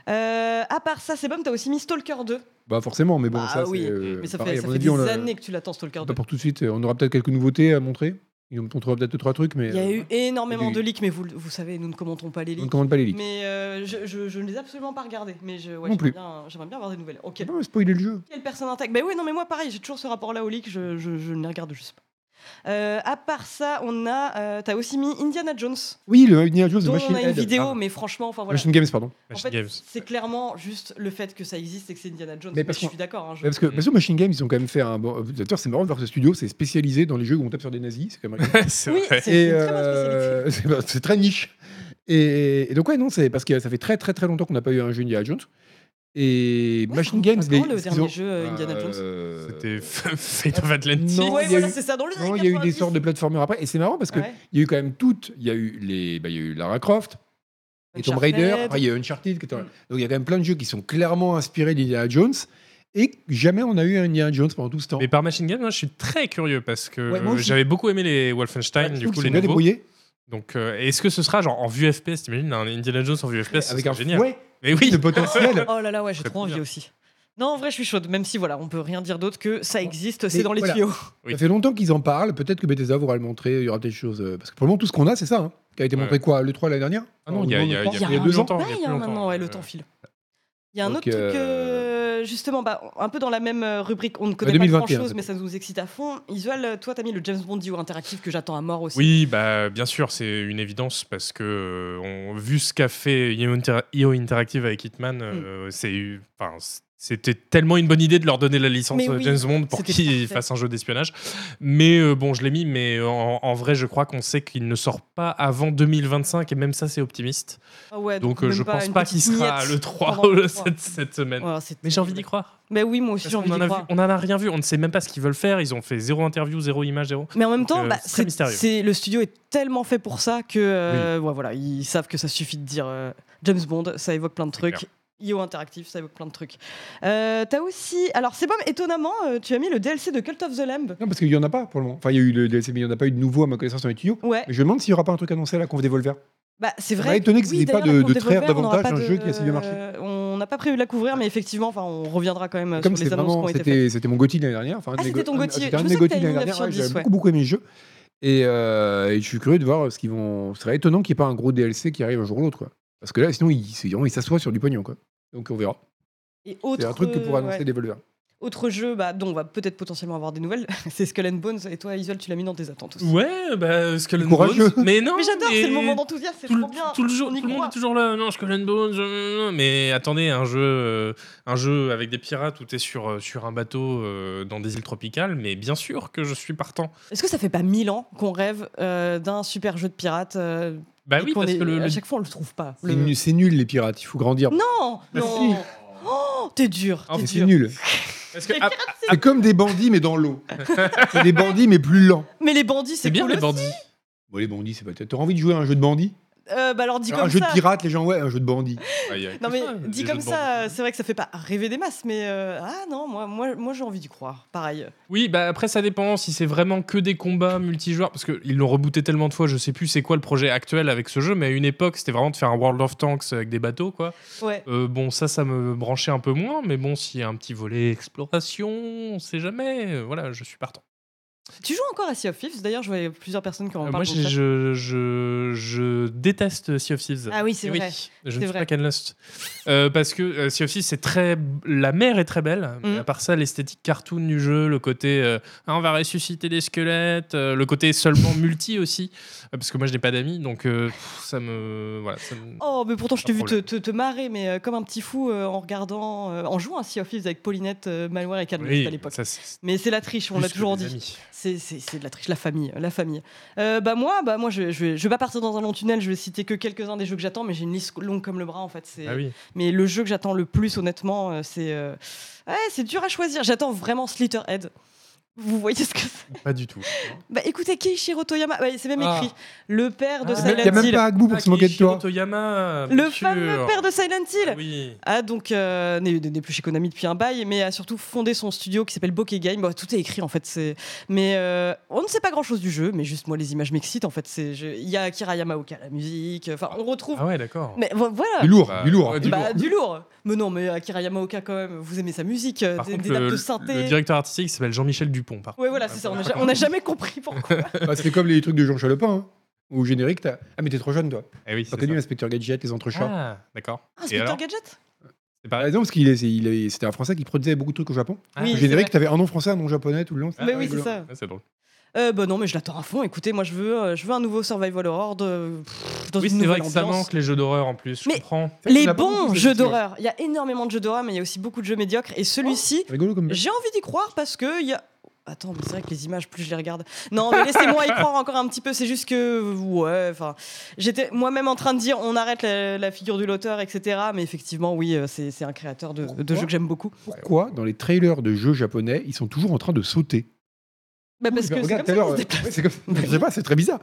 Speaker 2: À part ça, c'est bon, t'as aussi mis Stalker 2.
Speaker 1: Bah forcément, mais bon,
Speaker 2: Bah
Speaker 1: ça
Speaker 2: oui,
Speaker 1: c'est.
Speaker 2: mais ça
Speaker 1: pareil,
Speaker 2: fait,
Speaker 1: à
Speaker 2: ça
Speaker 1: mon
Speaker 2: fait
Speaker 1: avis,
Speaker 2: des années que tu l'attends, Stalker 2.
Speaker 1: Pas pour tout de suite. On aura peut-être quelques nouveautés à montrer. Ils nous montreront peut-être 3 trucs, mais.
Speaker 2: Il y a eu énormément
Speaker 1: il y a
Speaker 2: de
Speaker 1: eu-
Speaker 2: leaks, mais vous savez, nous ne commentons pas les
Speaker 1: On ne
Speaker 2: leaks.
Speaker 1: commande pas les leaks.
Speaker 2: Mais je ne les ai absolument pas regardés. Mais
Speaker 1: Non plus.
Speaker 2: j'aimerais bien avoir des nouvelles. Ok.
Speaker 1: Non, spoiler le jeu.
Speaker 2: Quelle personne intègre. Ben oui, non, mais moi pareil, j'ai toujours ce rapport-là au leak, je ne les regarde juste pas. À part ça, on a. T'as aussi mis Indiana Jones,
Speaker 1: Oui, le Indiana Jones,
Speaker 2: dont
Speaker 1: Machine
Speaker 2: on a une
Speaker 1: Head.
Speaker 2: vidéo,
Speaker 1: Ah,
Speaker 2: mais franchement, enfin voilà.
Speaker 1: Machine Games, pardon.
Speaker 2: En
Speaker 4: Machine
Speaker 2: fait,
Speaker 4: Games.
Speaker 2: c'est clairement juste le fait que ça existe et que c'est Indiana Jones.
Speaker 1: Mais
Speaker 2: Mais
Speaker 1: parce
Speaker 2: je
Speaker 1: qu'on-
Speaker 2: suis d'accord. Hein,
Speaker 1: Parce que bien sûr, Machine Games, ils ont quand même fait un bon. D'ailleurs, c'est marrant de voir que ce studio, c'est spécialisé dans les jeux où on tape sur des nazis. C'est quand même.
Speaker 4: C'est
Speaker 2: Oui,
Speaker 4: vrai.
Speaker 2: c'est une très bonne spécialité.
Speaker 1: c'est très niche. Et donc, ouais, non, c'est parce que ça fait très très très longtemps qu'on n'a pas eu un jeu Indiana Jones. Et
Speaker 2: Ouais,
Speaker 1: Machine
Speaker 2: ça
Speaker 1: Games,
Speaker 2: remonte à quand, le dernier jeu, Indiana Jones
Speaker 4: C'était Fate of Atlantis.
Speaker 1: Non,
Speaker 2: Ouais,
Speaker 1: il y a
Speaker 2: voilà,
Speaker 1: eu-
Speaker 2: c'est ça, dans les
Speaker 1: non,
Speaker 2: années
Speaker 1: il y a eu des
Speaker 2: 90.
Speaker 1: sortes de plateformers après. Et c'est marrant parce qu'il
Speaker 2: Ouais.
Speaker 1: y a eu quand même toutes. Il y a eu il y a eu Lara Croft, et Tomb
Speaker 2: Uncharted.
Speaker 1: Raider. Après, il y a eu Uncharted. Donc,
Speaker 2: Mm.
Speaker 1: il y a quand même plein de jeux qui sont clairement inspirés d'Indiana Jones. Et jamais on a eu un Indiana Jones pendant tout ce temps.
Speaker 4: Mais par Machine Games, moi, je suis très curieux parce que
Speaker 1: Ouais, moi aussi.
Speaker 4: j'avais beaucoup aimé les Wolfenstein,
Speaker 1: Je
Speaker 4: du
Speaker 1: trouve
Speaker 4: coup,
Speaker 1: qu'ils
Speaker 4: les
Speaker 1: sont bien
Speaker 4: nouveaux.
Speaker 1: débrouillés.
Speaker 4: Donc, est-ce que ce sera genre en vue FPS, t'imagines, un Indiana Jones en vue FPS,
Speaker 1: Avec
Speaker 4: c'est
Speaker 1: un
Speaker 4: génial.
Speaker 1: fouet
Speaker 4: Mais oui,
Speaker 1: de potentiel.
Speaker 2: Oh là là, ouais, j'ai
Speaker 4: Très
Speaker 2: trop envie
Speaker 4: bien.
Speaker 2: aussi. Non, en vrai, je suis chaude, même si voilà, on peut rien dire d'autre que ça existe, c'est
Speaker 1: Mais
Speaker 2: dans les
Speaker 1: voilà.
Speaker 2: tuyaux.
Speaker 4: Oui.
Speaker 1: Ça fait longtemps qu'ils en parlent. Peut-être que Bethesda voudra le montrer. Il y aura des choses. Parce que pour le moment, tout ce qu'on a, c'est ça. Hein, qui a été montré
Speaker 4: Ouais.
Speaker 1: quoi l'E3 l'année dernière
Speaker 4: Ah non, il y a
Speaker 1: Ou
Speaker 2: Il y a,
Speaker 1: il y a
Speaker 2: un
Speaker 1: 2 ans.
Speaker 4: longtemps.
Speaker 2: bail,
Speaker 4: il y a plus
Speaker 2: hein,
Speaker 4: longtemps,
Speaker 2: maintenant, ouais, le temps file. Il y a un
Speaker 1: Donc,
Speaker 2: autre truc, justement, un peu dans la même rubrique, on ne connaît
Speaker 1: 2021,
Speaker 2: pas grand-chose,
Speaker 1: c'est
Speaker 2: mais ça nous excite à fond. Isuel, toi, t'as mis le James Bond duo interactif que j'attends à mort aussi.
Speaker 4: Oui, bah bien sûr, c'est une évidence parce que vu ce qu'a fait IO Interactive avec Hitman, c'était tellement une bonne idée de leur donner la licence
Speaker 2: Mais oui,
Speaker 4: James Bond pour
Speaker 2: c'était
Speaker 4: qu'ils
Speaker 2: parfait.
Speaker 4: fassent un jeu d'espionnage. Mais bon, je l'ai mis, mais en vrai, je crois qu'on sait qu'il ne sort pas avant 2025 et même ça, c'est optimiste.
Speaker 2: Ah ouais,
Speaker 4: Donc
Speaker 2: même
Speaker 4: je pense
Speaker 2: une
Speaker 4: pas qu'il
Speaker 2: petite
Speaker 4: sera
Speaker 2: miette
Speaker 4: le 3
Speaker 2: pendant le 3.
Speaker 4: cette semaine.
Speaker 2: Voilà, c'est
Speaker 4: Mais j'ai envie d'y
Speaker 2: terrible.
Speaker 4: croire.
Speaker 2: Mais oui, moi aussi,
Speaker 4: Parce
Speaker 2: j'ai envie
Speaker 4: qu'on
Speaker 2: d'y
Speaker 4: en
Speaker 2: croire.
Speaker 4: on en a rien vu, on ne sait même pas ce qu'ils veulent faire. Ils ont fait 0 interview, 0 image, 0.
Speaker 2: Mais en même
Speaker 4: Donc,
Speaker 2: temps,
Speaker 4: c'est très mystérieux.
Speaker 2: le studio est tellement fait pour ça que ouais, voilà, ils savent que ça suffit de dire James Bond, ça évoque plein de trucs.
Speaker 4: clair.
Speaker 2: IO Interactive, ça évoque plein de trucs. T'as aussi. Alors, c'est bon, étonnamment, tu as mis le DLC de Cult of the Lamb.
Speaker 1: Non, parce qu'il n'y en a pas pour le moment. Enfin, il y a eu le DLC, mais il n'y en a pas eu de nouveau à ma connaissance dans les tuyaux.
Speaker 2: Ouais,
Speaker 1: Mais je me demande s'il n'y aura pas un truc annoncé à la conf Devolver.
Speaker 2: bah c'est
Speaker 1: Ça
Speaker 2: vrai.
Speaker 1: m'a étonné que
Speaker 2: oui,
Speaker 1: c'était pas
Speaker 2: d'ailleurs,
Speaker 1: de
Speaker 2: la Conf
Speaker 1: traire
Speaker 2: Devolver, on n'aura
Speaker 1: davantage
Speaker 2: pas
Speaker 1: un
Speaker 2: de-
Speaker 1: jeu qui a si bien marché.
Speaker 2: On n'a pas prévu de la couvrir, mais effectivement, on reviendra quand même
Speaker 1: Comme
Speaker 2: sur
Speaker 1: c'est
Speaker 2: les annonces qui
Speaker 1: vraiment,
Speaker 2: ont été faites.
Speaker 1: c'était mon GOTY l'année dernière. Enfin, un
Speaker 2: Ah,
Speaker 1: de mes
Speaker 2: c'était ton
Speaker 1: go-
Speaker 2: GOTY.
Speaker 1: C'était un
Speaker 2: Je
Speaker 1: de
Speaker 2: me
Speaker 1: mes
Speaker 2: souviens que
Speaker 1: GOTY
Speaker 2: t'avais
Speaker 1: l'année
Speaker 2: mis 9
Speaker 1: dernière.
Speaker 2: sur
Speaker 1: Ouais,
Speaker 2: 10,
Speaker 1: J'avais
Speaker 2: ouais.
Speaker 1: beaucoup aimé le jeu. Et je suis curieux de voir ce qu'ils vont. Ce serait étonnant qu'il n'y ait pas un gros DLC qui arrive un jour ou l'autre, quoi. Parce que là, sinon, il s'assoit sur du pognon, quoi. Donc on verra.
Speaker 2: Et
Speaker 1: C'est un truc que pour annoncer
Speaker 2: ouais.
Speaker 1: Devolver.
Speaker 2: Autre jeu dont on va peut-être potentiellement avoir des nouvelles, c'est Skull and Bones. Et toi, Isuel, tu l'as mis dans tes attentes aussi.
Speaker 4: Ouais, bah Skull and
Speaker 1: Courageux.
Speaker 4: Bones. Mais non,
Speaker 2: Mais j'adore, c'est le moment d'enthousiasme, c'est
Speaker 4: tout,
Speaker 2: trop bien.
Speaker 4: tout le jour,
Speaker 2: On y
Speaker 4: tout le monde
Speaker 2: croit.
Speaker 4: est toujours là. Non, Skull and Bones. Mais attendez, un jeu avec des pirates où t'es sur un bateau dans des îles tropicales. Mais bien sûr que je suis partant.
Speaker 2: Est-ce que ça fait pas 1000 ans qu'on rêve d'un super jeu de pirates
Speaker 4: Bah
Speaker 2: et
Speaker 4: oui,
Speaker 2: qu'on
Speaker 4: parce
Speaker 2: est-
Speaker 4: que
Speaker 2: à chaque fois on le trouve pas.
Speaker 1: C'est nul, les pirates. Il faut grandir.
Speaker 2: Non,
Speaker 1: Bah
Speaker 2: non.
Speaker 1: si.
Speaker 2: Oh, t'es dur.
Speaker 4: Ah,
Speaker 2: t'es
Speaker 1: C'est
Speaker 2: dur.
Speaker 1: nul.
Speaker 4: Parce que,
Speaker 2: Les
Speaker 4: ah,
Speaker 1: C'est comme des bandits, mais dans l'eau. C'est des bandits, mais plus lents.
Speaker 2: Mais les bandits,
Speaker 4: c'est bien
Speaker 2: cool
Speaker 4: les
Speaker 2: aussi.
Speaker 4: bandits.
Speaker 1: Bon, les bandits, c'est pas. T'auras envie de jouer à un jeu de bandits?
Speaker 2: Bah alors dit
Speaker 1: Alors,
Speaker 2: comme
Speaker 1: un jeu
Speaker 2: ça.
Speaker 1: de pirates, les gens, ouais, un jeu de bandits.
Speaker 4: Ah, y a que
Speaker 2: Non mais
Speaker 4: ça,
Speaker 2: dit
Speaker 4: des
Speaker 2: comme
Speaker 4: jeux de
Speaker 2: ça,
Speaker 4: bandits.
Speaker 2: c'est vrai que ça fait pas rêver des masses, mais non, moi j'ai envie d'y croire. Pareil.
Speaker 4: Oui, bah après ça dépend si c'est vraiment que des combats multijoueurs parce qu'ils l'ont rebooté tellement de fois, je sais plus c'est quoi le projet actuel avec ce jeu, mais à une époque c'était vraiment de faire un World of Tanks avec des bateaux quoi.
Speaker 2: Ouais.
Speaker 4: Bon ça me branchait un peu moins, mais bon s'il y a un petit volet exploration, on sait jamais, voilà je suis partant.
Speaker 2: Tu joues encore à Sea of Thieves? D'ailleurs, je vois plusieurs personnes qui en
Speaker 4: Moi
Speaker 2: parlent. dans le chat.
Speaker 4: je déteste Sea of Thieves.
Speaker 2: Ah oui, c'est
Speaker 4: Oui,
Speaker 2: vrai.
Speaker 4: je
Speaker 2: C'est
Speaker 4: ne suis
Speaker 2: vrai.
Speaker 4: pas Ken Lust. Parce que Sea of Thieves, c'est très. La mer est très belle. Mais à part ça, l'esthétique cartoon du jeu, le côté on va ressusciter des squelettes, le côté seulement multi aussi. Parce que moi, je n'ai pas d'amis, donc ça me. Voilà, ça me-
Speaker 2: Oh, mais pourtant, je
Speaker 4: Pas
Speaker 2: t'ai
Speaker 4: de
Speaker 2: vu
Speaker 4: problème.
Speaker 2: te marrer, mais comme un petit fou en regardant, en jouant à Sea of Thieves avec Paulinette, Malware et Cadmus
Speaker 4: Oui,
Speaker 2: à l'époque.
Speaker 4: ça, c'est
Speaker 2: Mais c'est la triche, on
Speaker 4: plus
Speaker 2: l'a
Speaker 4: que
Speaker 2: toujours
Speaker 4: des
Speaker 2: dit.
Speaker 4: amis.
Speaker 2: C'est de la triche, la famille. Moi, je vais pas partir dans un long tunnel. Je vais citer que quelques-uns des jeux que j'attends, mais j'ai une liste longue comme le bras en fait.
Speaker 4: Ah oui.
Speaker 2: Mais le jeu que j'attends le plus, honnêtement, c'est dur à choisir. J'attends vraiment Slitherhead. Vous voyez ce que c'est?
Speaker 4: Pas du tout.
Speaker 2: Bah écoutez, Keiichiro Toyama, ouais, c'est même
Speaker 4: Ah.
Speaker 2: écrit. Le père de
Speaker 4: Ah.
Speaker 1: Il n'y a
Speaker 2: Silent
Speaker 1: même
Speaker 2: Hill.
Speaker 1: pas Agbu pour se moquer de toi.
Speaker 4: Toyama,
Speaker 2: Le fameux père de Silent Hill.
Speaker 4: Oui.
Speaker 2: Ah donc n'est plus chez Konami depuis un bail, mais a surtout fondé son studio qui s'appelle Bokeh Game. Bon, tout est écrit en fait. Mais on ne sait pas grand chose du jeu, mais juste moi les images m'excitent en fait. Il y a Akira Yamaoka la musique. Enfin on retrouve.
Speaker 4: Ah ouais, d'accord.
Speaker 2: Mais voilà.
Speaker 1: Du lourd,
Speaker 4: Bah,
Speaker 1: du lourd.
Speaker 4: ouais,
Speaker 2: Du lourd. Mais non, mais Akira Yamaoka quand même. Vous aimez sa musique,
Speaker 4: Par
Speaker 2: des
Speaker 4: contre,
Speaker 2: nappes de
Speaker 4: le
Speaker 2: synthé.
Speaker 4: directeur artistique s'appelle Jean-Michel Dupont, par
Speaker 2: Ouais, voilà, c'est ça. On n'a jamais compris pourquoi.
Speaker 1: Bah, c'est comme les trucs de Jean Chalepin. Hein. Au générique, t'as. Ah, mais t'es trop jeune, toi.
Speaker 4: Eh oui,
Speaker 1: T'as
Speaker 4: c'est
Speaker 1: connu
Speaker 4: ça.
Speaker 1: l'inspecteur Gadget, les entrechats.
Speaker 4: Ah, d'accord.
Speaker 2: Ah,
Speaker 4: Et
Speaker 2: Inspecteur
Speaker 4: alors
Speaker 2: Gadget
Speaker 4: C'est
Speaker 1: Ah,
Speaker 4: pareil.
Speaker 1: non, parce c'était un Français qui produisait beaucoup de trucs au Japon.
Speaker 4: Ah,
Speaker 2: Oui,
Speaker 1: Au
Speaker 2: c'est
Speaker 1: générique,
Speaker 2: vrai.
Speaker 1: t'avais un nom français, un nom japonais tout le long.
Speaker 4: Ah,
Speaker 2: Mais oui, c'est
Speaker 1: rigolo.
Speaker 2: ça.
Speaker 4: c'est drôle.
Speaker 2: Bah non, mais je l'attends à fond. Écoutez, moi, je veux un nouveau Survival Horror dans
Speaker 4: Oui,
Speaker 2: une
Speaker 4: c'est
Speaker 2: nouvelle
Speaker 4: vrai que ça
Speaker 2: ambiance.
Speaker 4: manque les jeux d'horreur en plus, je
Speaker 2: Mais-
Speaker 4: comprends.
Speaker 1: C'est vrai
Speaker 2: Les
Speaker 1: qu'on a pas
Speaker 2: bons
Speaker 1: beaucoup,
Speaker 2: jeux
Speaker 1: effectivement.
Speaker 2: d'horreur. Il y a énormément de jeux d'horreur, mais il y a aussi beaucoup de jeux médiocres. Et celui-ci,
Speaker 1: Rigolo comme.
Speaker 2: j'ai envie d'y croire parce que il y a. Attends, mais c'est vrai que les images, plus je les regarde. Non, mais laissez-moi y croire encore un petit peu. C'est juste que, ouais, enfin, j'étais moi-même en train de dire, on arrête la figure de l'auteur, etc. Mais effectivement, oui, c'est un créateur de
Speaker 1: Pourquoi
Speaker 2: jeux que j'aime beaucoup.
Speaker 1: Pourquoi, dans les trailers de jeux japonais, ils sont toujours en train de sauter?
Speaker 2: Bah, parce que c'est
Speaker 1: Regarde,
Speaker 2: comme
Speaker 1: tout à
Speaker 2: ça
Speaker 1: l'heure,
Speaker 2: qu'ils se déplacent.
Speaker 1: ouais, c'est comme. Je sais pas, c'est très bizarre.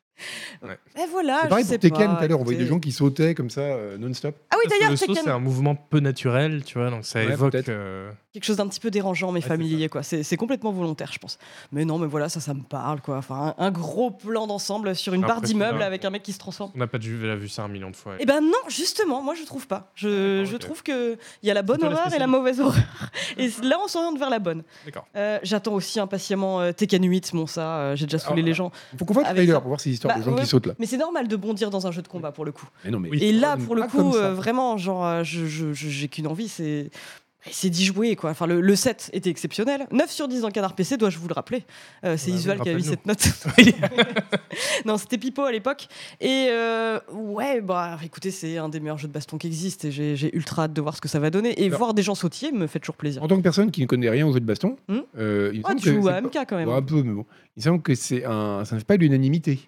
Speaker 2: Et voilà,
Speaker 1: C'est pareil
Speaker 2: je sais
Speaker 1: pour Tekken,
Speaker 2: pas,
Speaker 1: tout à l'heure, on voyait des
Speaker 2: écoutez.
Speaker 1: gens qui sautaient comme ça, non-stop.
Speaker 2: Ah oui,
Speaker 4: Parce que
Speaker 2: d'ailleurs,
Speaker 4: le saut,
Speaker 2: Tekken.
Speaker 4: c'est un mouvement peu naturel, tu vois, donc ça
Speaker 1: Ouais,
Speaker 4: évoque.
Speaker 1: peut-être.
Speaker 2: Quelque chose d'un petit peu dérangeant mais
Speaker 4: Ouais, c'est
Speaker 2: familier quoi. C'est complètement volontaire je pense. Mais non mais voilà ça me parle quoi. Enfin un gros plan d'ensemble sur une part
Speaker 4: Impressionnant.
Speaker 2: d'immeuble avec un mec qui se transforme.
Speaker 4: On n'a pas vu ça 1 million de fois.
Speaker 2: Eh ben non justement moi je trouve pas. Je
Speaker 4: D'accord, ok.
Speaker 2: trouve que il y a la bonne
Speaker 4: toi la
Speaker 2: horreur et la
Speaker 4: spécialiste.
Speaker 2: mauvaise horreur. Et là on s'oriente vers la bonne.
Speaker 4: D'accord.
Speaker 2: J'attends aussi impatiemment Tekken 8 bon ça j'ai déjà saoulé
Speaker 1: Alors,
Speaker 2: les gens.
Speaker 1: Il faut qu'on fasse le
Speaker 2: Avec
Speaker 1: trailer
Speaker 2: ça.
Speaker 1: pour voir ces histoires
Speaker 2: Bah,
Speaker 1: de gens
Speaker 2: ouais.
Speaker 1: qui sautent là.
Speaker 2: Mais c'est normal de bondir dans un jeu de combat pour le coup.
Speaker 1: Mais non, mais.
Speaker 4: Oui.
Speaker 2: Et là
Speaker 1: Pas
Speaker 2: pour le
Speaker 1: comme
Speaker 2: coup
Speaker 1: ça.
Speaker 2: vraiment genre j'ai qu'une envie c'est d'y jouer quoi. Enfin le set était exceptionnel. 9 sur 10 dans Canard PC, dois-je vous le rappeler. C'est
Speaker 4: oui,
Speaker 2: Isual qui a eu
Speaker 4: rappelle-nous.
Speaker 2: cette note. Non, c'était Pipo à l'époque. Et ouais, bah écoutez, c'est un des meilleurs jeux de baston qui existe et j'ai ultra hâte de voir ce que ça va donner. Et
Speaker 1: Alors-
Speaker 2: voir des gens sautiller me fait toujours plaisir.
Speaker 1: En tant que personne qui ne connaît rien aux jeux de baston,
Speaker 2: Hmm
Speaker 1: il me
Speaker 2: Ah,
Speaker 1: semble
Speaker 2: tu joues
Speaker 1: que
Speaker 2: à
Speaker 1: c'est
Speaker 2: MK quand même.
Speaker 1: Ouais, un peu, mais bon. Il semble que ça ne fait pas l'unanimité.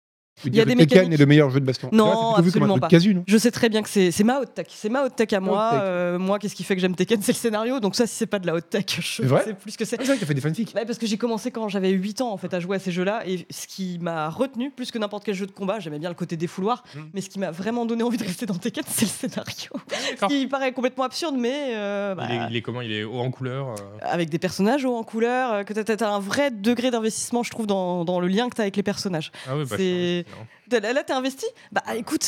Speaker 2: Il y a des
Speaker 1: Tekken
Speaker 2: mécaniques.
Speaker 1: est le meilleur jeu de baston.
Speaker 2: Non,
Speaker 1: C'est plutôt vu comme un
Speaker 2: absolument
Speaker 1: truc
Speaker 2: pas.
Speaker 1: casu, non?
Speaker 2: Je sais très bien que c'est ma haute tech. C'est ma haute tech à moi.
Speaker 1: Haute
Speaker 2: Moi, qu'est-ce qui fait que j'aime Tekken? C'est le scénario. Donc ça, si c'est pas de la haute tech, je
Speaker 1: vrai
Speaker 2: sais plus ce que c'est.
Speaker 1: Ah, c'est vrai que t'as fait des fanfics.
Speaker 2: Ouais, parce que j'ai commencé quand j'avais 8 ans en fait à jouer à ces jeux-là et ce qui m'a retenu plus que n'importe quel jeu de combat, j'aimais bien le côté défouloir, mais ce qui m'a vraiment donné envie de rester dans Tekken, c'est le scénario. Ce
Speaker 4: D'accord.
Speaker 2: qui paraît complètement absurde, mais
Speaker 4: Il est comment? Il est haut en couleur
Speaker 2: avec des personnages hauts en couleur, que t'as un vrai degré d'investissement, je trouve, dans le lien que t'as avec les personnages.
Speaker 4: Ah ouais, bah,
Speaker 2: C'est-
Speaker 4: c'est
Speaker 2: Là, t'es investi. Bah écoute,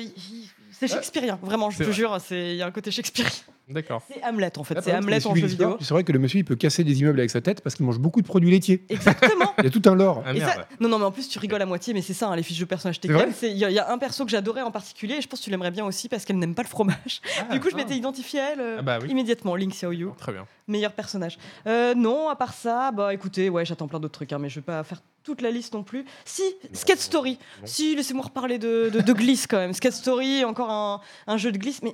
Speaker 2: c'est shakespearien, vraiment, je
Speaker 4: C'est
Speaker 2: te
Speaker 4: vrai.
Speaker 2: jure, il y a un côté shakespearien.
Speaker 4: D'accord.
Speaker 2: C'est Hamlet en fait,
Speaker 1: Là,
Speaker 2: c'est
Speaker 1: par exemple,
Speaker 2: Hamlet
Speaker 1: si
Speaker 2: en
Speaker 1: tu suis
Speaker 2: jeu
Speaker 1: l'histoire,
Speaker 2: vidéo.
Speaker 1: C'est vrai que le monsieur il peut casser des immeubles avec sa tête parce qu'il mange beaucoup de produits laitiers.
Speaker 2: Exactement.
Speaker 1: Il y a tout un lore.
Speaker 4: Ah
Speaker 2: Et
Speaker 4: merde.
Speaker 2: ça- non, mais en plus, tu rigoles à moitié, mais c'est ça, hein, les fiches de personnages
Speaker 1: C'est vrai
Speaker 2: Tekken. Il y a un perso que j'adorais en particulier, et je pense que tu l'aimerais bien aussi parce qu'elle n'aime pas le fromage. Du coup, je m'étais identifiée à elle
Speaker 4: Ah bah oui.
Speaker 2: immédiatement. Link Xiaoyu,
Speaker 4: Très bien.
Speaker 2: meilleur personnage. Non, à part ça, bah écoutez, ouais, j'attends plein d'autres trucs, hein, mais je vais pas faire toute la liste non plus. Si, Skate Story.
Speaker 4: Non.
Speaker 2: Si, laissez-moi reparler de Glisse quand même. Skate Story, encore un jeu de glisse, mais.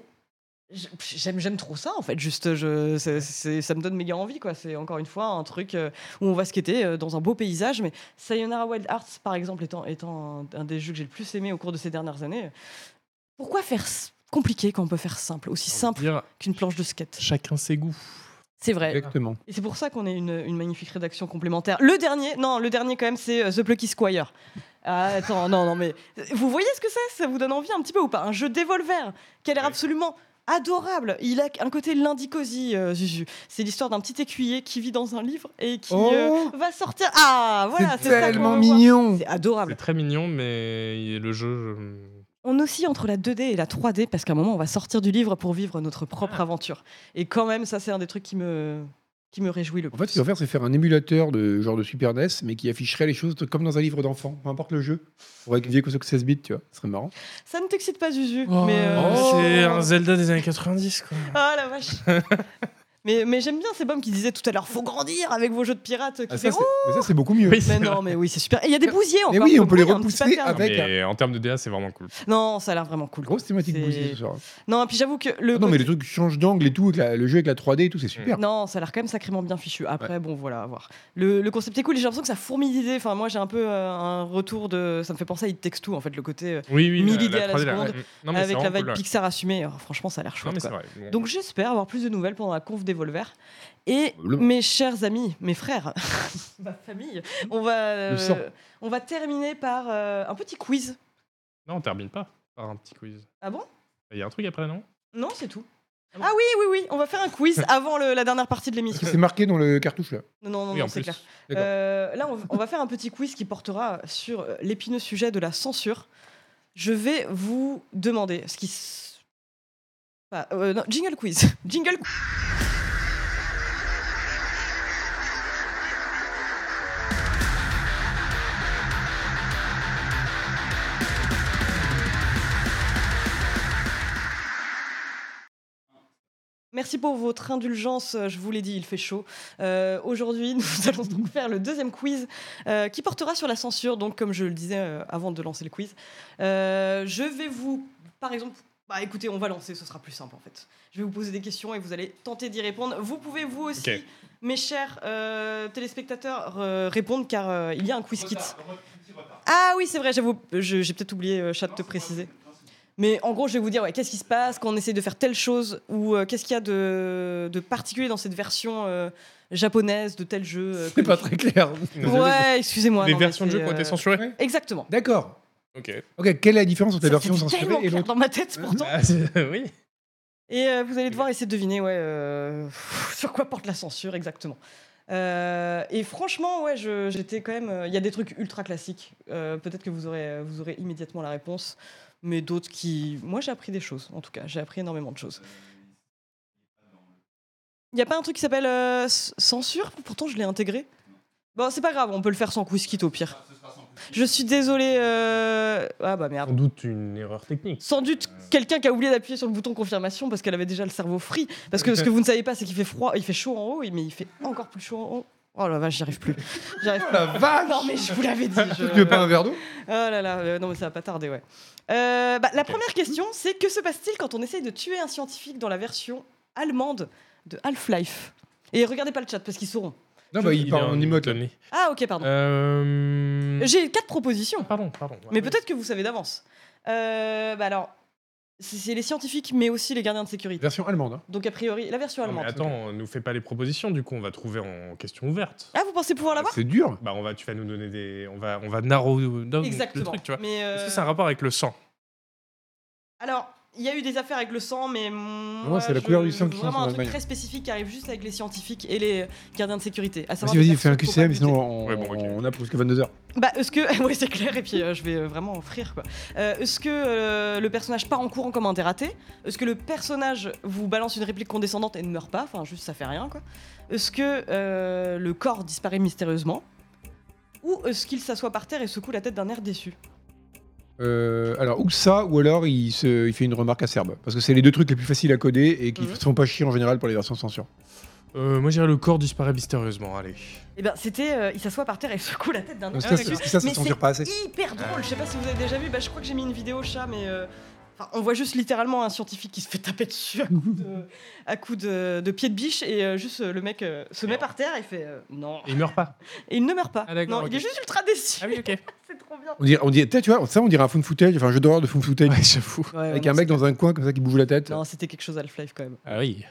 Speaker 2: J'aime trop ça en fait, juste ça me donne méga envie quoi. C'est encore une fois un truc où on va skater dans un beau paysage. Mais Sayonara Wild Hearts par exemple étant un des jeux que j'ai le plus aimé au cours de ces dernières années, pourquoi faire compliqué quand on peut faire simple, aussi simple
Speaker 4: Dire,
Speaker 2: qu'une planche de skate?
Speaker 4: chacun ses goûts.
Speaker 2: C'est vrai.
Speaker 1: Exactement.
Speaker 2: Et c'est pour ça qu'on est une magnifique rédaction complémentaire. Le dernier quand même, c'est The Plucky Squire. Ah, attends, non, mais vous voyez ce que c'est? Ça vous donne envie un petit peu ou pas? Un jeu Devolver qui a l'air
Speaker 4: Ouais.
Speaker 2: absolument adorable. Il a un côté lundi cosy, Zuzu. C'est l'histoire d'un petit écuyer qui vit dans un livre et qui
Speaker 1: Oh
Speaker 2: va sortir. Ah, voilà,
Speaker 1: c'est
Speaker 2: c'est ça
Speaker 1: tellement
Speaker 2: qu'on veut voir.
Speaker 1: mignon.
Speaker 2: C'est adorable.
Speaker 4: C'est très mignon, mais le jeu.
Speaker 2: On oscille entre la 2D et la 3D parce qu'à un moment, on va sortir du livre pour vivre notre propre aventure. Et quand même, ça, c'est un des trucs qui me réjouit le
Speaker 1: En
Speaker 2: plus.
Speaker 1: fait, ce qu'il faut faire, c'est faire un émulateur de genre de Super NES, mais qui afficherait les choses comme dans un livre d'enfant, peu importe le jeu. Pour avec une vieille console 16 bits, tu vois. Ce serait marrant.
Speaker 2: Ça ne t'excite pas, Zuzu.
Speaker 1: Oh.
Speaker 2: mais
Speaker 4: C'est un Zelda des années 90, quoi.
Speaker 2: Ah la vache. mais j'aime bien ces bombes qui disaient tout à l'heure, faut grandir avec vos jeux de pirates. Qui
Speaker 1: Ah,
Speaker 2: fait,
Speaker 1: ça, mais ça, c'est beaucoup mieux.
Speaker 4: Oui,
Speaker 2: mais non, mais oui, c'est super. Et il y a des bousiers encore.
Speaker 1: Mais oui, on
Speaker 2: donc
Speaker 1: peut les
Speaker 2: il y a un petit
Speaker 1: repousser
Speaker 2: pattern.
Speaker 1: avec-
Speaker 4: Mais en termes de DA, c'est vraiment cool.
Speaker 2: Non, ça a l'air vraiment cool.
Speaker 1: Grosse thématique
Speaker 2: C'est-
Speaker 1: bousillée ce soir.
Speaker 2: Non, et puis j'avoue que le.
Speaker 1: Ah non, mais
Speaker 2: côté-
Speaker 1: les trucs changent d'angle et tout, avec le jeu avec la 3D et tout, c'est super.
Speaker 2: Non, ça a l'air quand même sacrément bien fichu. Après, bon, voilà, à voir. Le concept est cool et j'ai l'impression que ça fourmille d'idées. Enfin, moi, j'ai un peu un retour de. Ça me fait penser à It Takes Two, en fait, le côté
Speaker 4: Oui, oui.
Speaker 2: 1000 idées à la
Speaker 4: 3D, là.
Speaker 2: seconde,
Speaker 4: Non, mais c'est
Speaker 2: avec la
Speaker 4: vraiment
Speaker 2: vibe
Speaker 4: cool, là.
Speaker 2: Pixar assumée. Franchement, ça a l'air
Speaker 4: Non,
Speaker 2: chouette.
Speaker 4: mais c'est
Speaker 2: quoi.
Speaker 4: vrai. Bon.
Speaker 2: Donc j'espère avoir plus de nouvelles pendant la conf Devolver. Et
Speaker 1: Le-
Speaker 2: mes chers amis, mes frères, ma famille, on
Speaker 1: Le sang.
Speaker 2: va terminer par un petit quiz.
Speaker 4: Non, on termine pas par un petit quiz.
Speaker 2: Ah bon?
Speaker 4: Il y a un truc après, non?
Speaker 2: Non, c'est tout.
Speaker 4: Ah bon
Speaker 2: Ah oui, on va faire un quiz avant la dernière partie de l'émission.
Speaker 1: C'est marqué dans le cartouche là.
Speaker 2: Non,
Speaker 4: Oui, en
Speaker 2: c'est
Speaker 4: plus.
Speaker 2: clair.
Speaker 1: D'accord.
Speaker 2: Là, on va faire un petit quiz qui portera sur l'épineux sujet de la censure. Je vais vous demander ce qui... non, jingle quiz. Jingle quiz. Merci pour votre indulgence, je vous l'ai dit, il fait chaud. Aujourd'hui, nous allons donc faire le deuxième quiz qui portera sur la censure. Donc, comme je le disais avant de lancer le quiz, je vais vous, par exemple, écoutez, on va lancer, ce sera plus simple en fait. Je vais vous poser des questions et vous allez tenter d'y répondre. Vous pouvez vous aussi, mes chers téléspectateurs, répondre car il y a un quiz kit. Ah oui, c'est vrai, j'ai peut-être oublié, chat, de te préciser. Mais en gros, je vais vous dire qu'est-ce qui se passe quand on essaie de faire telle chose ou qu'est-ce qu'il y a de particulier dans cette version japonaise de tel jeu.
Speaker 1: C'est pas très clair.
Speaker 2: Ouais, excusez-moi.
Speaker 4: Les versions de jeu qui ont été censurées.
Speaker 2: Exactement.
Speaker 1: D'accord.
Speaker 4: Ok.
Speaker 1: Quelle est la différence entre la version
Speaker 2: C'était
Speaker 1: censurée
Speaker 2: tellement
Speaker 1: et
Speaker 2: clair
Speaker 1: l'autre
Speaker 2: dans ma tête pourtant.
Speaker 4: Oui.
Speaker 2: Et vous allez devoir essayer de deviner sur quoi porte la censure exactement. Et franchement, j'étais quand même. Il y a des trucs ultra classiques. Peut-être que vous aurez immédiatement la réponse. Mais d'autres qui... Moi, j'ai appris des choses, en tout cas. J'ai appris énormément de choses. Il n'y a pas un truc qui s'appelle censure ? Pourtant, je l'ai intégré. Bon, c'est pas grave, on peut le faire sans quiz kit au pire. Je suis désolé. Ah bah merde.
Speaker 4: Sans doute une erreur technique.
Speaker 2: Sans doute quelqu'un qui a oublié d'appuyer sur le bouton confirmation parce qu'elle avait déjà le cerveau free. Parce que ce que vous ne savez pas, c'est qu'il fait froid, il fait chaud en haut, mais il fait encore plus chaud en haut. Oh la vache, j'y arrive plus.
Speaker 1: La vache.
Speaker 2: Non mais je vous l'avais dit.
Speaker 1: Tu veux pas un verre d'eau ?
Speaker 2: Oh là là, non mais ça va pas tarder, la première question, c'est que se passe-t-il quand on essaye de tuer un scientifique dans la version allemande de Half-Life ? Et regardez pas le chat parce qu'ils sauront.
Speaker 1: Non, il parle en emote.
Speaker 2: Ah ok, pardon. J'ai 4 propositions.
Speaker 4: Pardon.
Speaker 2: Mais peut-être que vous savez d'avance. Alors, c'est les scientifiques, mais aussi les gardiens de sécurité.
Speaker 1: Version allemande.
Speaker 2: Donc a priori, la version allemande.
Speaker 4: Mais attends, nous fais pas les propositions, du coup on va trouver en question ouverte.
Speaker 2: Ah, vous pensez pouvoir l'avoir ?
Speaker 1: C'est dur.
Speaker 4: Tu vas nous donner des... On va narrow down
Speaker 2: Exactement.
Speaker 4: le truc, tu vois.
Speaker 2: Mais
Speaker 4: Est-ce que c'est un rapport avec le sang ?
Speaker 2: Alors, il y a eu des affaires avec le sang, mais moi,
Speaker 1: c'est la couleur du sang qui change
Speaker 2: vraiment
Speaker 1: en
Speaker 2: un truc
Speaker 1: Allemagne.
Speaker 2: très spécifique qui arrive juste avec les scientifiques et les gardiens de sécurité.
Speaker 1: Vas-y, fais un QCM, sinon on a plus que 22 heures.
Speaker 2: Est-ce que... Oui, c'est clair, et puis je vais vraiment offrir, quoi. Est-ce que le personnage part en courant comme un dératé ? Est-ce que le personnage vous balance une réplique condescendante et ne meurt pas ? Enfin, juste, ça fait rien, quoi. Est-ce que le corps disparaît mystérieusement ? Ou est-ce qu'il s'assoit par terre et secoue la tête d'un air déçu ?
Speaker 1: Alors, ou ça, ou alors il fait une remarque acerbe. Parce que c'est les deux trucs les plus faciles à coder et qui ne font pas chier en général pour les versions censure.
Speaker 4: Moi, je dirais le corps disparaît mystérieusement, allez.
Speaker 2: Eh ben, c'était il s'assoit par terre et secoue la tête d'un air
Speaker 1: Ça,
Speaker 2: déçu.
Speaker 1: ça censure pas assez.
Speaker 2: Hyper drôle, je sais pas si vous avez déjà vu, je crois que j'ai mis une vidéo chat, mais on voit juste littéralement un scientifique qui se fait taper dessus à coups de pied de biche et juste le mec se met par terre et fait non.
Speaker 4: Et il meurt pas.
Speaker 2: Et il ne meurt pas.
Speaker 4: Ah, d'accord,
Speaker 2: non,
Speaker 4: ok.
Speaker 2: il est juste ultra déçu.
Speaker 4: Ah oui, ok.
Speaker 2: C'est trop bien.
Speaker 1: On dirait, tu vois, ça on dirait un found footage, enfin un jeu d'horreur de found footage.
Speaker 4: Ouais, j'avoue.
Speaker 1: Avec un mec dans un coin comme ça qui bouge la tête.
Speaker 2: Non, c'était quelque chose Half-Life quand même.
Speaker 4: Ah oui.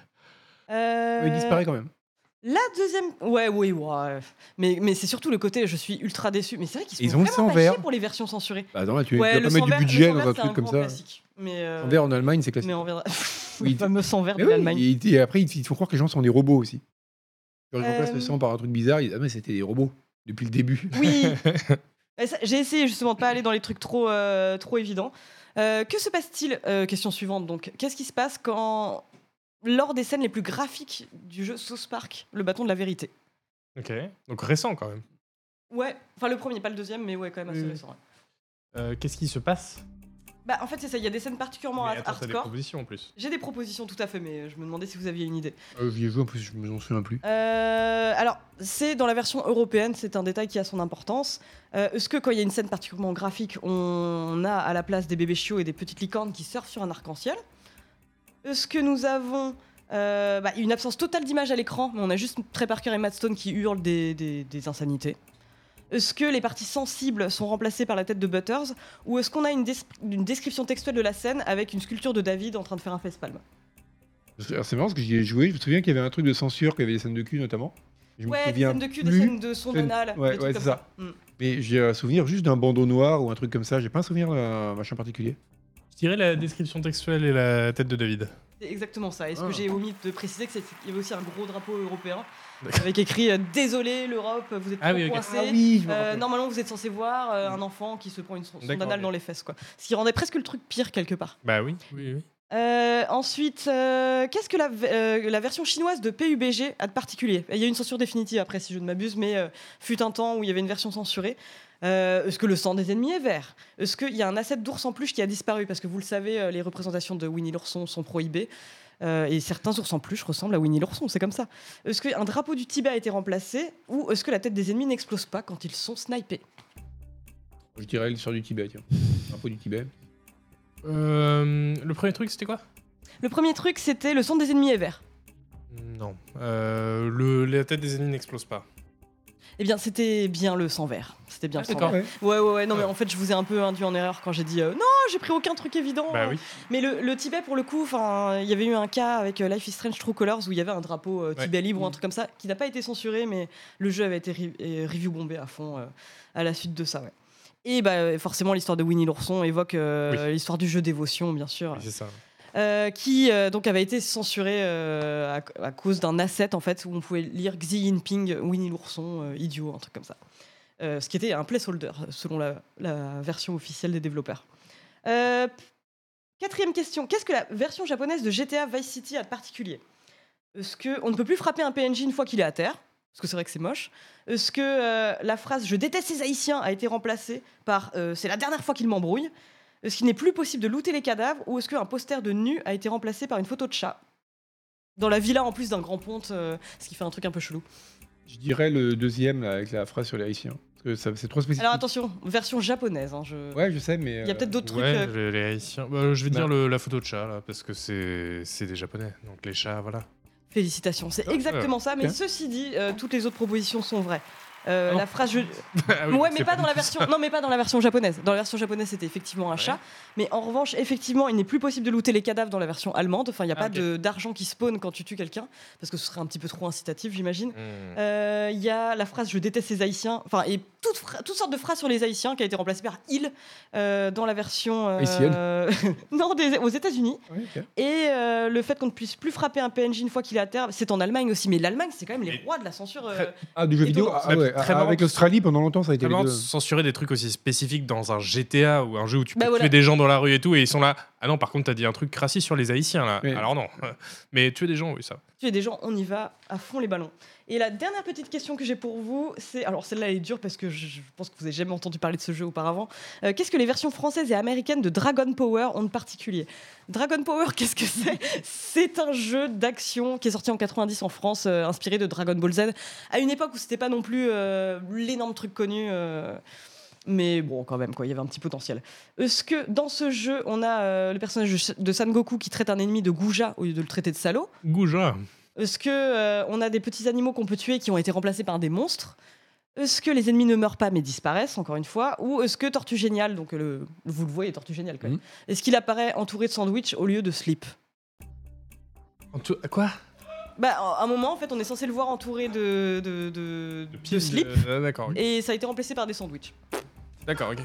Speaker 1: Il disparaît quand même.
Speaker 2: La deuxième, ouais. Mais c'est surtout le côté, je suis ultra déçu. Mais c'est vrai qu'ils
Speaker 1: Ils
Speaker 2: sont
Speaker 1: ont le
Speaker 2: vraiment
Speaker 1: sang
Speaker 2: pas
Speaker 1: vert.
Speaker 2: chiés pour les versions censurées.
Speaker 1: Bah attends, tu
Speaker 2: Ouais,
Speaker 1: vas
Speaker 2: le
Speaker 1: pas mettre
Speaker 2: sang
Speaker 1: du
Speaker 2: vert-
Speaker 1: budget
Speaker 2: le sang
Speaker 1: dans un
Speaker 2: vert, c'est
Speaker 1: truc comme
Speaker 2: grand
Speaker 1: ça.
Speaker 2: classique. Mais
Speaker 1: En vert en Allemagne, c'est classique.
Speaker 2: Mais on verra.
Speaker 1: Oui,
Speaker 2: Le fameux sang vert de
Speaker 1: Mais oui,
Speaker 2: l'Allemagne.
Speaker 1: et après, ils font croire que les gens sont des robots aussi. Quand ils remplacent
Speaker 2: Euh,
Speaker 1: le sang par un truc bizarre, ils disent ah mais c'était des robots depuis le début.
Speaker 2: Oui. J'ai essayé justement de pas aller dans les trucs trop évidents. Que se passe-t-il Question suivante donc. Qu'est-ce qui se passe quand lors des scènes les plus graphiques du jeu South Park, le bâton de la vérité?
Speaker 4: Ok. Donc récent quand même.
Speaker 2: Ouais. Enfin le premier, pas le deuxième, mais ouais quand même assez récent. Ouais.
Speaker 4: Qu'est-ce qui se passe ?
Speaker 2: En fait c'est ça. Il y a des scènes particulièrement
Speaker 4: Mais attends, t'as des
Speaker 2: hardcore.
Speaker 4: propositions en plus.
Speaker 2: J'ai des propositions tout à fait, mais je me demandais si vous aviez une idée.
Speaker 1: J'y ai joué en plus, je m'en souviens plus.
Speaker 2: Alors, c'est dans la version européenne, c'est un détail qui a son importance. Est-ce que quand il y a une scène particulièrement graphique, on a à la place des bébés chiots et des petites licornes qui surfent sur un arc-en-ciel ? Est-ce que nous avons une absence totale d'image à l'écran, mais on a juste Trey Parker et Matt Stone qui hurlent des insanités ? Est-ce que les parties sensibles sont remplacées par la tête de Butters ? Ou est-ce qu'on a une description textuelle de la scène avec une sculpture de David en train de faire un facepalm ?
Speaker 1: Alors, c'est marrant parce que j'y ai joué, je me souviens qu'il y avait un truc de censure, qu'il y avait des scènes de cul notamment. Je me
Speaker 2: Ouais, des
Speaker 1: souviens
Speaker 2: scènes de cul,
Speaker 1: plus.
Speaker 2: des scènes de son anal.
Speaker 1: Ouais,
Speaker 2: des trucs
Speaker 1: c'est
Speaker 2: comme
Speaker 1: ça.
Speaker 2: Mm.
Speaker 1: Mais j'ai un souvenir juste d'un bandeau noir ou un truc comme ça, j'ai pas un souvenir d'un machin particulier.
Speaker 4: Je dirais la description textuelle et la tête de David.
Speaker 2: C'est exactement ça. Et ce
Speaker 1: Ah.
Speaker 2: que j'ai omis de préciser, c'est qu'il y avait aussi un gros drapeau européen avec écrit Désolé l'Europe, vous êtes trop
Speaker 4: oui, ok.
Speaker 2: coincés.
Speaker 1: oui, je me rappelle.
Speaker 2: Normalement, vous êtes censé voir un enfant qui se prend son
Speaker 4: D'accord,
Speaker 2: anal
Speaker 4: ok.
Speaker 2: dans les fesses, quoi. Ce qui rendait presque le truc pire quelque part.
Speaker 4: Bah oui. Oui.
Speaker 2: Ensuite, qu'est-ce que la version chinoise de PUBG a de particulier ? Il y a une censure définitive après, si je ne m'abuse, mais fut un temps où il y avait une version censurée. Est-ce que le sang des ennemis est vert? Est-ce qu'il y a un asset d'ours en peluche qui a disparu? Parce que vous le savez, les représentations de Winnie l'ourson sont prohibées. Et certains ours en peluche ressemblent à Winnie l'ourson, c'est comme ça. Est-ce qu'un drapeau du Tibet a été remplacé? Ou est-ce que la tête des ennemis n'explose pas quand ils sont snipés?
Speaker 1: Je dirais l'histoire du Tibet, tiens. Drapeau du Tibet.
Speaker 4: Le premier truc, c'était quoi?
Speaker 2: Le premier truc, c'était le sang des ennemis est vert.
Speaker 4: Non. La tête des ennemis n'explose pas.
Speaker 2: Eh bien, c'était bien le sang vert. C'était bien le sang
Speaker 4: d'accord.
Speaker 2: vert. Ouais. Non, mais en fait, je vous ai un peu induit en erreur quand j'ai dit non, j'ai pris aucun truc évident.
Speaker 4: Bah oui.
Speaker 2: Mais le Tibet, pour le coup, il y avait eu un cas avec Life is Strange True Colors où il y avait un drapeau Tibet libre ou un truc comme ça qui n'a pas été censuré, mais le jeu avait été review bombé à fond à la suite de ça. Ouais. Et bah, forcément, l'histoire de Winnie l'ourson évoque l'histoire du jeu Dévotion, bien sûr.
Speaker 4: Oui, c'est ça.
Speaker 2: Qui donc avait été censuré à cause d'un asset en fait où on pouvait lire Xi Jinping, Winnie l'ourson, idiot, un truc comme ça. Ce qui était un placeholder selon la version officielle des développeurs. Quatrième question, qu'est-ce que la version japonaise de GTA Vice City a de particulier? Est-ce qu'on ne peut plus frapper un PNJ une fois qu'il est à terre? Parce que c'est vrai que c'est moche. Est-ce que la phrase « Je déteste ces Haïtiens » a été remplacée par « C'est la dernière fois qu'ils m'embrouillent » Est-ce qu'il n'est plus possible de looter les cadavres? Ou est-ce qu'un poster de nu a été remplacé par une photo de chat? Dans la villa en plus d'un grand ponte, ce qui fait un truc un peu chelou.
Speaker 1: Je dirais le deuxième, là, avec la phrase sur les Haïtiens. Parce que c'est trop spécifique.
Speaker 2: Alors attention, version japonaise.
Speaker 1: Ouais, je sais, mais...
Speaker 2: Il y a peut-être d'autres
Speaker 4: Ouais,
Speaker 2: trucs...
Speaker 4: les Haïtiens. Je vais dire la photo de chat, là, parce que c'est des Japonais. Donc les chats, voilà.
Speaker 2: Félicitations, c'est exactement ça. Mais ceci dit, toutes les autres propositions sont vraies. La phrase
Speaker 4: Ah oui,
Speaker 2: ouais, mais
Speaker 4: c'est
Speaker 2: pas dans la version. Non, mais pas dans la version japonaise. Dans la version japonaise, c'était effectivement un chat. Mais en revanche, effectivement, il n'est plus possible de looter les cadavres dans la version allemande. Enfin, il n'y a pas d'argent qui spawn quand tu tues quelqu'un, parce que ce serait un petit peu trop incitatif, j'imagine. Il y a la phrase "Je déteste ces Haïtiens", enfin, et toutes sortes de phrases sur les Haïtiens qui a été remplacée par "il" dans la version non, aux États-Unis.
Speaker 1: Ouais, okay.
Speaker 2: Et le fait qu'on ne puisse plus frapper un PNJ une fois qu'il est à terre, c'est en Allemagne aussi. Mais l'Allemagne, c'est quand même les rois de la censure.
Speaker 1: Du jeu vidéo. Avec l'Australie, pendant longtemps, ça a été les deux.
Speaker 4: Censurer des trucs aussi spécifiques dans un GTA ou un jeu où tu peux tuer des gens dans la rue et tout, et ils sont là. Ah non, par contre, t'as dit un truc raciste sur les Haïtiens là. Oui. Alors non. Mais tuer des gens, oui, ça.
Speaker 2: Tuer des gens, on y va à fond les ballons. Et la dernière petite question que j'ai pour vous, c'est. Alors celle-là, elle est dure parce que je pense que vous n'avez jamais entendu parler de ce jeu auparavant. Qu'est-ce que les versions françaises et américaines de Dragon Power ont de particulier? Dragon Power, qu'est-ce que c'est? C'est un jeu d'action qui est sorti en 90 en France, inspiré de Dragon Ball Z, à une époque où c'était pas non plus l'énorme truc connu. Mais bon, quand même, quoi, il y avait un petit potentiel. Est-ce que dans ce jeu, on a le personnage de Sangoku qui traite un ennemi de Gouja au lieu de le traiter de salaud?
Speaker 4: Gouja.
Speaker 2: Est-ce que on a des petits animaux qu'on peut tuer qui ont été remplacés par des monstres? Est-ce que les ennemis ne meurent pas mais disparaissent, encore une fois? Ou est-ce que Tortue Géniale, donc vous le voyez, Tortue Géniale quand même, est-ce qu'il apparaît entouré de sandwich au lieu de slip?
Speaker 4: Quoi?
Speaker 2: Bah, à un moment, en fait, on est censé le voir entouré de slip,
Speaker 4: d'accord. Okay.
Speaker 2: Et ça a été remplacé par des sandwichs.
Speaker 4: D'accord, ok.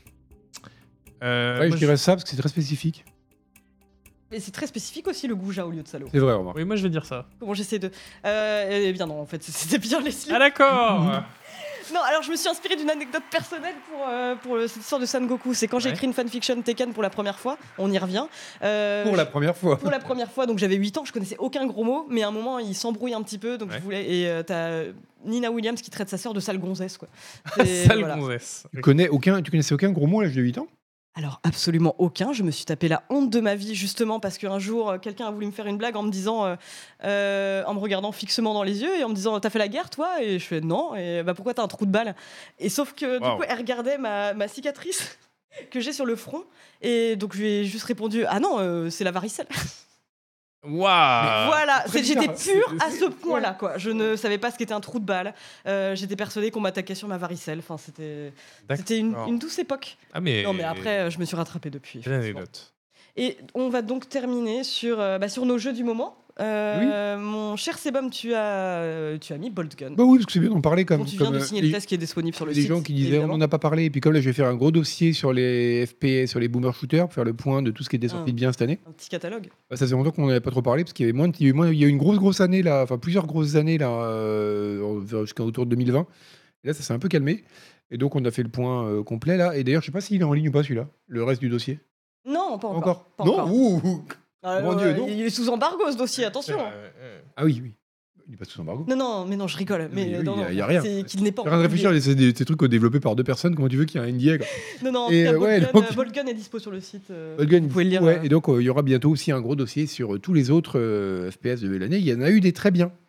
Speaker 1: Je dirais ça parce que c'est très spécifique.
Speaker 2: Et c'est très spécifique aussi le Gouja au lieu de salaud.
Speaker 1: C'est vrai, remarque.
Speaker 4: Oui, moi je vais dire ça.
Speaker 2: Comment j'essaie de. Eh bien non, en fait, c'était bien les slips.
Speaker 4: Ah d'accord.
Speaker 2: Non, alors je me suis inspirée d'une anecdote personnelle pour cette histoire de Sangoku. C'est quand j'ai écrit une fanfiction Tekken pour la première fois, on y revient.
Speaker 1: Pour la première fois.
Speaker 2: Pour la première fois, donc j'avais 8 ans, je connaissais aucun gros mot, mais à un moment il s'embrouille un petit peu, donc je voulais. Et t'as Nina Williams qui traite sa sœur de sale gonzesse, quoi.
Speaker 4: Sale gonzesse.
Speaker 1: Tu connaissais aucun gros mot à l'âge de 8 ans?
Speaker 2: Alors absolument aucun, je me suis tapé la honte de ma vie justement parce qu'un jour quelqu'un a voulu me faire une blague en me disant, en me regardant fixement dans les yeux et en me disant "T'as fait la guerre toi?" Et je fais "Non." Et bah pourquoi t'as un trou de balle? Et sauf que du coup elle regardait ma cicatrice que j'ai sur le front et donc je lui ai juste répondu "Ah non, c'est la varicelle."
Speaker 4: Waouh.
Speaker 2: Voilà, j'étais pure à ce point-là, quoi. Je ne savais pas ce qu'était un trou de balle. J'étais persuadée qu'on m'attaquait sur ma varicelle. Enfin, c'était une douce époque.
Speaker 4: Ah mais...
Speaker 2: Non, mais après, je me suis rattrapée depuis.
Speaker 4: Quelle anecdote.
Speaker 2: Et on va donc terminer sur nos jeux du moment. Mon cher Sebum, tu as mis Bolt Gun.
Speaker 1: Bah oui, parce que c'est bien d'en parler comme.
Speaker 2: Tu viens de signer le test qui est disponible sur le site.
Speaker 1: Des gens qui disaient on n'en a pas parlé. Et puis comme là, je vais faire un gros dossier sur les FPS, sur les boomer shooters, pour faire le point de tout ce qui était sorti de bien cette année.
Speaker 2: Un petit catalogue.
Speaker 1: Bah, ça fait longtemps qu'on n'en avait pas trop parlé parce qu'il y avait il y a eu une grosse année là, enfin plusieurs grosses années là, jusqu'à autour de 2020. Et là, ça s'est un peu calmé. Et donc, on a fait le point complet là. Et d'ailleurs, je sais pas s'il est en ligne ou pas celui-là, le reste du dossier.
Speaker 2: Non, pas encore.
Speaker 1: Pas encore.
Speaker 2: Mon Dieu, non. Il est sous embargo ce dossier, attention.
Speaker 1: Ah oui. Il passe sous embargo.
Speaker 2: Non, mais non, je rigole. Mais
Speaker 1: oui,
Speaker 2: non,
Speaker 1: y a rien.
Speaker 2: C'est qu'il n'est pas.
Speaker 1: J'ai rien de réfléchir, c'est des trucs développés par 2 personnes. Comment tu veux qu'il y ait un NDA quoi.
Speaker 2: Non,
Speaker 1: Et,
Speaker 2: Boltgun est dispo sur le site.
Speaker 1: Boltgun,
Speaker 2: vous pouvez le lire.
Speaker 1: ouais, et donc il y aura bientôt aussi un gros dossier sur tous les autres FPS de l'année. Il y en a eu des très bien.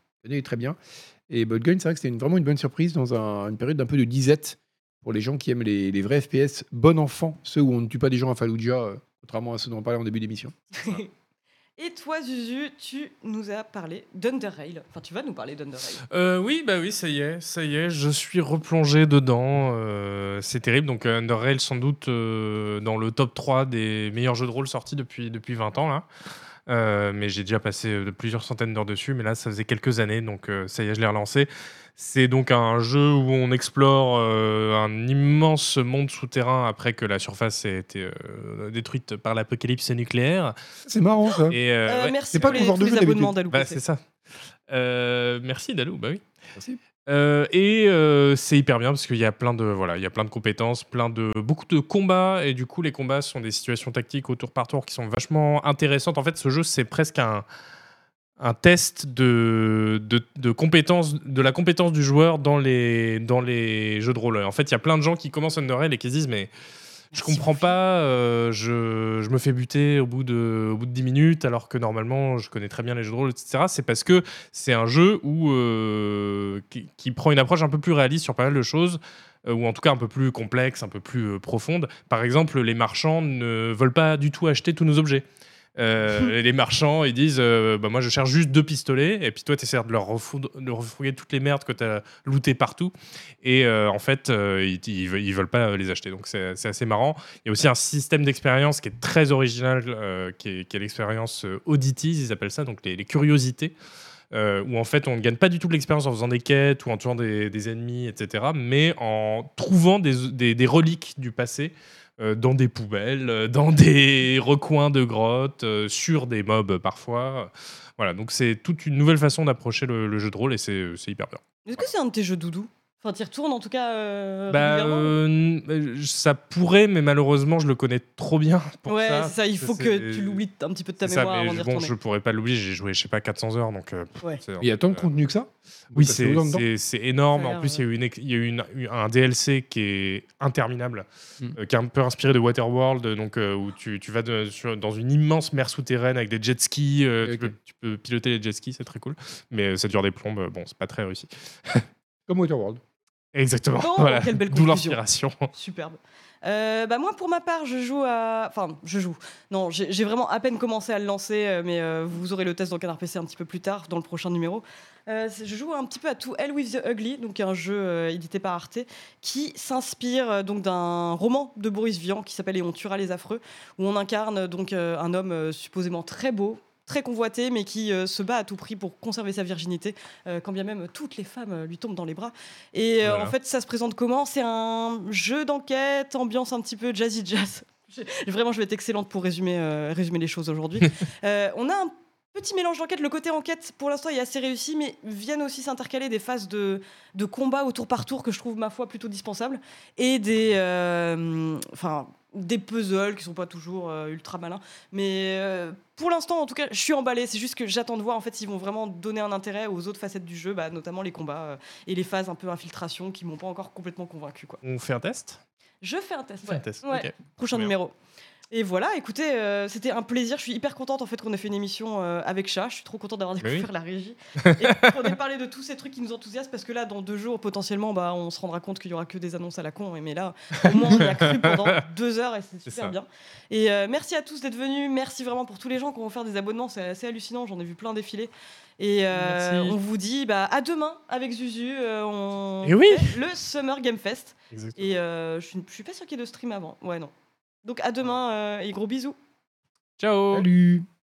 Speaker 1: Et Boltgun, c'est vrai que c'était vraiment une bonne surprise dans une période d'un peu de disette pour les gens qui aiment les vrais FPS bon enfant, ceux où on ne tue pas des gens à Fallujah, contrairement à ceux dont on parlait en début d'émission.
Speaker 2: Et toi, Zuzu, tu nous as parlé d'Underrail. Enfin, tu vas nous parler d'Underrail.
Speaker 4: Oui, ça y est, je suis replongé dedans. C'est terrible. Donc, Underrail, sans doute dans le top 3 des meilleurs jeux de rôle sortis depuis 20 ans, là. Mais j'ai déjà passé plusieurs centaines d'heures dessus. Mais là, ça faisait quelques années. Donc, ça y est, je l'ai relancé. C'est donc un jeu où on explore un immense monde souterrain après que la surface ait été détruite par l'apocalypse nucléaire.
Speaker 1: C'est marrant, ça.
Speaker 4: Et,
Speaker 2: merci
Speaker 1: c'est pas
Speaker 2: pour
Speaker 1: ton genre de
Speaker 2: les
Speaker 1: jeu
Speaker 2: abonnements
Speaker 1: d'habitude.
Speaker 2: d'Alou.
Speaker 4: c'est ça. Merci Dalou, bah oui.
Speaker 1: Merci.
Speaker 4: C'est hyper bien parce qu'il y a plein de compétences, beaucoup de combats, et du coup les combats sont des situations tactiques au tour par tour qui sont vachement intéressantes. En fait, ce jeu, c'est presque un test de compétence, de la compétence du joueur dans les jeux de rôle. En fait, il y a plein de gens qui commencent Underrail et qui se disent mais je comprends pas, je me fais buter au bout de 10 minutes alors que normalement je connais très bien les jeux de rôle, etc. C'est parce que c'est un jeu qui prend une approche un peu plus réaliste sur pas mal de choses, ou en tout cas un peu plus complexe, un peu plus profonde. Par exemple, les marchands ne veulent pas du tout acheter tous nos objets. Les marchands, ils disent moi je cherche juste 2 pistolets, et puis toi tu essaies de leur refouiller toutes les merdes que tu as lootées partout, et en fait ils veulent pas les acheter, donc c'est assez marrant. Il y a aussi un système d'expérience qui est très original, qui est l'expérience auditive, ils appellent ça, donc les curiosités, où en fait on ne gagne pas du tout de l'expérience en faisant des quêtes ou en tuant des ennemis, etc., mais en trouvant des reliques du passé dans des poubelles, dans des recoins de grottes, sur des mobs parfois. Voilà, donc c'est toute une nouvelle façon d'approcher le jeu de rôle, et c'est hyper bien.
Speaker 2: Est-ce que c'est un de tes jeux doudou ? Enfin, t'y retournes en tout cas régulièrement.
Speaker 4: Ça pourrait, mais malheureusement, je le connais trop bien pour ça.
Speaker 2: Ouais, c'est ça, il faut que tu l'oublies un petit peu de ta mémoire avant d'y retourner.
Speaker 4: Je pourrais pas l'oublier, j'ai joué, je sais pas, 400 heures, donc...
Speaker 1: Il y a tant de contenu que ça ?
Speaker 4: Oui, c'est énorme. En plus,
Speaker 2: ouais.
Speaker 4: il y a eu un DLC qui est interminable, qui est un peu inspiré de Waterworld, donc, où tu vas dans une immense mer souterraine avec des jet skis, tu peux piloter les jet skis, c'est très cool, mais ça dure des plombes, bon, c'est pas très réussi.
Speaker 1: Comme Waterworld.
Speaker 4: Exactement,
Speaker 2: Oh,
Speaker 4: voilà.
Speaker 2: quelle belle
Speaker 4: D'où
Speaker 2: conclusion.
Speaker 4: l'inspiration.
Speaker 2: Superbe. Moi, pour ma part, je joue à... Enfin, je joue. Non, j'ai vraiment à peine commencé à le lancer, mais vous aurez le test dans Canard PC un petit peu plus tard, dans le prochain numéro. Je joue un petit peu à To Hell with the Ugly, donc un jeu édité par Arte, qui s'inspire donc d'un roman de Boris Vian qui s'appelle « Et on tuera les affreux », où on incarne donc un homme supposément très beau, très convoité, mais qui se bat à tout prix pour conserver sa virginité, quand bien même toutes les femmes lui tombent dans les bras. Et
Speaker 4: Voilà.
Speaker 2: en fait, ça se présente comment ? C'est un jeu d'enquête, ambiance un petit peu jazzy jazz. Vraiment, je vais être excellente pour résumer les choses aujourd'hui. On a un petit mélange d'enquête. Le côté enquête, pour l'instant, est assez réussi, mais viennent aussi s'intercaler des phases de combat au tour par tour que je trouve, ma foi, plutôt dispensables, et des puzzles qui sont pas toujours ultra malins, mais pour l'instant en tout cas je suis emballée. C'est juste que j'attends de voir en fait s'ils vont vraiment donner un intérêt aux autres facettes du jeu, notamment les combats et les phases un peu infiltration qui m'ont pas encore complètement convaincu, quoi.
Speaker 4: On fait un test ?
Speaker 2: Je fais un test,
Speaker 4: Ouais.
Speaker 2: Okay. Prochain numéro. Et voilà, écoutez, c'était un plaisir. Je suis hyper contente en fait qu'on ait fait une émission avec Chat. Je suis trop contente d'avoir découvert la régie et qu'on ait parlé de tous ces trucs qui nous enthousiasment, parce que là, dans 2 jours, potentiellement, on se rendra compte qu'il y aura que des annonces à la con. Mais là, au moins, on y a cru pendant 2 heures et c'est super bien. Et merci à tous d'être venus. Merci vraiment pour tous les gens qui ont offert des abonnements. C'est assez hallucinant. J'en ai vu plein défiler. Et on vous dit à demain avec Zuzu. On fait le Summer Game Fest. Exactement. Et je suis pas sûre qu'il y ait de stream avant. Ouais, non. Donc à demain et gros bisous.
Speaker 4: Ciao.
Speaker 1: Salut.